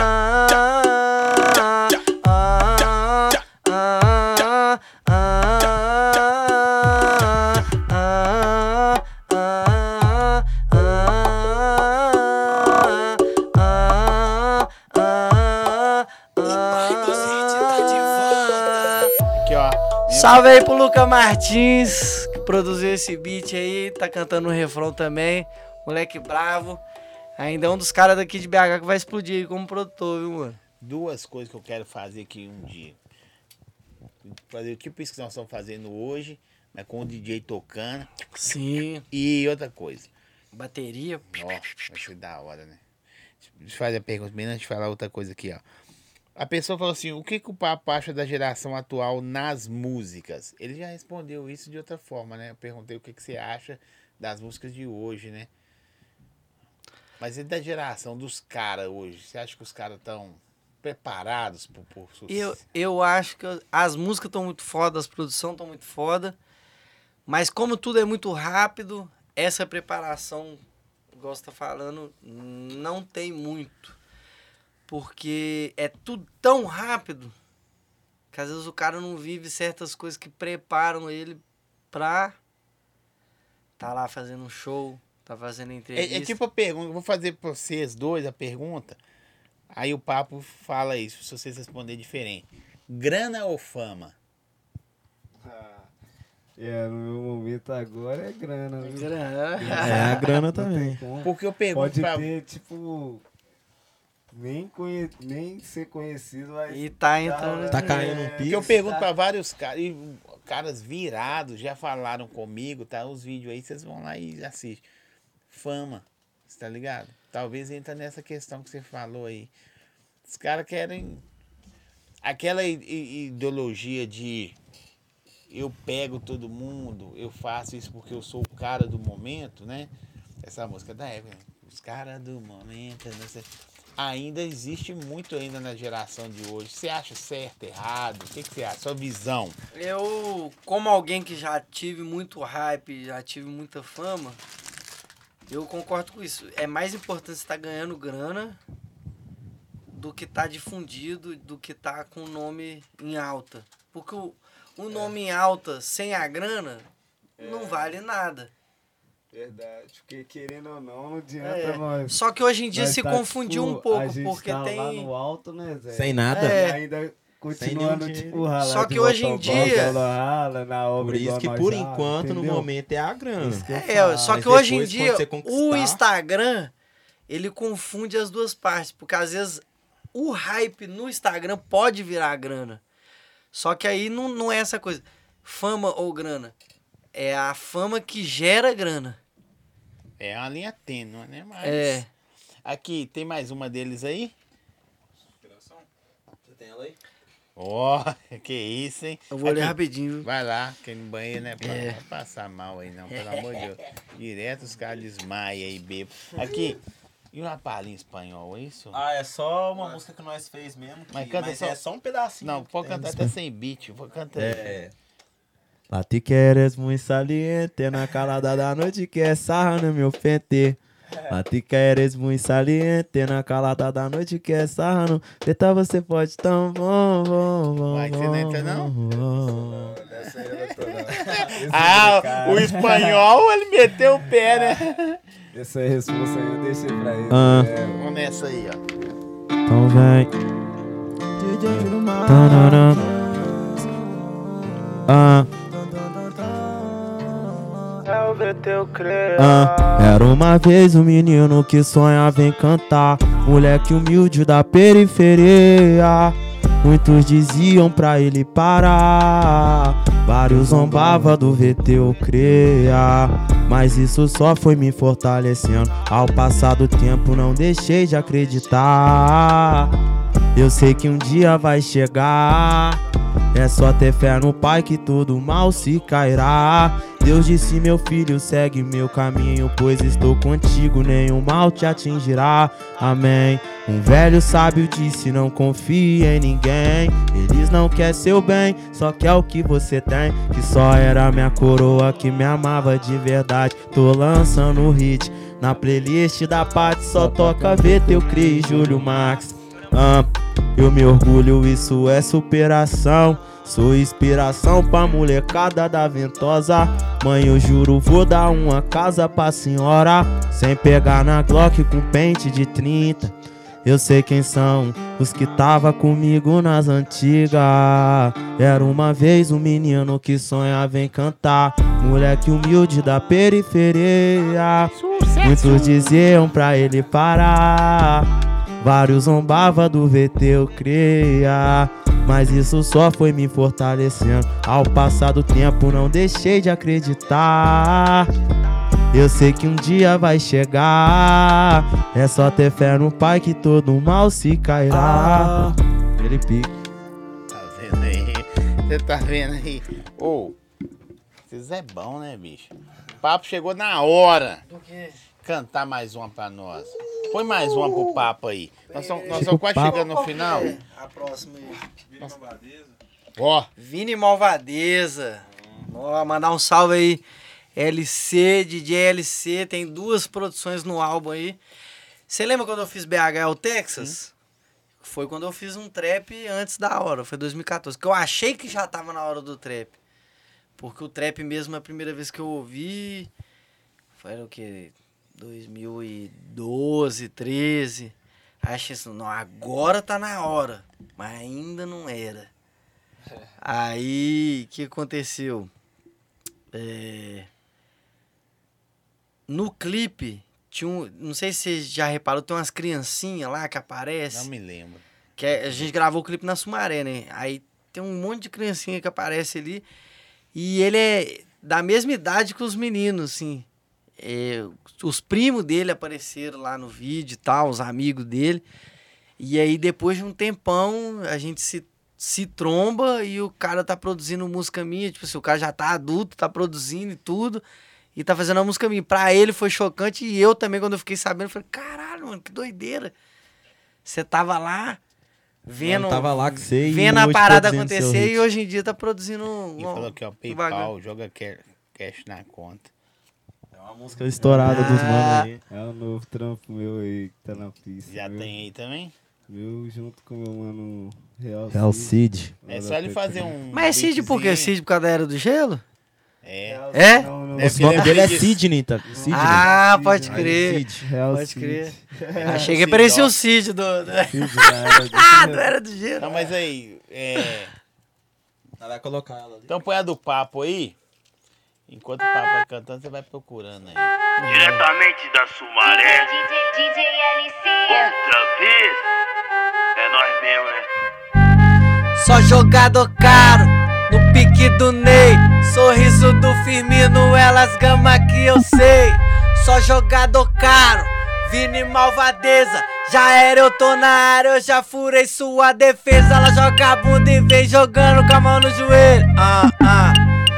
salve aí pro Luca Martins, que produziu esse beat aí, tá cantando o refrão também. Moleque bravo. Ainda é um dos caras daqui de B H que vai explodir aí como produtor, viu, mano? Duas coisas que eu quero fazer aqui um dia. Fazer o tipo isso que nós estamos fazendo hoje, mas com o D J tocando. Sim. E outra coisa. Bateria. Ó, vai ser da hora, né? Deixa eu fazer a pergunta bem antes de falar outra coisa aqui, ó. A pessoa falou assim, o que, que o Papo acha da geração atual nas músicas? Ele já respondeu isso de outra forma, né? Eu perguntei o que, que você acha das músicas de hoje, né? Mas e da geração dos caras hoje? Você acha que os caras estão preparados por, por sucesso? Eu, eu acho que as músicas estão muito foda, as produções estão muito foda. Mas como tudo é muito rápido, essa preparação, igual você tá falando, não tem muito. Porque é tudo tão rápido que às vezes o cara não vive certas coisas que preparam ele pra tá lá fazendo um show, tá fazendo entrevista. É, é tipo a pergunta, vou fazer pra vocês dois a pergunta, aí o Papo fala isso, se vocês responderem diferente. Grana ou fama? Ah, é, no meu momento agora é grana. É viu? grana. É, a grana Não também. tem como. Porque eu pergunto Pode pra... ter, tipo, nem, conhe... nem ser conhecido, mas... E tá entrando. Tá caindo um É, Porque eu Pix, pergunto tá. pra vários caras, e caras virados, já falaram comigo, tá? Os vídeos aí, vocês vão lá e assistem. Fama, você tá ligado? Talvez entra nessa questão que você falou aí. Os caras querem aquela i- i- ideologia de eu pego todo mundo, eu faço isso porque eu sou o cara do momento, né? Essa música da época, né? Os caras do momento, não sei. Ainda existe muito ainda na geração de hoje. Você acha certo, errado? O que, que você acha? Sua visão. Eu, como alguém que já tive muito hype, já tive muita fama, eu concordo com isso. É mais importante você estar ganhando grana do que estar difundido, do que estar com o nome em alta. Porque o, o nome em alta sem a grana não vale nada. Verdade, porque querendo ou não, não adianta É. nós. Só que hoje em dia nós se tá, confundiu tipo, um pouco, a gente porque tá lá tem... no alto, né, Zé? Sem nada. É. E ainda continuando, nenhum tipo, dinheiro. ralar Só de que hoje em motoboy, dia- ela rala na obra Por isso igual que, nós por rala, enquanto, no entendeu? momento, é a grana. Isso que eu É, falo. só Mas que hoje em depois, dia quando você o conquistar- Instagram, ele confunde as duas partes, porque às vezes o hype no Instagram pode virar grana. Só que aí não, não é essa coisa, fama ou grana. É a fama que gera grana. É uma linha tênue, né? Mas... É. Aqui, tem mais uma deles aí? Você tem ela aí? Ó, que isso, hein? Eu vou ler Aqui, rapidinho, viu? vai lá, que no banheiro, né? Pra É. não passar mal aí, não, pelo amor de Deus. Direto os caras desmaiam aí, bebo. Aqui, e uma palhinha em espanhol, é isso? Ah, é só uma música que nós fez mesmo. que- Mas canta mas só- é só um pedacinho. Não, que pode tem cantar disso. até sem beat, vou cantar. É. A ti que eres muy saliente, na calada da noite que é sarra no meu pente. A ti que eres muy saliente, na calada da noite que é sarra no... Eita, você pode tão bom, bom, bom, Vai, você não entra, não? bom. Essa aí eu não tô, não. Esse Ah, cara- o espanhol, ele meteu o pé, né? Essa resposta aí eu deixei pra ele. Ah. É, Vamos nessa aí, ó. Então vem. Tanana. Ah. V T eu creio. Ah, era uma vez um menino que sonhava em cantar, moleque humilde da periferia. Muitos diziam pra ele parar, vários zombavam do V T eu creia. Mas isso só foi me fortalecendo. Ao passar do tempo não deixei de acreditar. Eu sei que um dia vai chegar, é só ter fé no Pai que todo mal se cairá. Deus disse, meu filho, segue meu caminho, pois estou contigo, nenhum mal te atingirá. Amém. Um velho sábio disse, não confie em ninguém. Eles não querem seu bem, só quer o que você tem. Que só era minha coroa que me amava de verdade. Tô lançando o hit na playlist da Paty, só toca V T eu creio, Júlio Max. Ah, eu me orgulho, isso é superação. Sou inspiração pra molecada da Ventosa. Mãe, eu juro, vou dar uma casa pra senhora, sem pegar na Glock com pente de trinta. Eu sei quem são os que tava comigo nas antigas. Era uma vez um menino que sonhava em cantar, moleque humilde da periferia. Muitos diziam pra ele parar, vários zombavam do V T eu creia. Mas isso só foi me fortalecendo. Ao passar do tempo não deixei de acreditar. Eu sei que um dia vai chegar, é só ter fé no Pai que todo mal se cairá. Ele pique. Tá vendo aí? Você tá vendo aí? Ô, vocês é bom, né, bicho? O papo chegou na hora. Do quê? Cantar mais uma pra nós. Põe mais uma pro papo aí. Nós estamos nós estamos quase chegando no final. A próxima aí. Vini Malvadeza. Ó, Vini Malvadeza. Ó, mandar um salve aí. L C, D J L C, tem duas produções no álbum aí. Você lembra quando eu fiz B H L Texas? Sim. Foi quando eu fiz um trap antes da hora, foi dois mil e catorze. Que eu achei que já tava na hora do trap. Porque o trap mesmo, a primeira vez que eu ouvi, foi o quê? dois mil e doze, treze. Aí achei assim, não, agora tá na hora. Mas ainda não era. Aí, o que aconteceu? É... No clipe, tinha um, não sei se você já reparou, tem umas criancinhas lá que aparecem. não me lembro. Que é, a gente gravou o clipe na Sumaré, né? Aí tem um monte de criancinha que aparece ali. E ele é da mesma idade que os meninos, assim. É, os primos dele apareceram lá no vídeo e tal, os amigos dele. E aí, depois de um tempão, a gente se, se tromba e o cara tá produzindo música minha. Tipo assim, o cara já tá adulto, tá produzindo e tudo. E tá fazendo a música minha. Pra ele foi chocante e eu também, quando eu fiquei sabendo, falei, caralho, mano, que doideira. Você tava lá, vendo, Mano, tava lá com você vendo e a parada produzindo seu acontecer hit. e hoje em dia tá produzindo um... E falou aqui, ó, PayPal, joga ca- cash na conta. É uma música estourada dos manos aí. É o novo trampo meu aí que tá na pista. Já meu, tem aí também? Meu junto com meu mano Real, Real Cid. É só ele fazer um. Mas é Cid por quê? beatzinho. Cid por causa da Era do Gelo? É. É? Não, não. Deve O nome ser dele é disso. Sidney, tá? Sidney. Ah, Cid, pode né? crer. Cid. Real Pode Cid. crer. É, Achei que Cid, parecia ó. o Cid do... do... Cid da Era do Ah, do Era do Gelo. Não, mas aí. É... Ela vai colocar ela ali. Então põe a do papo aí. Enquanto o papo vai cantando, você vai procurando aí. Diretamente da Sumaré, D J, D J L C. outra vez. É nós mesmo, né? Só jogador caro, no pique do Ney. Sorriso do Firmino, elas gama que eu sei. Só jogador caro, Vini Malvadeza. Já era, eu tô na área, eu já furei sua defesa. Ela joga a bunda e vem jogando com a mão no joelho. Ah, ah.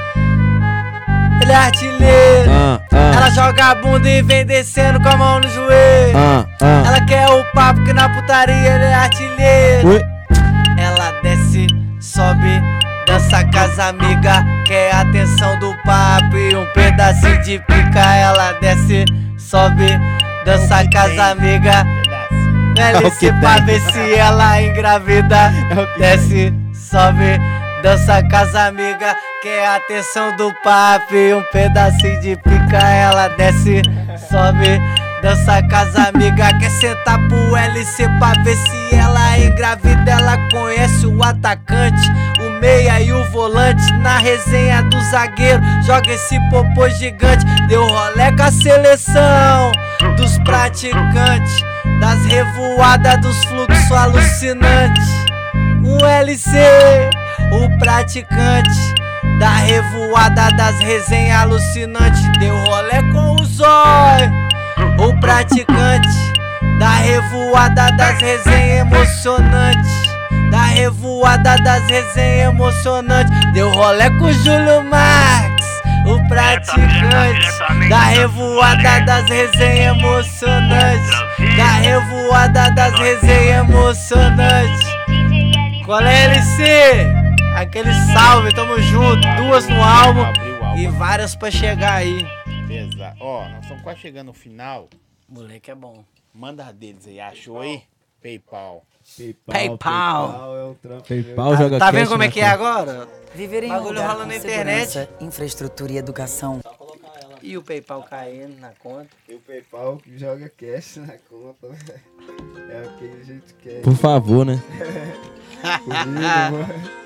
Ele é artilheiro. Ah, ah. Ela joga a bunda e vem descendo com a mão no joelho. Ah, ah. Ela quer o papo que na putaria ele é artilheiro. Ui. Ela desce, sobe, dança com as amigas. Quer a atenção do papo e um pedacinho de pica. Ela desce, sobe, dança com as amigas. É o L C que pra tem. ver se ela engravida. É o que Desce, sobe, dança com as amigas. Quer a atenção do papo e um pedacinho de pica. Ela desce, sobe, dança com as amigas. Quer sentar pro L C pra ver se ela engravida. Ela conhece o atacante, o meia e o volante. Na resenha do zagueiro, joga esse popô gigante. Deu rolê com a seleção dos praticantes, das revoadas dos fluxos alucinantes. Um L C, o praticante da revoada das resenhas alucinantes. Deu rolê com o zóio, o praticante da revoada das resenhas emocionantes. Da revoada das resenhas emocionantes. Deu rolê com o Júlio Marx, o praticante da revoada das resenhas emocionantes. Da revoada das resenhas emocionantes. Qual é, L C? Aquele salve, tamo junto. Duas no álbum e várias pra chegar aí. Beleza. Ó, nós estamos quase chegando no final. Moleque é bom. Manda a deles aí, achou aí? PayPal. PayPal. PayPal é um trampo. PayPal joga Tá vendo cash como na é que é agora? Viver em um Bagulho lugar rola com na internet. segurança, infraestrutura e educação. E o PayPal caindo na conta. E o PayPal que joga cash na conta, velho. É o que a gente quer. Por favor, né? Comigo, mano.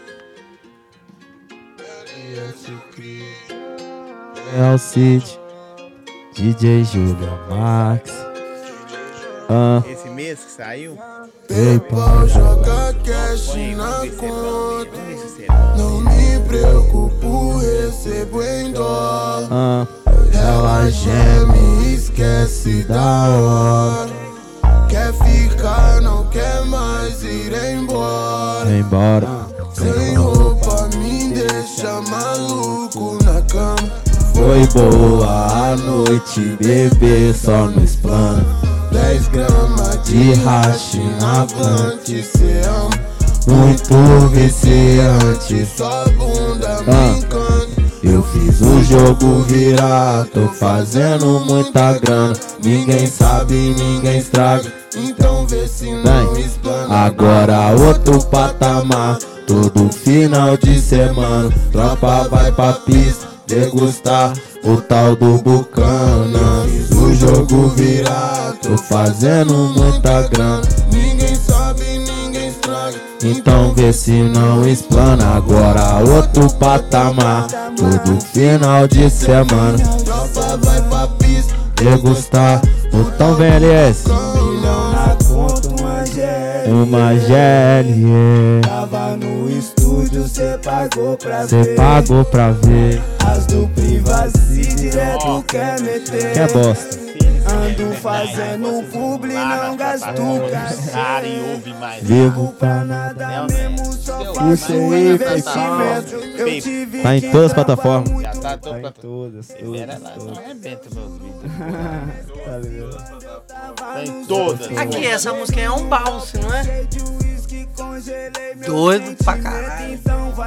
Real City, D J Júlia Max. Ah, Esse mês que saiu, PayPal joga cash põe, na vamos ver se é bom conta. mesmo. Vamos ver se é bom. Não me preocupo, recebo em dólar. ah, Ela geme e esquece da hora. Quer ficar, não quer mais ir embora. vem embora. Sem roupa me deixa maluco na cama. Foi boa a noite, bebê só no plano. Dez gramas de hash na plante, cê ama. Muito viciante. Sua bunda me Ah. encanta. Eu fiz o jogo virar, tô fazendo muita grana. Ninguém sabe, ninguém estraga. Então vê se não Vem, explana. agora outro patamar. Todo final de semana, tropa vai pra pista degustar o tal do Bucana. Fiz o jogo virar, tô fazendo muita grana. Ninguém sabe, ninguém estraga. Então vê se não explana. Agora outro patamar. Todo final de semana, Tropa vai pra pista. degustar o tal V L S. Milhão na conta, uma G L. Uma G L E. Tava no estúdio, cê pagou pra Cê ver. pagou pra ver. As do privacy direto quer meter. Que é bosta. Ando fazendo publi, não gasto Cara, e cachê. ouve mais. Vivo Pra nada Não, mesmo, né? só Deu, faço vai, investimento. vai, Eu tive Tá em que todas as trampar plataformas. muito. Já tá Tá todo em pra... todas, Libera todas, lá, não todas. arrebenta meus vídeos. Tá ligado? Tá em todas. Aqui, essa música é um bounce, não é? Doido pra caralho.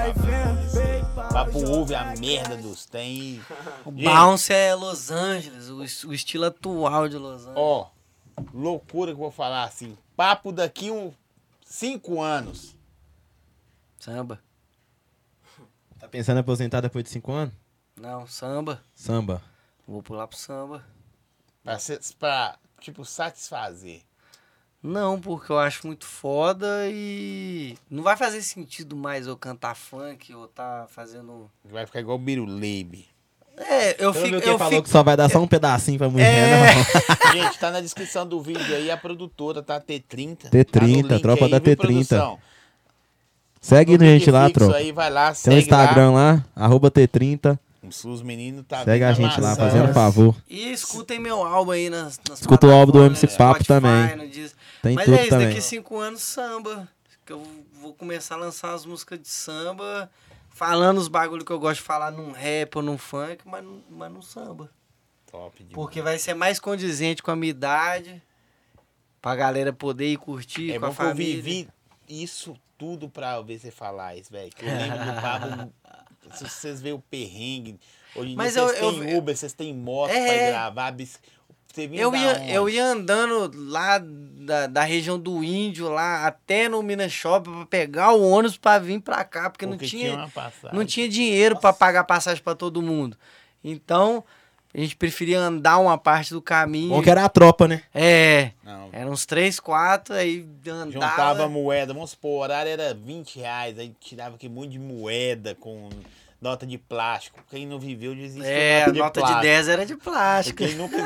Papo ouve a merda dos tem. O Gente, bounce é Los Angeles, o, es- o estilo atual de Los Angeles. Ó, loucura que eu vou falar assim. Papo daqui uns cinco anos. Samba. Tá pensando em aposentar depois de cinco anos? Não, samba. Samba. Vou pular pro samba. Pra, ser- pra tipo, satisfazer. Não, porque eu acho muito foda e não vai fazer sentido mais eu cantar funk ou tá fazendo... Vai ficar igual o Biruleibe. É, eu Você fico... viu quem Eu falou fico... que só vai dar só um pedacinho pra mulher, É. não? Gente, tá na descrição do vídeo aí a produtora, tá? T trinta. T Tá no trinta, link tropa aí, da viu, T trinta. produção? Segue No a gente lá, link fixo tropa. aí, vai lá, Tem o segue Instagram lá. lá, arroba T trinta. Os meninos tá Segue a vindo gente lá, amassando. fazendo favor. E escutem meu álbum aí nas, nas Escuta o álbum do plataformas, M C Papo Spotify, também. no Deezer. Tem Mas tudo é isso, também. daqui cinco anos samba. Que eu vou começar a lançar as músicas de samba, falando os bagulho que eu gosto de falar num rap ou num funk, mas, num- mas num samba. Top demais. Porque vai ser mais condizente com a minha idade, pra galera poder ir curtir É com a bom que eu família. vivi isso tudo pra ver você falar isso, velho. Que eu lembro do papo. Se vocês veem o perrengue. Hoje em Mas dia eu- vocês eu- têm Uber, vocês têm moto É. pra gravar. bis- Você vinha Eu da ia, onde? eu ia andando lá da, da região do Índio, lá até no Minas Shopping, pra pegar o ônibus pra vir pra cá, porque, não Porque tinha, uma passagem. não tinha dinheiro pra pagar passagem pra todo mundo. Então, A gente preferia andar uma parte do caminho. Bom que era a tropa, né? É. Não. Eram uns três, quatro, aí andava. Juntava moeda, vamos supor, o horário era vinte reais, aí tirava aqui muito de moeda com nota de plástico. Quem não viveu já existiu É, nota a de nota plástico. de dez era de plástico. Quem nunca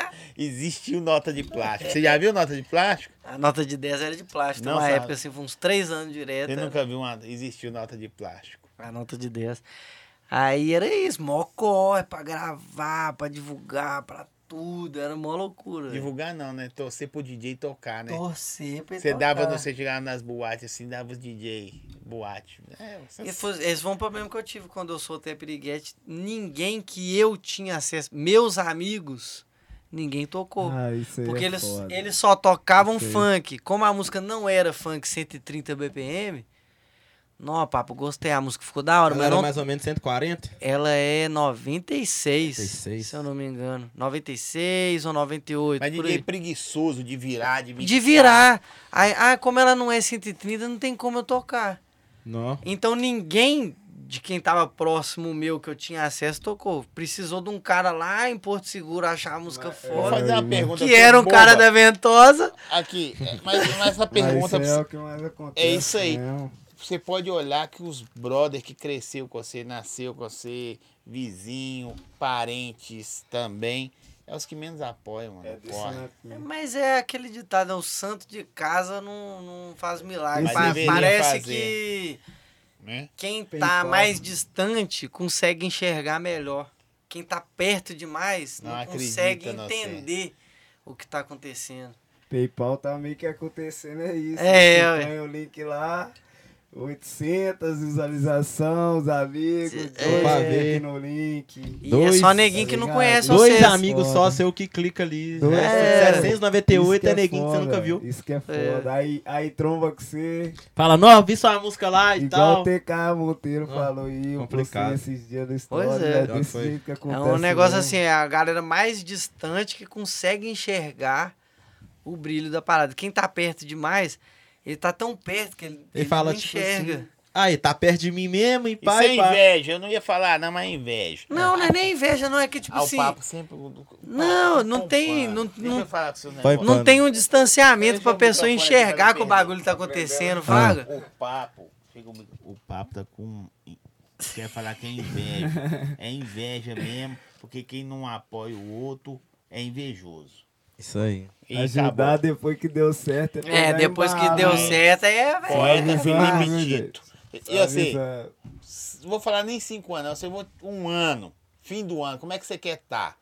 existiu nota de plástico. Você já viu nota de plástico? A nota de dez era de plástico. Não Numa sabe. época, assim, foi uns três anos direto. Você nunca viu uma. Existiu nota de plástico. A nota de dez. Aí era isso, mó corre pra gravar, pra divulgar, pra tudo. Era mó loucura. Divulgar não, né? Torcer pro D J tocar, né? Torcer pra ele Você tocar. dava, você chegava nas boates assim, dava os D J, boate. É, você... Esse, foi, esse foi um problema que eu tive quando eu soltei a Piriguete. Ninguém que eu tinha acesso, meus amigos, ninguém tocou. Ah, isso aí Porque é eles, foda. eles só tocavam Isso aí. funk. Como a música não era funk cento e trinta B P M, não, papo, gostei. A música ficou da hora, Ela mas era não... mais ou menos cento e quarenta? Ela é noventa e seis, noventa e seis. se eu não me engano. noventa e seis ou noventa e oito, Mas por D J aí. preguiçoso de virar, de mixar. De virar. Aí, ah, como ela não é cento e trinta, não tem como eu tocar. Não. Então ninguém de quem tava próximo meu, que eu tinha acesso, tocou. Precisou de um cara lá em Porto Seguro achar a música Vou foda. fazer uma pergunta. Que era um boba. cara da Ventosa. Aqui, mas, mas essa Mas pergunta. isso é o que mais acontece. É isso aí. mesmo. Você pode olhar que os brother que cresceu com você, nasceu com você, vizinho, parentes também, é os que menos apoiam, mano. É desse Corre. né? Mas é aquele ditado, é o santo de casa não, não faz milagre. Mas Pa- deveria Parece fazer. que Né? quem Tem tá como. mais distante consegue enxergar melhor. Quem tá perto demais não, Não acredita consegue no entender o que tá acontecendo. PayPal tá meio que acontecendo, é isso. É, Você ué. põe o link lá, oitocentas visualizações, os amigos, Cê- dois é. cliques no link. E Dois, é só neguinho tá que não ligado? conhece Dois vocês. amigos só Foda. seu que clica ali. Dois. É, É. setecentos e noventa e oito Isso é que neguinho que você foda, nunca viu. Isso que é foda. Aí, aí tromba com você, Fala, não, vi sua música lá e igual tal. o T K Monteiro Ah, falou aí, eu complicado. postei esses dias no Pois story, é. é Já desse foi. jeito que É acontece. um negócio mesmo. assim, é a galera mais distante que consegue enxergar o brilho da parada. Quem tá perto demais, ele tá tão perto que ele, Ele ele fala, não tipo enxerga. assim, aí, tá perto de mim mesmo e Isso pai, é pá. inveja, eu não ia falar, não, mas é inveja. Não, não é nem inveja, não. É que tipo Ah, o assim, papo sempre. não, não Pão, tem- pano. não- Deixa não- eu falar com o seu Vai, negócio. não tem um distanciamento Deixa pra o pessoa microfone aqui, enxergar vai que o perder. bagulho tá acontecendo, Fraga. O papo, chega o, mic- o papo tá com. Quer falar que é inveja. É inveja mesmo, porque quem não apoia o outro é invejoso. Isso aí. E Ajudar acabou. depois que deu certo. É, pegar depois que embalo, deu né? certo, aí é, velho. Poeta Só Felipe avisar, né, Tito. gente? E assim, Avisa- não vou falar nem cinco anos, não, eu vou um ano, fim do ano, como é que você quer estar?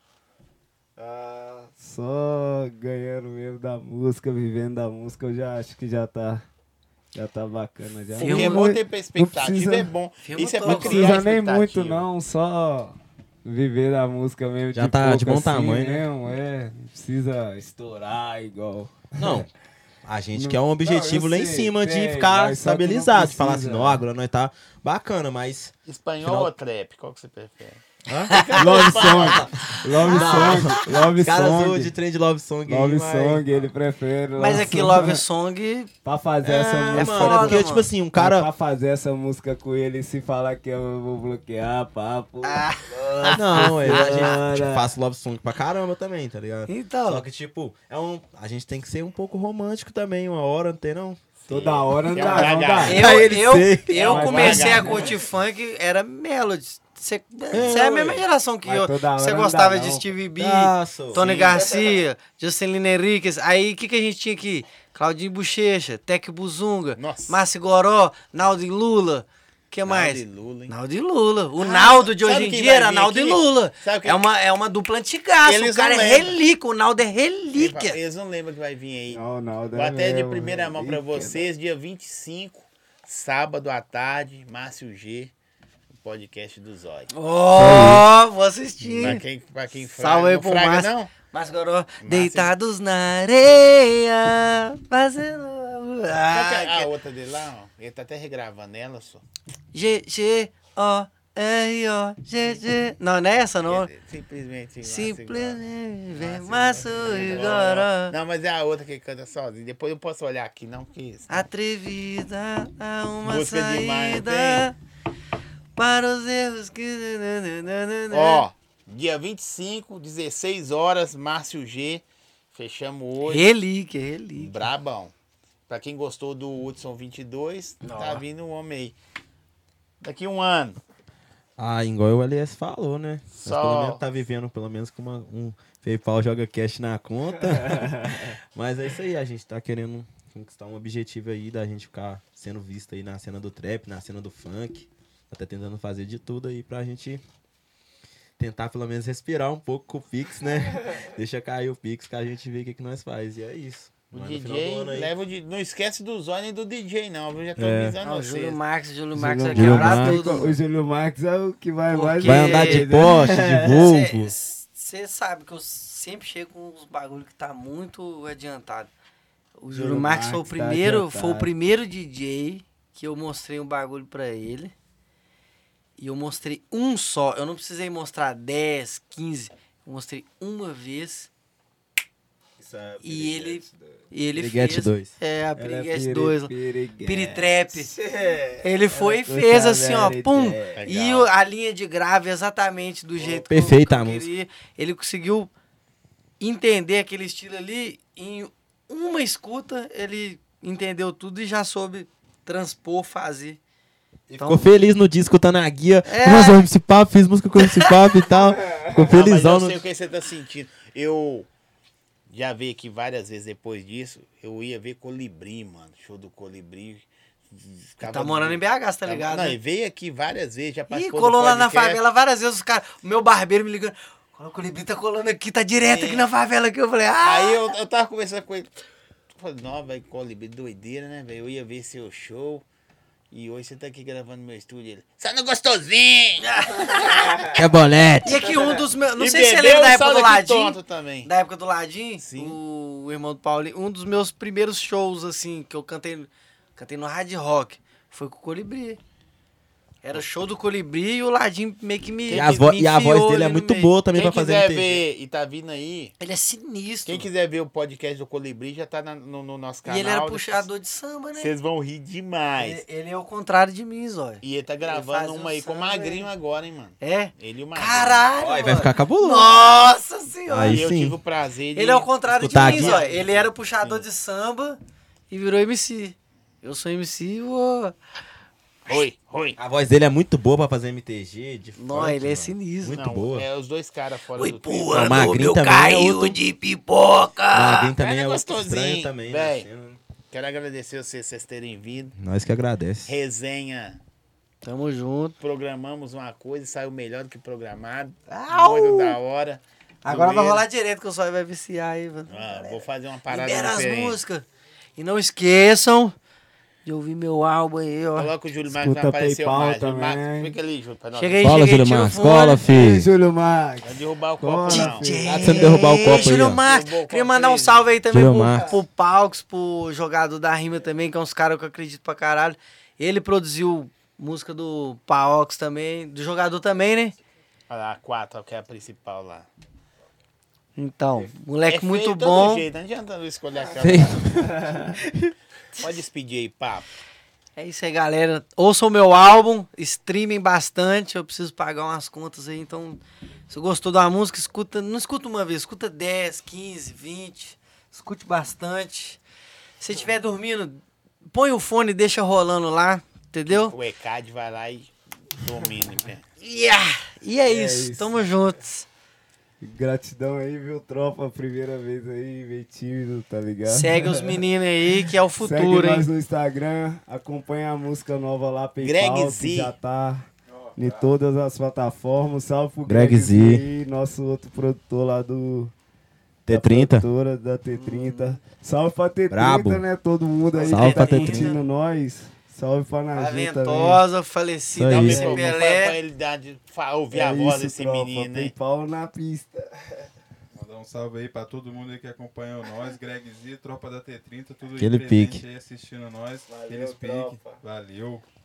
Ah, só ganhando mesmo da música, vivendo da música, eu já acho que já tá, já tá bacana. Já. Porque Filma- é bom ter perspectiva, precisa- é bom. filma Isso é todo. pra Não criar precisa nem expectativa. muito não, só viver da música mesmo. Já de tá pouco de bom assim tamanho, né? mesmo, é, não precisa estourar igual. Não, a gente Não- quer um objetivo não, lá eu em sei, cima de tem, ficar mas só que não estabilizado, de falar assim, precisa. não, agora nós tá bacana, mas... Espanhol Final- ou trap? Qual que você prefere? Love song, love song, love Os caras zoam song, de trem de love song love aí, mas... song, ele prefere. Mas love aqui, song. Love Song, Pra fazer essa É, música. mano, é porque, foda, tipo mano. assim, um Mas cara... Pra fazer essa música com ele, se falar que eu vou bloquear, papo. Ah. Não, eu, a gente Senhora. tipo, faço love song pra caramba também, tá ligado? então, Só que, tipo, é um, a gente tem que ser um pouco romântico também, uma hora, não tem não? Toda hora não É dá, uma não dá. cagada. eu, ele eu, sei. eu Mas comecei vai, a curtir funk, era Melody. Você É, você é a ué. mesma geração que Mas eu. toda hora Você não gostava dá, de não. Stevie B, Nossa, Tony sim. Garcia, Juscelino Henriquez. Aí o que, que a gente tinha aqui? Claudinho Bochecha, Tec Buzunga, Nossa. Márcio Goró, Naldo e Lula. O que mais? Naldo e Lula, hein? Naldo e Lula. O Ah, Naldo de sabe hoje em quem dia vai era vir Naldo e aqui? Lula. Sabe quem- É uma, é uma dupla antigaça. Eles O cara não é lembram. relíquia. O Naldo é relíquia. Eles não lembram que vai vir aí. Não, não, Vou até de mesmo, primeira né? mão pra Ih, vocês, dia vinte e cinco, sábado à tarde, Márcio G, o podcast do Zóio. Ó, vou Pra assistir. quem, pra quem fraga, Salve aí não pro fraga Márcio. não? Márcio Goró. Deitados na areia, fazendo... Qual que Ah, é a que- outra dele lá, ó? Ele tá até regravando ela, só. G, G, O, R, O, G, G. Não, não é essa, não. É, Simplesmente igual, Simplesmente vem igual. Márcio e Goró. Não, mas é a outra que canta sozinho. Depois eu posso olhar aqui, não, porque isso. Atrevida a uma Música demais, saída para os erros que... Ó, Dia vinte e cinco, dezesseis horas, Márcio G. Fechamos hoje. Relíquia, relíquia. Brabão. Pra quem gostou do Hudson vinte e dois, Ó. tá vindo um homem aí. Daqui um ano. Ah, igual o L S falou, né? Mas Só- pelo menos tá vivendo pelo menos com uma, um PayPal joga cash na conta. Mas é isso aí, a gente tá querendo conquistar um objetivo aí da gente ficar sendo visto aí na cena do trap, na cena do funk. Tá tentando fazer de tudo aí pra gente tentar pelo menos respirar um pouco com o Pix, né? Deixa cair o Pix que a gente vê o que, que nós faz. E é isso. O Mas no final do D J, ano aí- leva o D J. Não esquece do Zóio nem do D J, não. Eu já tô É. avisando Não, o vocês. Júlio Marques, Júlio Júlio Marques vai Júlio quebrar Marques. tudo. O Júlio Marques é o que vai mais... Vai andar de Porsche, de Volvo. Você sabe que eu sempre chego com uns bagulho que tá muito adiantado. O Júlio Júlio Marques foi o Marques tá primeiro, adiantado. foi o primeiro D J que eu mostrei um bagulho pra ele. E eu mostrei um só. Eu não precisei mostrar dez, quinze. Eu mostrei uma vez. Isso é E ele, e ele Piriguete fez. dois. É, a Ela é Piriguete piri- dois. piriguete. Piritrap. É. Ele foi e Ela fez puxa assim, ó, a pum. ideia. E Legal. o- a linha de grave exatamente do jeito que eu- perfeita que eu a música. queria. Ele conseguiu entender aquele estilo ali. Em uma escuta, ele entendeu tudo e já soube transpor, fazer. Então, Ficou feliz no dia, escutando a guia. É. Nossa, o M C Papo, fiz música com o M C Papo e tal. Ficou Não, mas felizão. eu no- sei o que você tá sentindo. Eu já vi aqui várias vezes depois disso. Eu ia ver Colibri, mano. Show do Colibri. Ficava tá morando em B H, você tá Tava- ligado? Não, né? e veio aqui várias vezes, já Ih, participou do colou lá na podcast. favela várias vezes, os caras. O meu barbeiro me ligando. O Colibri tá colando aqui, tá direto É. aqui na favela aqui. Eu falei, ah! Aí eu, eu tava conversando com ele. Falei, não, velho, Colibri, doideira, né, velho? Eu ia ver seu show. E hoje você tá aqui gravando no meu estúdio. Ele, só no gostosinho! É bolete. E aqui um dos meus. Não E sei se você bebeu lembra da e época saiu do daqui Ladinho. tonto também. Da época do Ladinho, Sim. o irmão do Paulinho. Um dos meus primeiros shows, assim, que eu cantei, cantei no Hard Rock, foi com o Colibri. Era o show do Colibri e o Ladinho meio que me. E, as me vo- e a enfiou voz dele é ali no muito meio. boa também Quem pra fazer quiser M T G. ver, e tá vindo aí, Ele é sinistro. quem quiser ver o podcast do Colibri já tá na- no, no nosso canal. E ele era Depois puxador de samba, né? Vocês vão rir demais. Ele, ele é o contrário de mim, Zóio. E ele tá faz gravando um uma aí com o samba, Magrinho é. agora, hein, mano. É? Ele e o Magrinho. Caralho! Ó, e vai mano. ficar cabuloso. Nossa senhora! Aí E eu sim. tive o prazer de... Ele é o contrário de Escutar mim, aqui. Zóio. Ele era puxador de samba e virou M C. Eu sou M C e vou... Oi, oi. A voz dele é muito boa pra fazer M T G. De Não, funk, ele é mano. sinistro. Muito Não, boa. é os dois caras fora Oi, do pô, O Magrinho meu também é caiu outro- de pipoca! Magrinho também Cara, é é outro gostosinho, estranho também. véi. Né? Quero agradecer vocês, vocês terem vindo. Nós que agradece. Resenha. Tamo junto. Programamos uma coisa e saiu melhor do que programado. Au! Muito da hora. Agora vai Zoeira. rolar direto que o Zóio vai viciar aí, mano. Ah, vou fazer uma parada Libera as diferente. músicas. E não esqueçam de ouvir meu álbum aí, ó. Coloca o Júlio Marques, vai Escuta aparecer o PayPal mais. Júlio Marques, também. fica ali, Júlio, pra nós. Chega aí, Cola, chega aí, Júlio tira o Marques. fone. Cola, Ei, filho. Júlio Marques. Vai derrubar o copo, Cola, não. filho. Ah, você não derrubar o copo aí, Júlio ó. Marques. Derrubou o Queria copo mandar um dele. salve aí também Júlio pro, Marques. pro Palks, pro jogador da Rima também, que é uns caras que eu acredito pra caralho. Ele produziu música do Paox também, do jogador também, né? Olha lá, a quatro, que é a principal lá. Então, moleque É feio muito de todo bom. jeito, não adianta eu escolher aquela. Feio. Pode despedir aí, papo. É isso aí, galera. Ouçam o meu álbum, streamem bastante. Eu preciso pagar umas contas aí, então, se gostou da música, escuta, não escuta uma vez, escuta dez, quinze, vinte. Escute bastante. Se estiver dormindo, põe o fone e deixa rolando lá, entendeu? O E C A D vai lá e domina. Né? Yeah! E é, É isso, isso. tamo juntos. Gratidão aí, viu, tropa? Primeira vez aí, meio tímido, tá ligado? Segue os meninos aí, que é o futuro, Segue hein? nós no Instagram, acompanha a música nova lá, Greg PayPal, Z. que já tá em todas as plataformas. Salve pro Greg Greg, Z. Z aí, nosso outro produtor lá do... T da trinta. produtora da T trinta. Salve pra T trinta, Brabo. né? Todo mundo aí Salve que tá pra T trinta. curtindo nós. Salve pra Naju também. Aventosa, falecida, Isso aí. M C Não, não foi pra Pelé. ele dar de, fa- ouvir É a voz isso, desse tropa, menino, né? PayPal na pista. Mandar um salve aí pra todo mundo aí que acompanhou nós, Greg Z, Tropa da T trinta, tudo Aquele aí presente pique. aí assistindo nós, Valeu, aqueles pique. tropa. Valeu.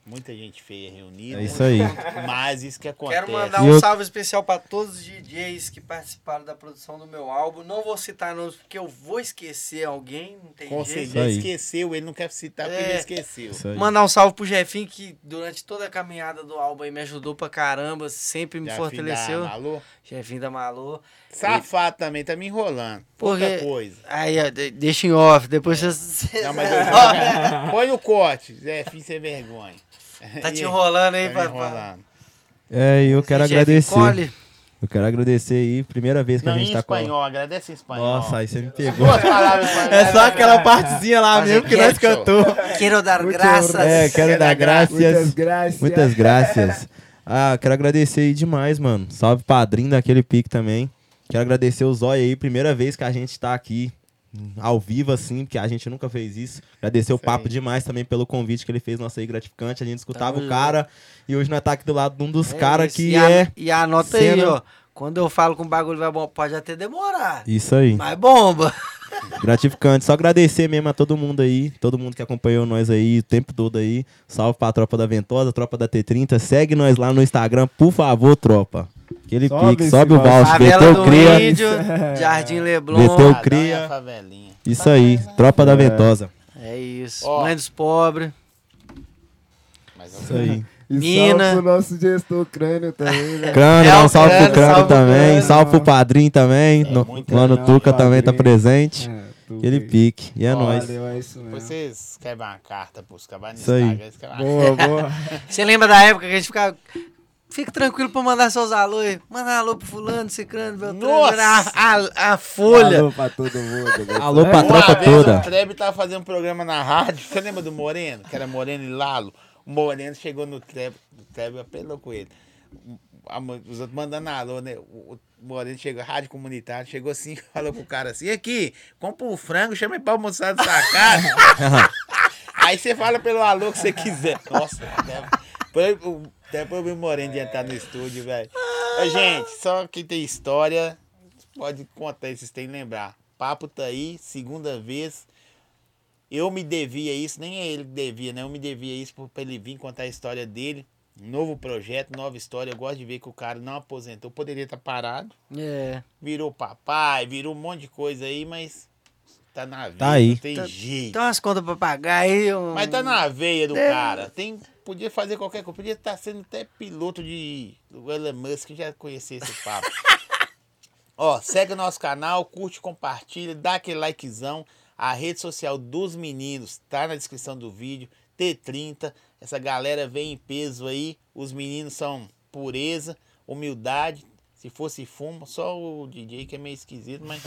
Muita gente feia reunida. É isso aí. Mas isso que acontece. Quero mandar E um eu- salve especial pra todos os D Js que participaram da produção do meu álbum. Não vou citar nomes porque eu vou esquecer alguém, não tem Com jeito. certeza aí. esqueceu, ele não quer citar porque É. ele esqueceu. Isso aí. Mandar um salve pro Jefinho que durante toda a caminhada do álbum aí me ajudou pra caramba, sempre me Já fortaleceu. fim da Malu. Jefinho da Malu. Safado também, tá me enrolando. Pouca Porque- coisa. Aí, ó, de- deixa em off, depois vocês... Não, mas eu... Põe no corte, Zé, fiz sem vergonha. Tá E te aí? enrolando aí, Tá me pra- enrolando. É, e eu quero Jefinho, agradecer. colhe. Eu quero agradecer aí, primeira vez que Não, a em gente tá com... espanhol, agradece em espanhol. Nossa, aí você me pegou. Duas palavras em espanhol. É só aquela partezinha lá Mas mesmo é que nós quieto. cantou. Quero dar Muito graças. É, quero dar graças. Muitas graças. Muitas graças. Ah, quero agradecer aí demais, mano. Salve padrinho daquele pique também. Quero agradecer o Zóia aí, primeira vez que a gente tá aqui ao vivo, assim, porque a gente nunca fez isso. Agradecer o Papo demais também pelo convite que ele fez, nosso aí gratificante. A gente escutava Tamo o cara e hoje nós tá aqui do lado de um dos É caras isso. que e a- é... E anota aí, cena- ó. Quando eu falo que um bagulho vai bom, pode até demorar. Isso aí. Mas bomba. Gratificante. Só agradecer mesmo a todo mundo aí, todo mundo que acompanhou nós aí o tempo todo aí. Salve pra Tropa da Ventosa, Tropa da T trinta. Segue nós lá no Instagram, por favor, tropa. Aquele Sobe pique, esse sobe o valor. valso, Favela meteu do cria. Índio, Jardim Leblon. Meteu Adão e cria. a favelinha. Isso aí, Tropa da Ventosa. É isso. Ó. Mãe dos pobres. Mas Isso aí. E Mina. salve pro nosso gestor crânio também, né? Crânio, É dá o um salve pro Crânio, Crânio salve pro também. Crânio. Salve pro padrinho também. No- muito Mano legal, Tuca também tá padrinho. presente. É, tudo Aquele bem. pique. E é Ó, nóis. Valeu, é isso Depois mesmo. vocês escrevem uma carta pros cabanos no Isso aí. Instagram. escreve uma- Boa, boa. Você lembra da época que a gente ficava... Fica tranquilo pra mandar seus alô aí. Manda alô pro fulano, ciclano, beltrano. Nossa! A, a, a folha. Alô pra todo mundo. né? Alô pra Uma tropa vez toda. o Trebe tava fazendo um programa na rádio. Você lembra do Moreno? Que era Moreno e Lalo. O Moreno chegou no Trebe, o Trebe apelou com ele. A- Os outros mandando alô, né? O o Moreno chegou, rádio comunitária, chegou assim, falou pro cara assim: aqui, compra um frango, chama ele pra almoçar da sua casa. Aí você fala pelo alô que você quiser. Nossa, depois, o- depois eu vi o Moreno de entrar no estúdio, velho. Ô, gente, só quem tem história pode contar aí, vocês têm que lembrar. Papo tá aí, segunda vez. Eu me devia isso, nem é ele que devia, né? Eu me devia isso pra pra ele vir contar a história dele. Novo projeto, nova história. Eu gosto de ver que o cara não aposentou. Poderia estar parado. É. Virou papai, virou um monte de coisa aí, mas tá na veia, Tá aí. não tem Tá- jeito. Tem umas contas pra pagar aí. Um... Mas tá na veia do É. cara. Tem, podia fazer qualquer coisa. Podia estar sendo até piloto de do Elon Musk, já conhecia esse papo. Ó, segue o nosso canal, curte, compartilha, dá aquele likezão. A rede social dos meninos tá na descrição do vídeo. T trinta, essa galera vem em peso aí. Os meninos são pureza, humildade. Se fosse fumo, só o D J que é meio esquisito, mas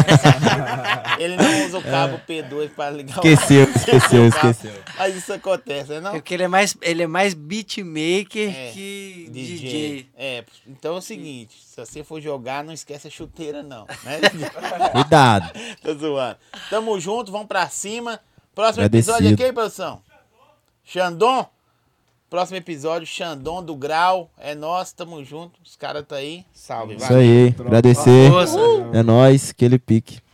ele não usa o cabo P dois para ligar Esqueceu, o esqueceu, o cabo. esqueceu. Mas isso acontece, né, não? Porque ele é mais, ele é mais beatmaker É, que D J. D J. É, então é o seguinte, se você for jogar, não esquece a chuteira não, né? Cuidado. Tô zoando. Tamo junto, vamos pra cima. Próximo Agradecido. episódio aqui, produção? Xandon? Próximo episódio, Xandon do Grau. É nós, tamo junto. Os caras tá aí. Salve, Isso aí. Agradecer. Força. É nóis. Aquele pique.